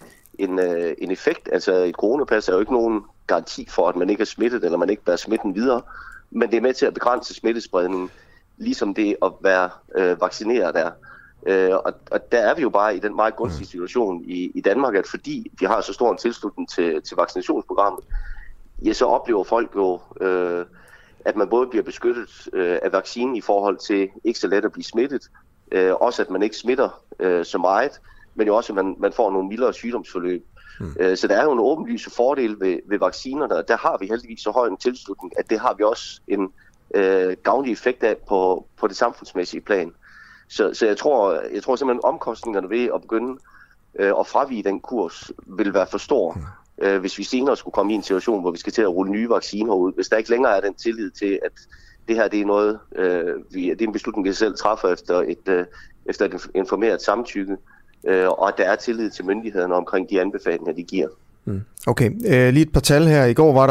Speaker 18: en effekt. Altså et coronapas er jo ikke nogen garanti for, at man ikke er smittet, eller man ikke bærer smitten videre, men det er med til at begrænse smittespredningen, ligesom det at være vaccineret er. Og der er vi jo bare i den meget gunstige situation i Danmark, at fordi vi har så stor en tilslutning til vaccinationsprogrammet, ja, så oplever folk jo, at man både bliver beskyttet af vaccinen i forhold til ikke så let at blive smittet, også at man ikke smitter så meget, men jo også, at man får nogle mildere sygdomsforløb. Så der er jo en åbenlyse fordel ved vaccinerne, og der har vi heldigvis så høj en tilslutning, at det har vi også en gavnlig effekt af på det samfundsmæssige plan. Så jeg tror simpelthen, omkostningerne ved at begynde at fravige den kurs vil være for stor, hvis vi senere skulle komme i en situation, hvor vi skal til at rulle nye vacciner ud. Hvis der ikke længere er den tillid til, at det her det er noget, det er en beslutning, vi selv træffer efter et informeret samtykke, og at der er tillid til myndighederne omkring de anbefalinger, de giver.
Speaker 1: Okay, lige et par tal her. I går var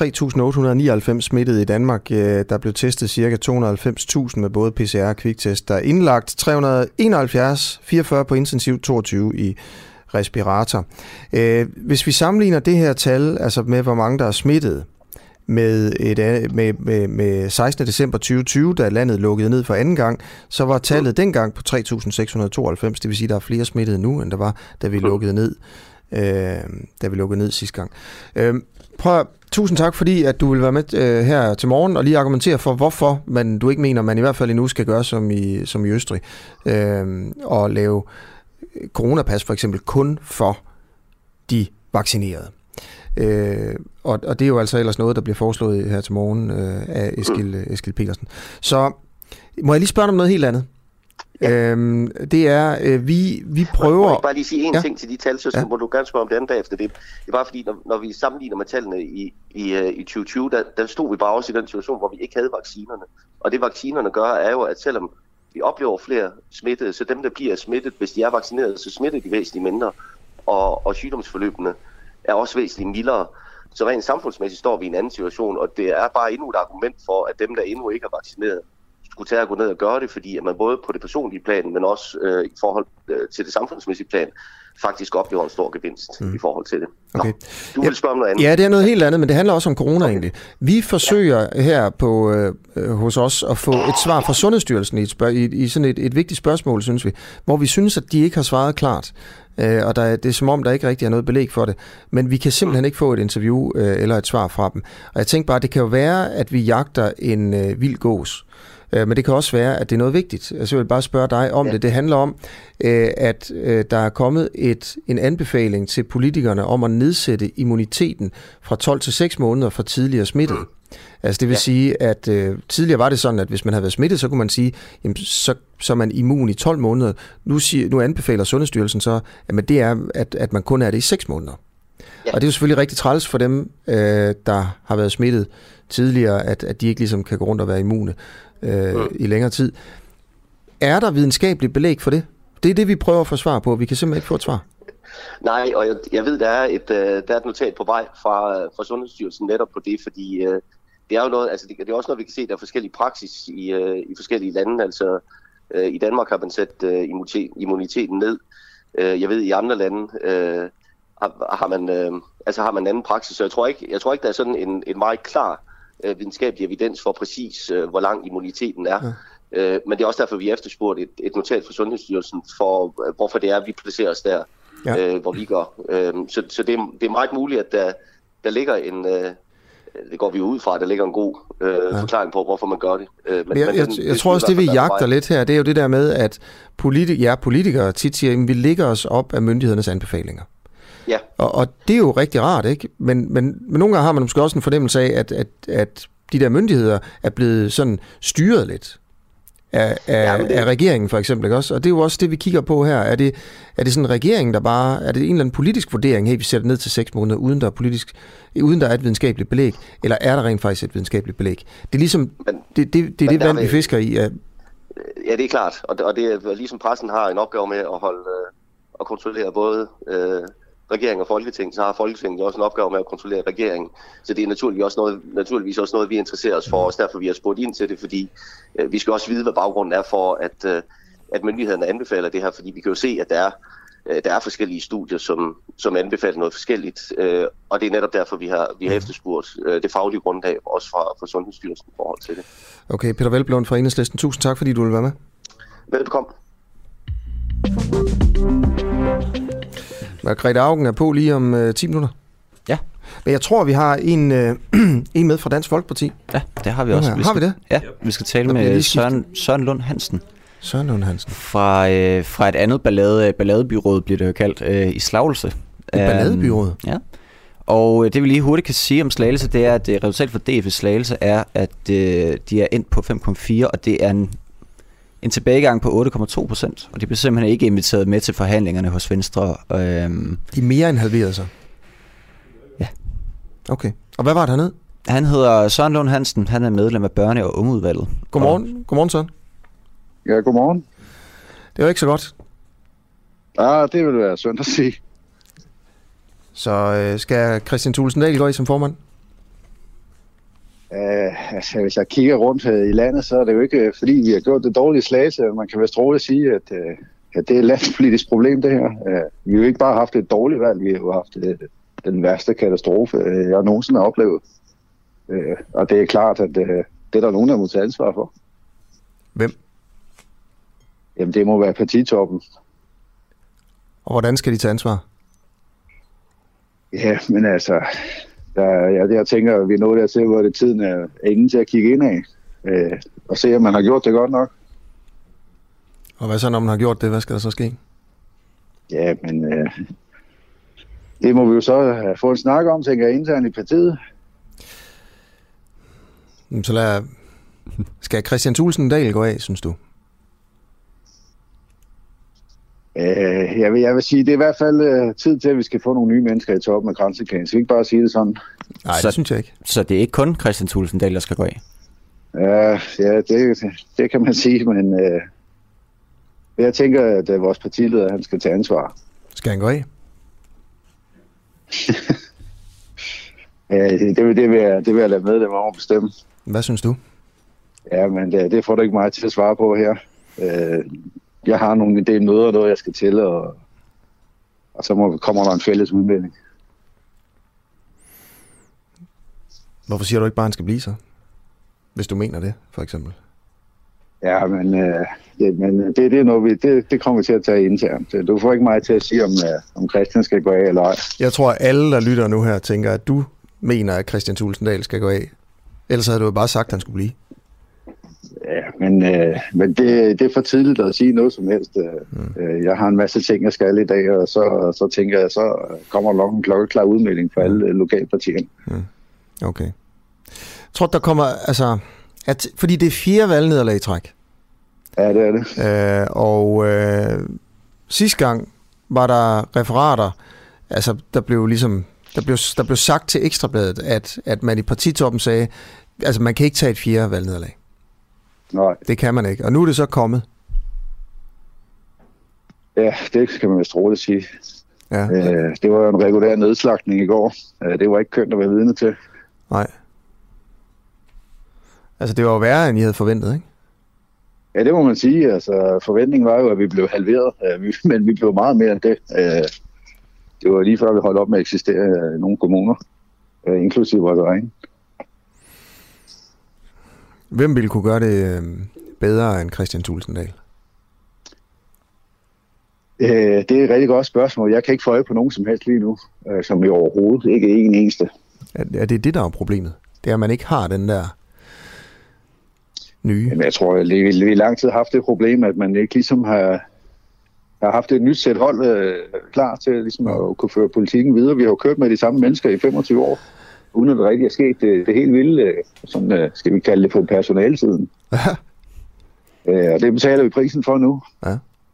Speaker 1: der 3.899 smittede i Danmark. Der blev testet ca. 290.000 med både PCR og kviktest. Der er indlagt 371, 44 på intensiv, 22 i respirator. Hvis vi sammenligner det her tal, altså med hvor mange der er smittet, med 16. december 2020, da landet lukkede ned for anden gang, så var tallet dengang på 3.692. Det vil sige, at der er flere smittede nu, end der var, da vi lukkede ned sidste gang. Tusind tak, fordi at du vil være med her til morgen og lige argumentere for, hvorfor du ikke mener, man i hvert fald endnu skal gøre som i Østrig, og lave coronapas for eksempel kun for de vaccinerede. Og det er jo altså ellers noget, der bliver foreslået her til morgen af Eskild Petersen. Så må jeg lige spørge dig om noget helt andet? Ja. Det er, vi prøver...
Speaker 18: Må jeg bare lige sige en ting til de tal, så må du gerne spørge om det andet bagefter. Det er bare fordi, når vi sammenligner med tallene i 2020, der stod vi bare også i den situation, hvor vi ikke havde vaccinerne. Og det vaccinerne gør, er jo, at selvom vi oplever flere smittede, så dem, der bliver smittet, hvis de er vaccineret, så smitter de væsentligt mindre. Og sygdomsforløbene er også væsentligt mildere. Så rent samfundsmæssigt står vi i en anden situation, og det er bare endnu et argument for, at dem, der endnu ikke er vaccineret, skulle tage at gå ned og gøre det, fordi at man både på det personlige plan, men også i forhold til det samfundsmæssige plan, faktisk oplever en stor gevinst i forhold til det. Okay. Du vil spørge om noget andet.
Speaker 1: Ja, det er noget helt andet, men det handler også om corona egentlig. Vi forsøger her hos os at få et svar fra Sundhedsstyrelsen i sådan et vigtigt spørgsmål, synes vi, hvor vi synes, at de ikke har svaret klart. Og det er som om, der ikke rigtig er noget belæg for det. Men vi kan simpelthen ikke få et interview eller et svar fra dem. Og jeg tænker bare, det kan jo være, at vi jagter en vild gås. Men det kan også være, at det er noget vigtigt. Altså, jeg vil bare spørge dig om det. Det handler om, at der er kommet en anbefaling til politikerne om at nedsætte immuniteten fra 12 til 6 måneder for tidligere smittede. Altså det vil sige, at tidligere var det sådan, at hvis man havde været smittet, så kunne man sige, jamen, så er man immun i 12 måneder. Nu anbefaler Sundhedsstyrelsen så, at det er, at man kun er det i 6 måneder. Ja. Og det er jo selvfølgelig rigtig træls for dem, der har været smittet tidligere, at de ikke ligesom kan gå rundt og være immune i længere tid. Er der videnskabeligt belæg for det? Det er det, vi prøver at få svar på. Vi kan simpelthen ikke få et svar.
Speaker 18: Nej, og jeg ved, der er et notat på vej fra Sundhedsstyrelsen netop på det, fordi det er jo noget, altså det er også noget, vi kan se, der er forskellige praksis i forskellige lande. Altså i Danmark har man sat immuniteten ned. Jeg ved, i andre lande har man en anden praksis, så jeg tror ikke, der er sådan en meget klar videnskabelig evidens for præcis, hvor lang immuniteten er. Ja. Men det er også derfor, vi efterspurgte et notat fra Sundhedsstyrelsen for, hvorfor det er, vi placerer os der. hvor vi gør. Så det er meget muligt, at der ligger en... det går vi ud fra, at der ligger en god forklaring på, hvorfor man gør det.
Speaker 1: Jeg tror også, det vi jagter lidt her, det er jo det der med, at politikere tit siger, at vi ligger os op af myndighedernes anbefalinger.
Speaker 18: Ja.
Speaker 1: Og det er jo rigtig rart, ikke? Men nogle gange har man måske også en fornemmelse af, at de der myndigheder er blevet sådan styret lidt af regeringen for eksempel, ikke også? Og det er jo også det, vi kigger på her. Er det sådan regeringen, der bare... Er det en eller anden politisk vurdering, hey, vi sætter ned til 6 måneder, uden der er et videnskabeligt belæg? Eller er der rent faktisk et videnskabeligt belæg? Det er ligesom... det vand, vi fisker i.
Speaker 18: Ja, det er klart. Og det er ligesom pressen har en opgave med at holde og kontrollere både regering og Folketing, så har Folketinget også en opgave med at kontrollere regeringen. Så det er naturligvis også noget, vi interesserer os for, og derfor vi har spurgt ind til det, fordi vi skal også vide, hvad baggrunden er for, at myndighederne anbefaler det her, fordi vi kan jo se, at der er forskellige studier, som anbefaler noget forskelligt, og det er netop derfor, vi har efterspurgt det faglige grundlag, også fra Sundhedsstyrelsen i forhold til det.
Speaker 1: Okay, Peter Hvelplund fra Enhedslisten, tusind tak, fordi du vil være med.
Speaker 18: Velbekomme.
Speaker 1: Margrethe Auken er på lige om 10 minutter.
Speaker 2: Ja.
Speaker 1: Men jeg tror, vi har en med fra Dansk Folkeparti.
Speaker 2: Ja, det har vi også.
Speaker 1: Har vi det?
Speaker 2: Ja, vi skal tale med Søren Lund Hansen.
Speaker 1: Søren Lund Hansen.
Speaker 2: Fra et andet balladebyråd, bliver det jo kaldt, i Slagelse.
Speaker 1: Et balladebyråd?
Speaker 2: Ja. Og det vi lige hurtigt kan sige om Slagelse, det er, at resultatet for DF i Slagelse er, at de er endt på 5,4, og det er en tilbagegang på 8,2%, og de bliver simpelthen ikke inviteret med til forhandlingerne hos Venstre.
Speaker 1: De er mere end halveret sig?
Speaker 2: Ja.
Speaker 1: Okay. Og hvad var det hernede?
Speaker 2: Han hedder Søren Lund Hansen. Han er medlem af børne- og ungeudvalget.
Speaker 1: Godmorgen. Godmorgen, Søren.
Speaker 19: Ja, godmorgen.
Speaker 1: Det var ikke så godt.
Speaker 19: Ja, det vil være synd at sige.
Speaker 1: Så skal Kristian Thulesen Dahl gå i som formand?
Speaker 19: Altså, hvis jeg kigger rundt i landet, så er det jo ikke, fordi vi har gjort det dårlige Slagelse. Man kan vist roligt sige, at det er et landspolitisk problem, det her. Vi har jo ikke bare haft et dårligt valg, vi har jo haft den værste katastrofe, jeg nogensinde har oplevet. Og det er klart, at det er der nogen, der må tage ansvar for.
Speaker 1: Hvem?
Speaker 19: Jamen, det må være partitoppen.
Speaker 1: Og hvordan skal de tage ansvar?
Speaker 19: Ja, men altså... Jeg tænker, at vi er nået dertil, hvor det tiden er ingen til at kigge ind af og se, om man har gjort det godt nok.
Speaker 1: Og hvad så, når man har gjort det? Hvad skal der så ske? Ja,
Speaker 19: men det må vi jo så få en snak om, tænker jeg, internt i partiet.
Speaker 1: Så skal Kristian Thulesen Dahl gå af, synes du?
Speaker 19: Jeg vil sige, det er i hvert fald tid til, at vi skal få nogle nye mennesker i toppen af kransekagen. Så vi ikke bare sige det sådan.
Speaker 1: Nej, det synes jeg ikke.
Speaker 2: Så det er ikke kun Kristian Thulesen Dahl, der skal gå af?
Speaker 19: Ja, det kan man sige, men jeg tænker, at vores partileder, han skal tage ansvar.
Speaker 1: Skal han gå af?
Speaker 19: Ja, det vil jeg lade med dem om at bestemme.
Speaker 1: Hvad synes du?
Speaker 19: Ja, men det får du ikke meget til at svare på her. Jeg har nogle idéer møder, noget jeg skal til, og så kommer der en fælles udmelding.
Speaker 1: Hvorfor siger du ikke bare, at han skal blive så? Hvis du mener det, for eksempel.
Speaker 19: Ja, men det er noget, det kommer vi til at tage internt. Du får ikke mig til at sige, om Christian skal gå af eller ej. Jeg
Speaker 1: tror, alle, der lytter nu her, tænker, at du mener, at Kristian Thulesen Dahl skal gå af. Ellers havde du jo bare sagt, at han skulle blive.
Speaker 19: Ja, men det er for tidligt at sige noget som helst. Jeg har en masse ting, jeg skal i dag, og så tænker jeg, så kommer nok en klokkeklar udmelding for alle lokalpartierne.
Speaker 1: Okay. Jeg tror, der kommer, altså, fordi det er 4 valgnederlag i træk.
Speaker 19: Ja, det er det.
Speaker 1: Sidste gang var der referater, altså der blev sagt til Ekstrabladet, at man i partitoppen sagde, altså man kan ikke tage et 4 valgnederlag.
Speaker 19: Nej.
Speaker 1: Det kan man ikke. Og nu er det så kommet.
Speaker 19: Ja, det skal man vist roligt sige.
Speaker 1: Ja.
Speaker 19: Det var jo en regulær nedslagtning i går. Det var ikke kønt at være vidne til.
Speaker 1: Nej. Altså, det var jo værre, end I havde forventet, ikke?
Speaker 19: Ja, det må man sige. Altså, forventningen var jo, at vi blev halveret, men vi blev meget mere end det. Det var lige før, vi holdt op med at eksistere i nogle kommuner, inklusive vores egen.
Speaker 1: Hvem ville kunne gøre det bedre end Kristian Thulesen Dahl?
Speaker 19: Det er et rigtig godt spørgsmål. Jeg kan ikke få øje på nogen som helst lige nu, som i overhovedet ikke en eneste.
Speaker 1: Er det det, der er problemet? Det er, at man ikke har den der nye?
Speaker 19: Jamen, jeg tror, at vi i lang tid har haft det problem, at man ikke ligesom har haft et nyt sæt hold klar til ligesom at kunne føre politikken videre. Vi har jo kørt med de samme mennesker i 25 år, uden at det rigtig er sket det helt vilde, sådan, skal vi kalde det på personalsiden. Og det betaler vi prisen for nu.
Speaker 1: Ja.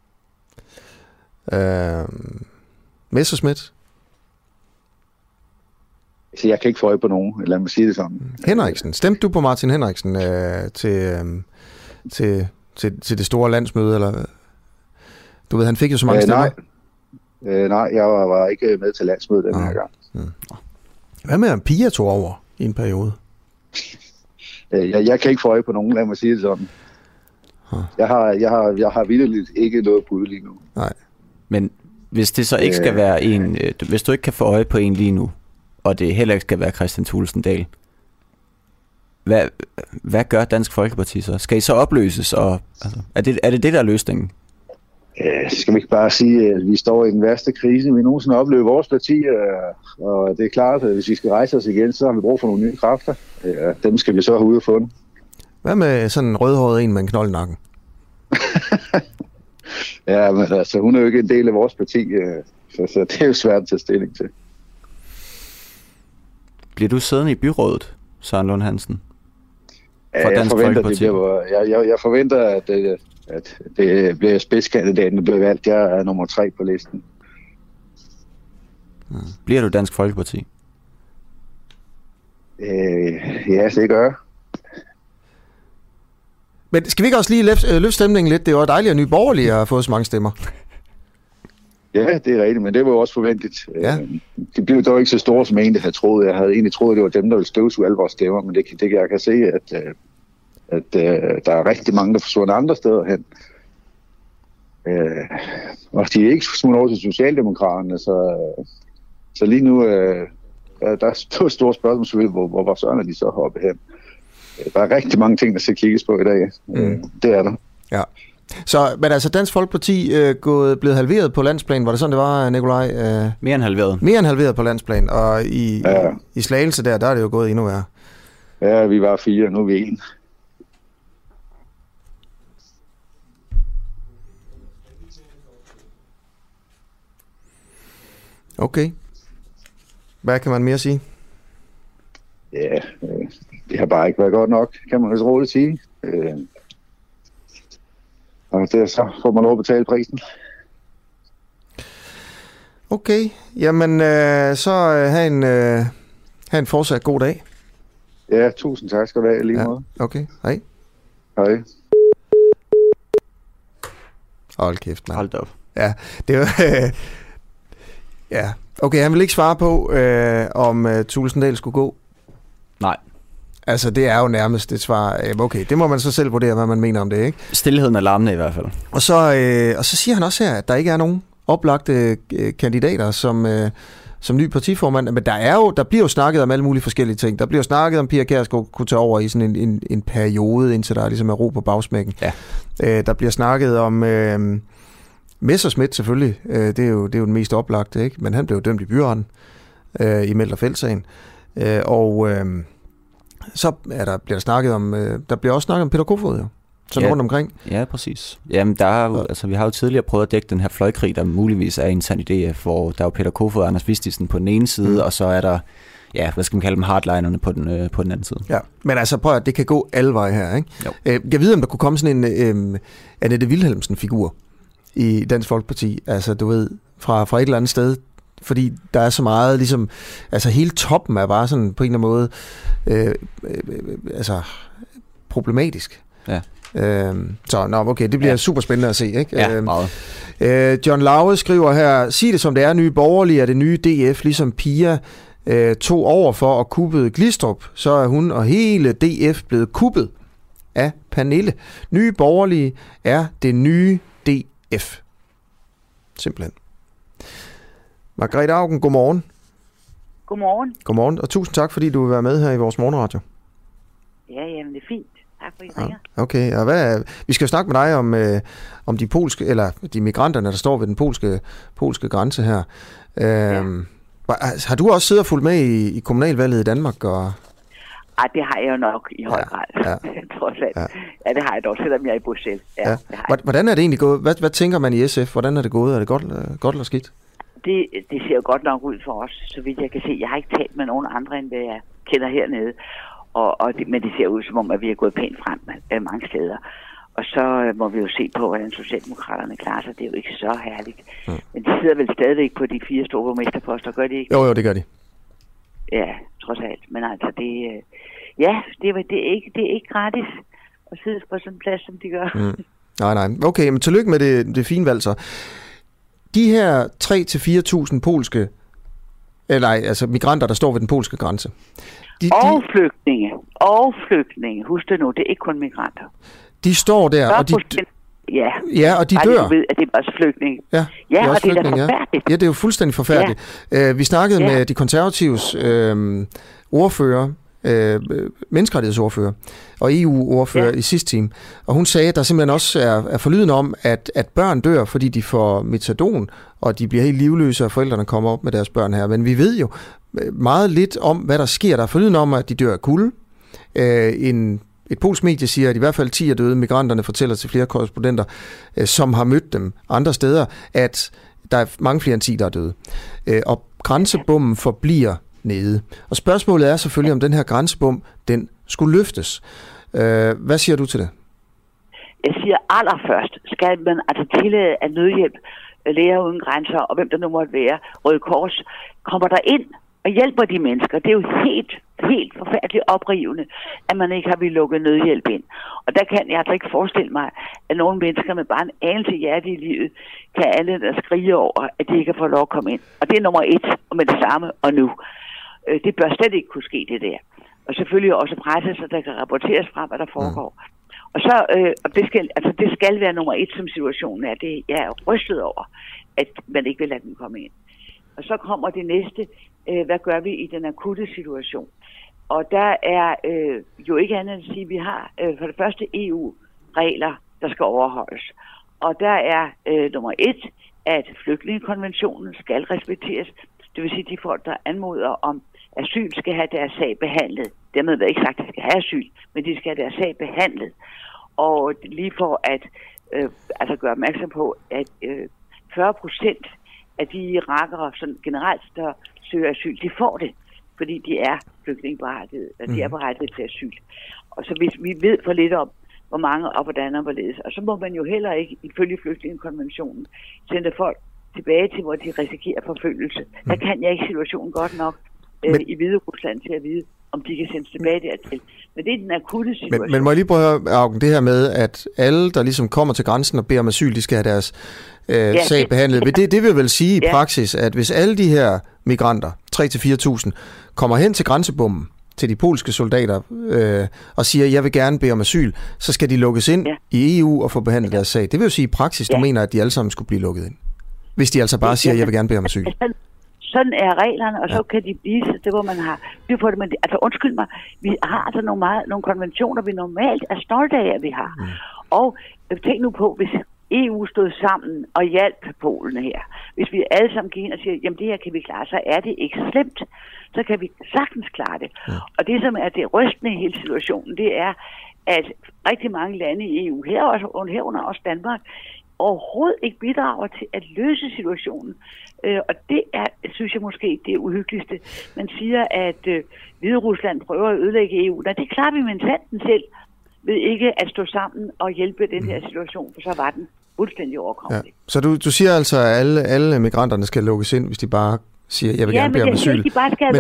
Speaker 1: Messerschmidt?
Speaker 19: Så jeg kan ikke få øje på nogen, lad mig sige det sådan.
Speaker 1: Henriksen. Stemte du på Martin Henriksen til det store landsmøde, eller? Du ved, han fik jo så mange stemmer.
Speaker 19: Nej, jeg var ikke med til landsmødet den her gang.
Speaker 1: Hvad med, at Pia tog over i en periode?
Speaker 19: Jeg kan ikke få øje på nogen, lad mig sige det sådan. Jeg har vitterligt ikke noget bud lige nu.
Speaker 1: Nej.
Speaker 2: Men hvis det så ikke skal være en, hvis du ikke kan få øje på en lige nu, og det heller ikke skal være Kristian Thulesen Dahl, hvad gør Dansk Folkeparti så? Skal I så opløses? Og, altså, er det der er løsningen?
Speaker 19: Skal vi ikke bare sige, at vi står i den værste krise, vi nogensinde oplever vores parti, og det er klart, at hvis vi skal rejse os igen, så har vi brug for nogle nye kræfter. Dem skal vi så have ude og fundet.
Speaker 1: Hvad med sådan en rødhåret en med en knold i nakken?
Speaker 19: Ja, men altså, hun er jo ikke en del af vores parti, så det er jo svært at tage stilling til.
Speaker 2: Bliver du siddende i byrådet, Søren Lund Hansen?
Speaker 19: Ja, jeg forventer, at det bliver spidskandidaten, der bliver valgt. Jeg er nummer 3 på listen.
Speaker 2: Bliver du Dansk Folkeparti?
Speaker 19: Ja, det gør jeg.
Speaker 1: Men skal vi ikke også lige løfte stemningen lidt? Det var dejligt, at Nye Borgerlige har fået så mange stemmer.
Speaker 19: Ja, det er rigtigt, men det var jo også forventeligt. Ja. De blev dog ikke så store, som jeg egentlig havde troet. Jeg havde egentlig troet, at det var dem, der ville støvsuge alle vores stemmer, men det jeg kan se, at der er rigtig mange, der forsvundet andre steder hen. Og de er ikke smut over til Socialdemokraterne, så lige nu der er store spørgsmål, selvfølgelig, hvor søren er de så hoppe hen. Der er rigtig mange ting, der skal kigges på i dag. Det er der.
Speaker 1: Ja. Så, men altså Dansk Folkeparti blevet halveret på landsplan, var det sådan, det var, Nikolaj?
Speaker 2: Mere end halveret.
Speaker 1: Mere end halveret på landsplan, og i Slagelse der er det jo gået endnu værre.
Speaker 19: Ja, vi var 4, nu er vi 1.
Speaker 1: Okay. Hvad kan man mere sige?
Speaker 19: Ja, det har bare ikke været godt nok, kan man så roligt sige. Og det, så får man lov at betale prisen.
Speaker 1: Okay, jamen så have en fortsat god dag.
Speaker 19: Ja, tusind tak skal du have lige måde.
Speaker 1: Okay, hej.
Speaker 19: Hej.
Speaker 1: Hold kæft, mand.
Speaker 2: Hold da op.
Speaker 1: Ja, det var... ja, okay, han vil ikke svare på, om Thulesen Dahl skulle gå.
Speaker 2: Nej.
Speaker 1: Altså, det er jo nærmest et svar. Okay, det må man så selv vurdere, hvad man mener om det, ikke?
Speaker 2: Stilheden er larmende i hvert fald.
Speaker 1: Og så siger han også her, at der ikke er nogen oplagte kandidater som ny partiformand. Men der bliver jo snakket om alle mulige forskellige ting. Der bliver jo snakket om, Pia Kjærsgaard kunne tage over i sådan en periode, indtil der ligesom er ro på bagsmækken.
Speaker 2: Ja.
Speaker 1: Der bliver snakket om Messerschmidt selvfølgelig. Det er jo den mest oplagte, ikke? Men han blev dømt i byretten i Meldt- Felt-sagen. Så bliver der snakket om, der bliver også snakket om Peter Kofod, jo. Sådan rundt omkring.
Speaker 2: Ja, præcis. Jamen, vi har jo tidligere prøvet at dække den her fløjkrig, der muligvis er internt i DF, hvor der er jo Peter Kofod og Anders Vistisen på den ene side, og så er der, ja, hvad skal man kalde dem, hardlinerne på den anden side. Ja, men altså prøv at det kan gå alle veje her, ikke? Jeg ved, om der kunne komme sådan en Annette Wilhelmsen-figur i Dansk Folkeparti, altså du ved, fra et eller andet sted, fordi der er så meget, ligesom, altså hele toppen er bare sådan på en eller anden måde, altså problematisk. Ja.
Speaker 1: Okay, det bliver super spændende at se, ikke?
Speaker 2: Ja, meget.
Speaker 1: John Laue skriver her, sig det som det er, Nye Borgerlige er det nye DF, ligesom Pia tog over for at kuppede Glistrup, så er hun og hele DF blevet kuppet af Pernille. Nye Borgerlige er det nye DF. Simpelthen. Margrethe Auken, godmorgen.
Speaker 20: Godmorgen.
Speaker 1: Godmorgen, og tusind tak, fordi du vil være med her i vores morgenradio.
Speaker 20: Ja, jamen det er fint. Tak for, I ringer.
Speaker 1: Okay, og vi skal jo snakke med dig om de polske, eller de migranterne, der står ved den polske grænse her. Har du også siddet og fulgt med i kommunalvalget i Danmark?
Speaker 20: Ej, det har jeg jo nok i høj grad, trods alt. Ja, det har jeg dog, selvom jeg er i Bruxelles. Ja.
Speaker 1: Hvordan er det egentlig gået? Hvad tænker man i SF? Hvordan er det gået? Er det godt eller skidt?
Speaker 20: Det ser jo godt nok ud for os, så vidt jeg kan se. Jeg har ikke talt med nogen andre, end hvad jeg kender hernede. Men det ser ud som om, at vi er gået pænt frem mange steder. Og så må vi jo se på, hvordan Socialdemokraterne klarer sig. Det er jo ikke så herligt. Men de sidder vel stadigvæk på de 4 store borgmesterposter, gør de ikke?
Speaker 1: Jo, det gør de.
Speaker 20: Ja, trods alt. Men altså, det er ikke gratis at sidde på sådan en plads, som de gør.
Speaker 1: Nej. Okay, men tillykke med det fine valg så. De her 3-4.000 polske, altså migranter, der står ved den polske grænse.
Speaker 20: Flygtninge. Husk det nu, det er ikke kun migranter.
Speaker 1: De står der, og de dør.
Speaker 20: Du ved, at det er også flygtninge.
Speaker 1: Ja,
Speaker 20: og det er da forfærdeligt.
Speaker 1: Ja, det er jo fuldstændig forfærdeligt. Ja. Vi snakkede med de konservatives ordfører, menneskerettighedsordfører og EU-ordfører i sidste time, og hun sagde, at der simpelthen også er forlyden om, at børn dør, fordi de får metadon, og de bliver helt livløse, og forældrene kommer op med deres børn her. Men vi ved jo meget lidt om, hvad der sker. Der er forlyden om, at de dør af kulde. Et polsk medie siger, at i hvert fald 10 er døde. Migranterne fortæller til flere korrespondenter, som har mødt dem andre steder, at der er mange flere end 10, der er døde. Og grænsebommen forbliver nede. Og spørgsmålet er selvfølgelig, om den her grænsebom, den skulle løftes. Hvad siger du til det?
Speaker 20: Jeg siger allerførst, skal man altså tillade, at nødhjælp, Læger Uden Grænser og hvem der nu måtte være, Røde Kors, kommer der ind og hjælper de mennesker. Det er jo helt forfærdeligt oprivende, at man ikke har vil lukke nødhjælp ind. Og der kan jeg altså ikke forestille mig, at nogle mennesker med bare en anelse hjerte i livet, kan alle der skrige over, at de ikke kan få lov at komme ind. Og det er nummer 1, og med det samme og nu. Det bør slet ikke kunne ske, det der. Og selvfølgelig også presse, så der kan rapporteres frem, hvad der foregår. Og så, det skal være nummer 1, som situationen er. Jeg er rystet over, at man ikke vil lade dem komme ind. Og så kommer det næste, hvad gør vi i den akutte situation? Og der er jo ikke andet end at sige, at vi har for det første EU-regler, der skal overholdes. Og der er nummer 1, at flygtningekonventionen skal respekteres. Det vil sige, at de folk, der anmoder om asyl, skal have deres sag behandlet. Dermed er det ikke sagt, at de skal have asyl, men de skal have deres sag behandlet. Og lige for at gøre opmærksom på, at 40% af de irakere, som generelt der søger asyl, de får det, fordi de er flygtningeberettigede, og de er berettiget til asyl. Og så hvis vi ved for lidt om, hvor mange og hvordan og hvorledes, og så må man jo heller ikke, ifølge flygtningekonventionen, sende folk tilbage til, hvor de risikerer forfølgelse. Der kan jeg ikke situationen godt nok i Hvide Rusland til at vide, om de kan sendes tilbage dertil. Men det er den akutte situation.
Speaker 1: Men må jeg lige prøve at høre, Augen, det her med, at alle, der ligesom kommer til grænsen og beder om asyl, de skal have deres sag behandlet. Det vil vel sige i praksis, at hvis alle de her migranter, 3-4.000, kommer hen til grænsebommen, til de polske soldater, og siger, jeg vil gerne bede om asyl, så skal de lukkes ind i EU og få behandlet deres sag. Det vil jo sige i praksis, du mener, at de alle sammen skulle blive lukket ind. Hvis de altså bare siger, jeg vil gerne bede om asyl.
Speaker 20: Sådan er reglerne, og så kan de blive det, hvor man har styr på det. Men altså, undskyld mig, vi har altså nogle konventioner, vi normalt er stolte af, at vi har. Og tænk nu på, hvis EU stod sammen og hjalp Polen her. Hvis vi alle sammen gik ind og siger, jamen det her kan vi klare, så er det ikke slemt. Så kan vi sagtens klare det. Og det, som er det rystende i hele situationen, det er, at rigtig mange lande i EU, herunder også Danmark, overhovedet ikke bidrager til at løse situationen. Og det er, synes jeg måske, det uhyggeligste. Man siger, at Hvide Rusland prøver at ødelægge EU. Nej, det klarer vi med en selv, ved ikke at stå sammen og hjælpe den her situation, for så var den fuldstændig overkommelig.
Speaker 1: Ja. Så du siger altså, at alle migranterne skal lukkes ind, hvis de bare siger, jeg vil gerne bede om asyl.
Speaker 20: Men de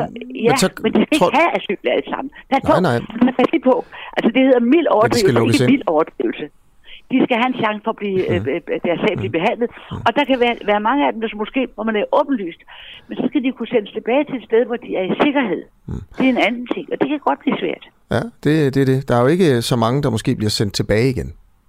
Speaker 20: skal ikke have asyl alle sammen. Pas på, man kan sige på. Altså det hedder mild overdrivelse, ikke mild overdrivelse. De skal have en chance for at blive, deres sag blive behandlet. Og der kan være mange af dem, der måske, hvor man er åbenlyst. Men så skal de kunne sendes tilbage til et sted, hvor de er i sikkerhed. Det er en anden ting, og det kan godt blive svært.
Speaker 1: Ja, det er det. Der er jo ikke så mange, der måske bliver sendt tilbage igen.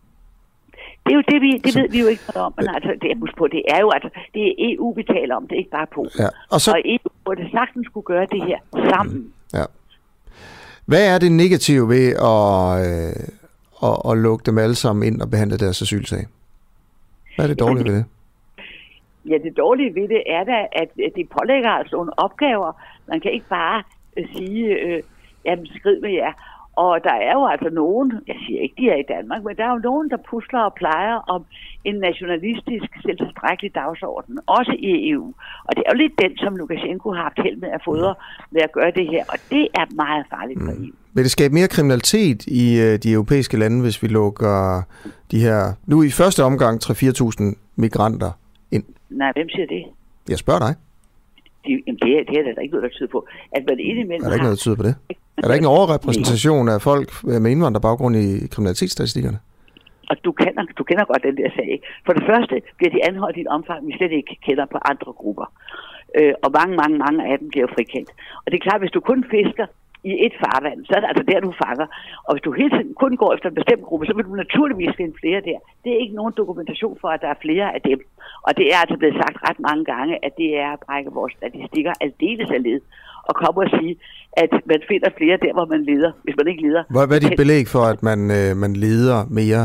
Speaker 20: Det er jo det ved vi jo ikke noget om. Men altså, det er jo altså, det er EU, vi taler om, det er ikke bare Polen. Ja. Og EU burde sagtens skulle gøre det her sammen.
Speaker 1: Ja. Hvad er det negative ved at lukke dem alle sammen ind og behandle deres asylsag? Hvad er det dårlige ved det?
Speaker 20: Ja, det dårlige ved det er da, at de pålægger altså nogle opgaver. Man kan ikke bare sige, jamen skrid med jer. Og der er jo altså nogen, jeg siger ikke, de er i Danmark, men der er jo nogen, der pusler og plejer om en nationalistisk, selvtilstrækkelig dagsorden, også i EU. Og det er jo lidt den, som Lukashenko har haft held med at fodre ved at gøre det her, og det er meget farligt for EU.
Speaker 1: Vil det skabe mere kriminalitet i de europæiske lande, hvis vi lukker de her, nu i første omgang 3-4.000 migranter ind?
Speaker 20: Nej, hvem siger det?
Speaker 1: Jeg spørger dig.
Speaker 20: Det er der ikke noget, der tyder på. At man indimellem
Speaker 1: er der ikke noget, der tyder på det? Er der ikke en overrepræsentation af folk med indvandrerbaggrund i kriminalitetsstatistikkerne?
Speaker 20: Og du kender godt den der sag. For det første bliver de anholdt i et omfang, vi slet ikke kender på andre grupper. Og mange af dem bliver frikendt. Og det er klart, hvis du kun fisker i et farvand, så er det altså der, du fanger. Og hvis du hele tiden kun går efter en bestemt gruppe, så vil du naturligvis finde flere der. Det er ikke nogen dokumentation for, at der er flere af dem. Og det er altså blevet sagt ret mange gange, at det er at brække vores statistikker aldeles af led. Og komme og sige, at man finder flere der, hvor man leder, hvis man ikke leder.
Speaker 1: Hvad er dit belæg for, at man leder mere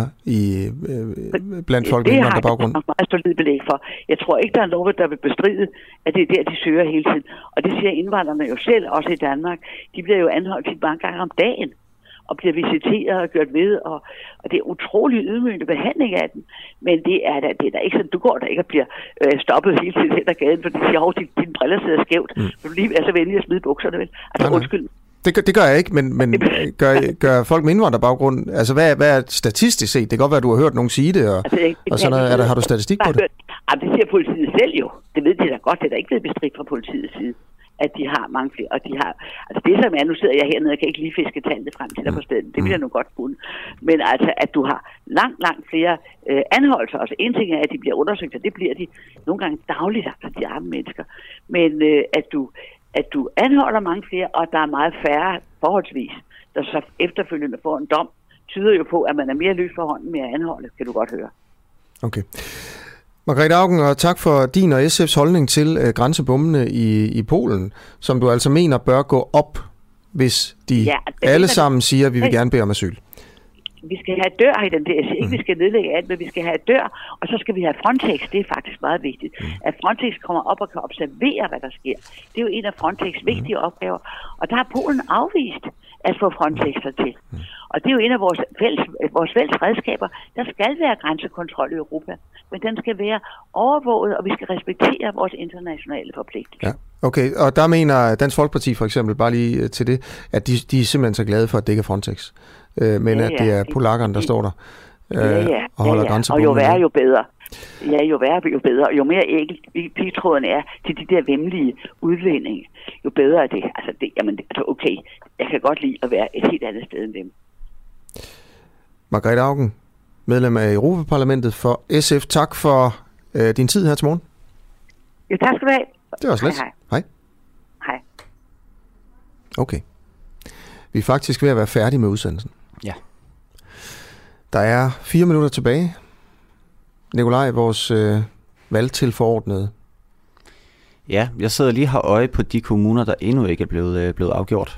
Speaker 1: blandt folk med indvandrerbaggrund?
Speaker 20: Det har jeg meget solidt belæg for. Jeg tror ikke, der er nogen, der vil bestride, at det er der, de søger hele tiden. Og det siger indvandrerne jo selv, også i Danmark. De bliver jo anholdt mange gange om dagen, og bliver visiteret og gjort ved, og det er utrolig ydmygende behandling af dem. Men det er da ikke sådan, du går der ikke og bliver stoppet hele tiden hen ad gaden, fordi de siger, at dine briller sidder skævt. Du lige er så venlig at smide bukserne, vel? Altså, undskyld.
Speaker 1: Det gør jeg ikke, men gør folk med indvandrerbaggrund, altså hvad er statistisk set? Det kan godt være, at du har hørt nogen sige det, og sådan noget. Har du statistik på det?
Speaker 20: Det siger politiet selv jo. Det ved de da godt, det er da ikke blevet bestridt fra politiets side, at de har mange flere, og de har, altså det som er, nu sidder jeg hernede, jeg kan ikke lige fiske tallene frem til dig på stedet, det vil jeg nu godt kunne, men altså, at du har langt flere anholdelser, altså en ting er, at de bliver undersøgt, og det bliver de nogle gange dagligt, altså de arme mennesker, men at du anholder mange flere, og der er meget færre forholdsvis, der så efterfølgende får en dom, tyder jo på, at man er mere løs for hånden med at anholde, kan du godt høre.
Speaker 1: Okay. Margrethe Auken, og tak for din og SF's holdning til grænsebommene i Polen, som du altså mener bør gå op, hvis de alle sammen siger, at vi vil gerne bede om asyl.
Speaker 20: Vi skal have dør i den der. Jeg siger ikke, vi skal nedlægge alt, men vi skal have dør, og så skal vi have Frontex. Det er faktisk meget vigtigt. At Frontex kommer op og kan observere, hvad der sker. Det er jo en af Frontex' vigtige opgaver. Og der har Polen afvist at få Frontex til. Og det er jo en af vores fælles redskaber. Der skal være grænsekontrol i Europa, men den skal være overvåget, og vi skal respektere vores internationale forpligtelser.
Speaker 1: Ja. Okay, og der mener Dansk Folkeparti for eksempel, bare lige til det, at de er simpelthen så glade for, at det ikke er Frontex, men at det er polakkerne, der står der og holder grænser på.
Speaker 20: Og jo værre, jo bedre. Ja, jo værre, jo bedre. Jo mere pigtråden er til de der vemmelige udlændinge, jo bedre er det. Altså, okay, jeg kan godt lide at være et helt andet sted end dem.
Speaker 1: Margrethe Auken, medlem af Europaparlamentet for SF. Tak for din tid her til morgen.
Speaker 20: Ja, tak skal du have.
Speaker 1: Det var slet. Hej.
Speaker 20: Hej.
Speaker 1: Okay. Vi er faktisk ved at være færdige med udsendelsen.
Speaker 2: Ja.
Speaker 1: Der er 4 minutter tilbage. Nikolaj, vores valgtilforordnede.
Speaker 2: Ja, jeg sidder lige har øje på de kommuner, der endnu ikke er blevet afgjort.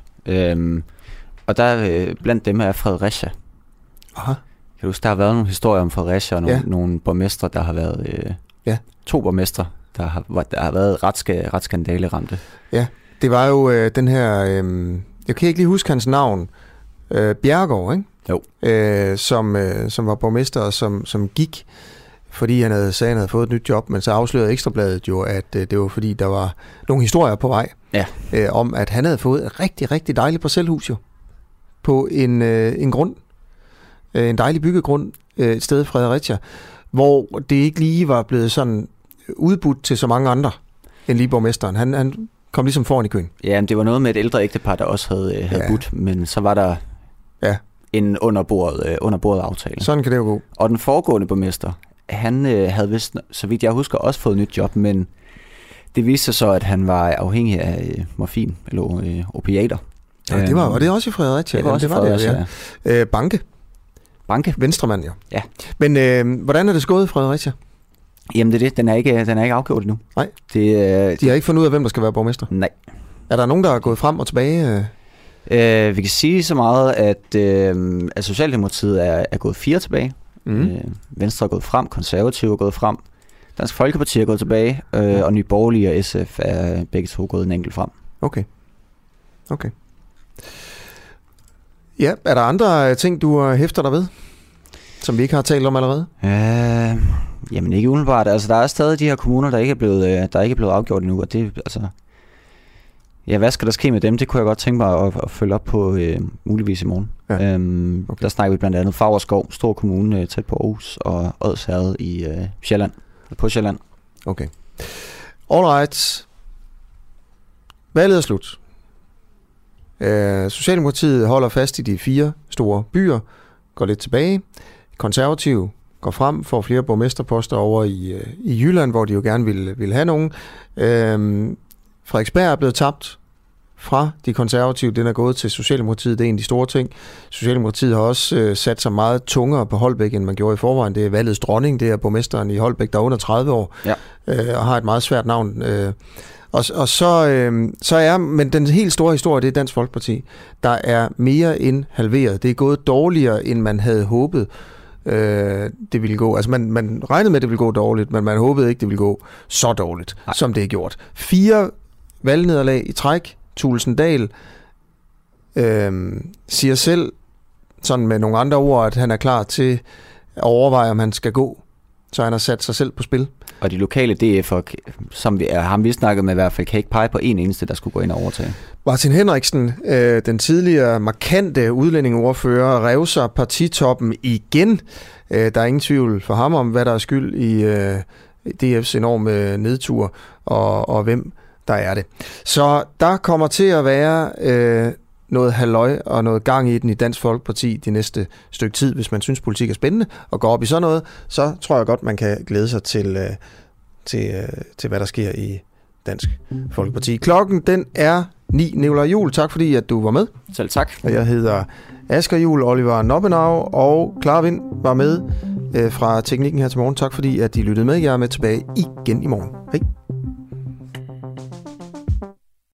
Speaker 2: Og der blandt dem er Fredericia.
Speaker 1: Aha.
Speaker 2: Kan du huske, der har været nogle historier om Fredericia, og nogle borgmestre, der har været... 2 borgmestre, der har været ret skandaleramte.
Speaker 1: Ja, det var jo den her... jeg kan ikke lige huske hans navn. Bjerregaard, ikke?
Speaker 2: Jo.
Speaker 1: Som var borgmester, og som gik, fordi han havde fået et nyt job, men så afslørede Ekstrabladet jo, at det var fordi, der var nogle historier på vej, om at han havde fået et rigtig, rigtig dejligt parcelhus jo, på en grund, en dejlig byggegrund, et sted i Fredericia, hvor det ikke lige var blevet sådan udbudt til så mange andre end lige borgmesteren. Han kom ligesom foran i køen.
Speaker 2: Ja, men det var noget med et ældre ægtepar, der også havde budt, men så var der en underbordet aftale.
Speaker 1: Sådan kan det jo gå.
Speaker 2: Og den foregående borgmester, han havde vist, så vidt jeg husker, også fået et nyt job, men det viste sig så, at han var afhængig af morfin eller opiater.
Speaker 1: Ja, det var også i Fredericia.
Speaker 2: Det var også i Fredericia,
Speaker 1: ja. Banke. Venstremand, ja. Men hvordan er det gået i Fredericia?
Speaker 2: Jamen det er det. Den er ikke afgjort endnu.
Speaker 1: Nej. De har ikke fundet ud af, hvem der skal være borgmester?
Speaker 2: Nej.
Speaker 1: Er der nogen, der er gået frem og tilbage?
Speaker 2: Vi kan sige så meget, at Socialdemokratiet er gået 4 tilbage. Venstre er gået frem, Konservative er gået frem, Dansk Folkeparti er gået tilbage, og Nye Borgerlige og SF er begge to gået en enkelt frem.
Speaker 1: Okay. Ja, er der andre ting, du hæfter dig ved, som vi ikke har talt om allerede?
Speaker 2: Jamen ikke umiddelbart. Altså, der er stadig de her kommuner, der ikke er blevet afgjort endnu, og det altså... Ja, hvad skal der ske med dem? Det kunne jeg godt tænke mig at følge op på muligvis i morgen. Ja. Okay. Der snakker vi blandt andet Favrskov, stor kommune tæt på Aarhus, og Odsherred i Sjælland, på Sjælland.
Speaker 1: Okay. Alright. Valget er slut. Socialdemokratiet holder fast i de 4 store byer, går lidt tilbage. Konservative går frem, får flere borgmesterposter over i Jylland, hvor de jo gerne ville have nogen. Frederiksberg er blevet tabt fra de konservative. Den er gået til Socialdemokratiet. Det er en af de store ting. Socialdemokratiet har også sat sig meget tungere på Holbæk, end man gjorde i forvejen. Det er valgets dronning. Det er borgmesteren i Holbæk, der er under 30 år. Ja. Og har et meget svært navn. Og så er, men den helt store historie, det er Dansk Folkeparti. Der er mere end halveret. Det er gået dårligere, end man havde håbet, det ville gå. Altså man regnede med, at det ville gå dårligt, men man håbede ikke, det ville gå så dårligt, som det er gjort. 4 valgnederlag i træk. Thulesen Dahl siger selv, sådan med nogle andre ord, at han er klar til at overveje, om han skal gå. Så han har sat sig selv på spil.
Speaker 2: Og de lokale DF'er, som vi snakket med i hvert fald, kan ikke pege på en eneste, der skulle gå ind og overtage.
Speaker 1: Martin Henriksen, den tidligere markante udlændingeordfører, rev sig partitoppen igen. Der er ingen tvivl for ham om, hvad der er skyld i DF's enorme nedtur, og hvem der er det. Så der kommer til at være noget halløj og noget gang i den i Dansk Folkeparti de næste stykke tid. Hvis man synes, politik er spændende og går op i sådan noget, så tror jeg godt, man kan glæde sig til hvad der sker i Dansk Folkeparti. Klokken, den er 9. Nicolai Juhl, tak fordi at du var med.
Speaker 2: Selv tak.
Speaker 1: Og jeg hedder Asger Juhl, Oliver Noppenau og Clara Vind var med fra Teknikken her til morgen. Tak fordi at de lyttede med. Jeg er med tilbage igen i morgen. Hej.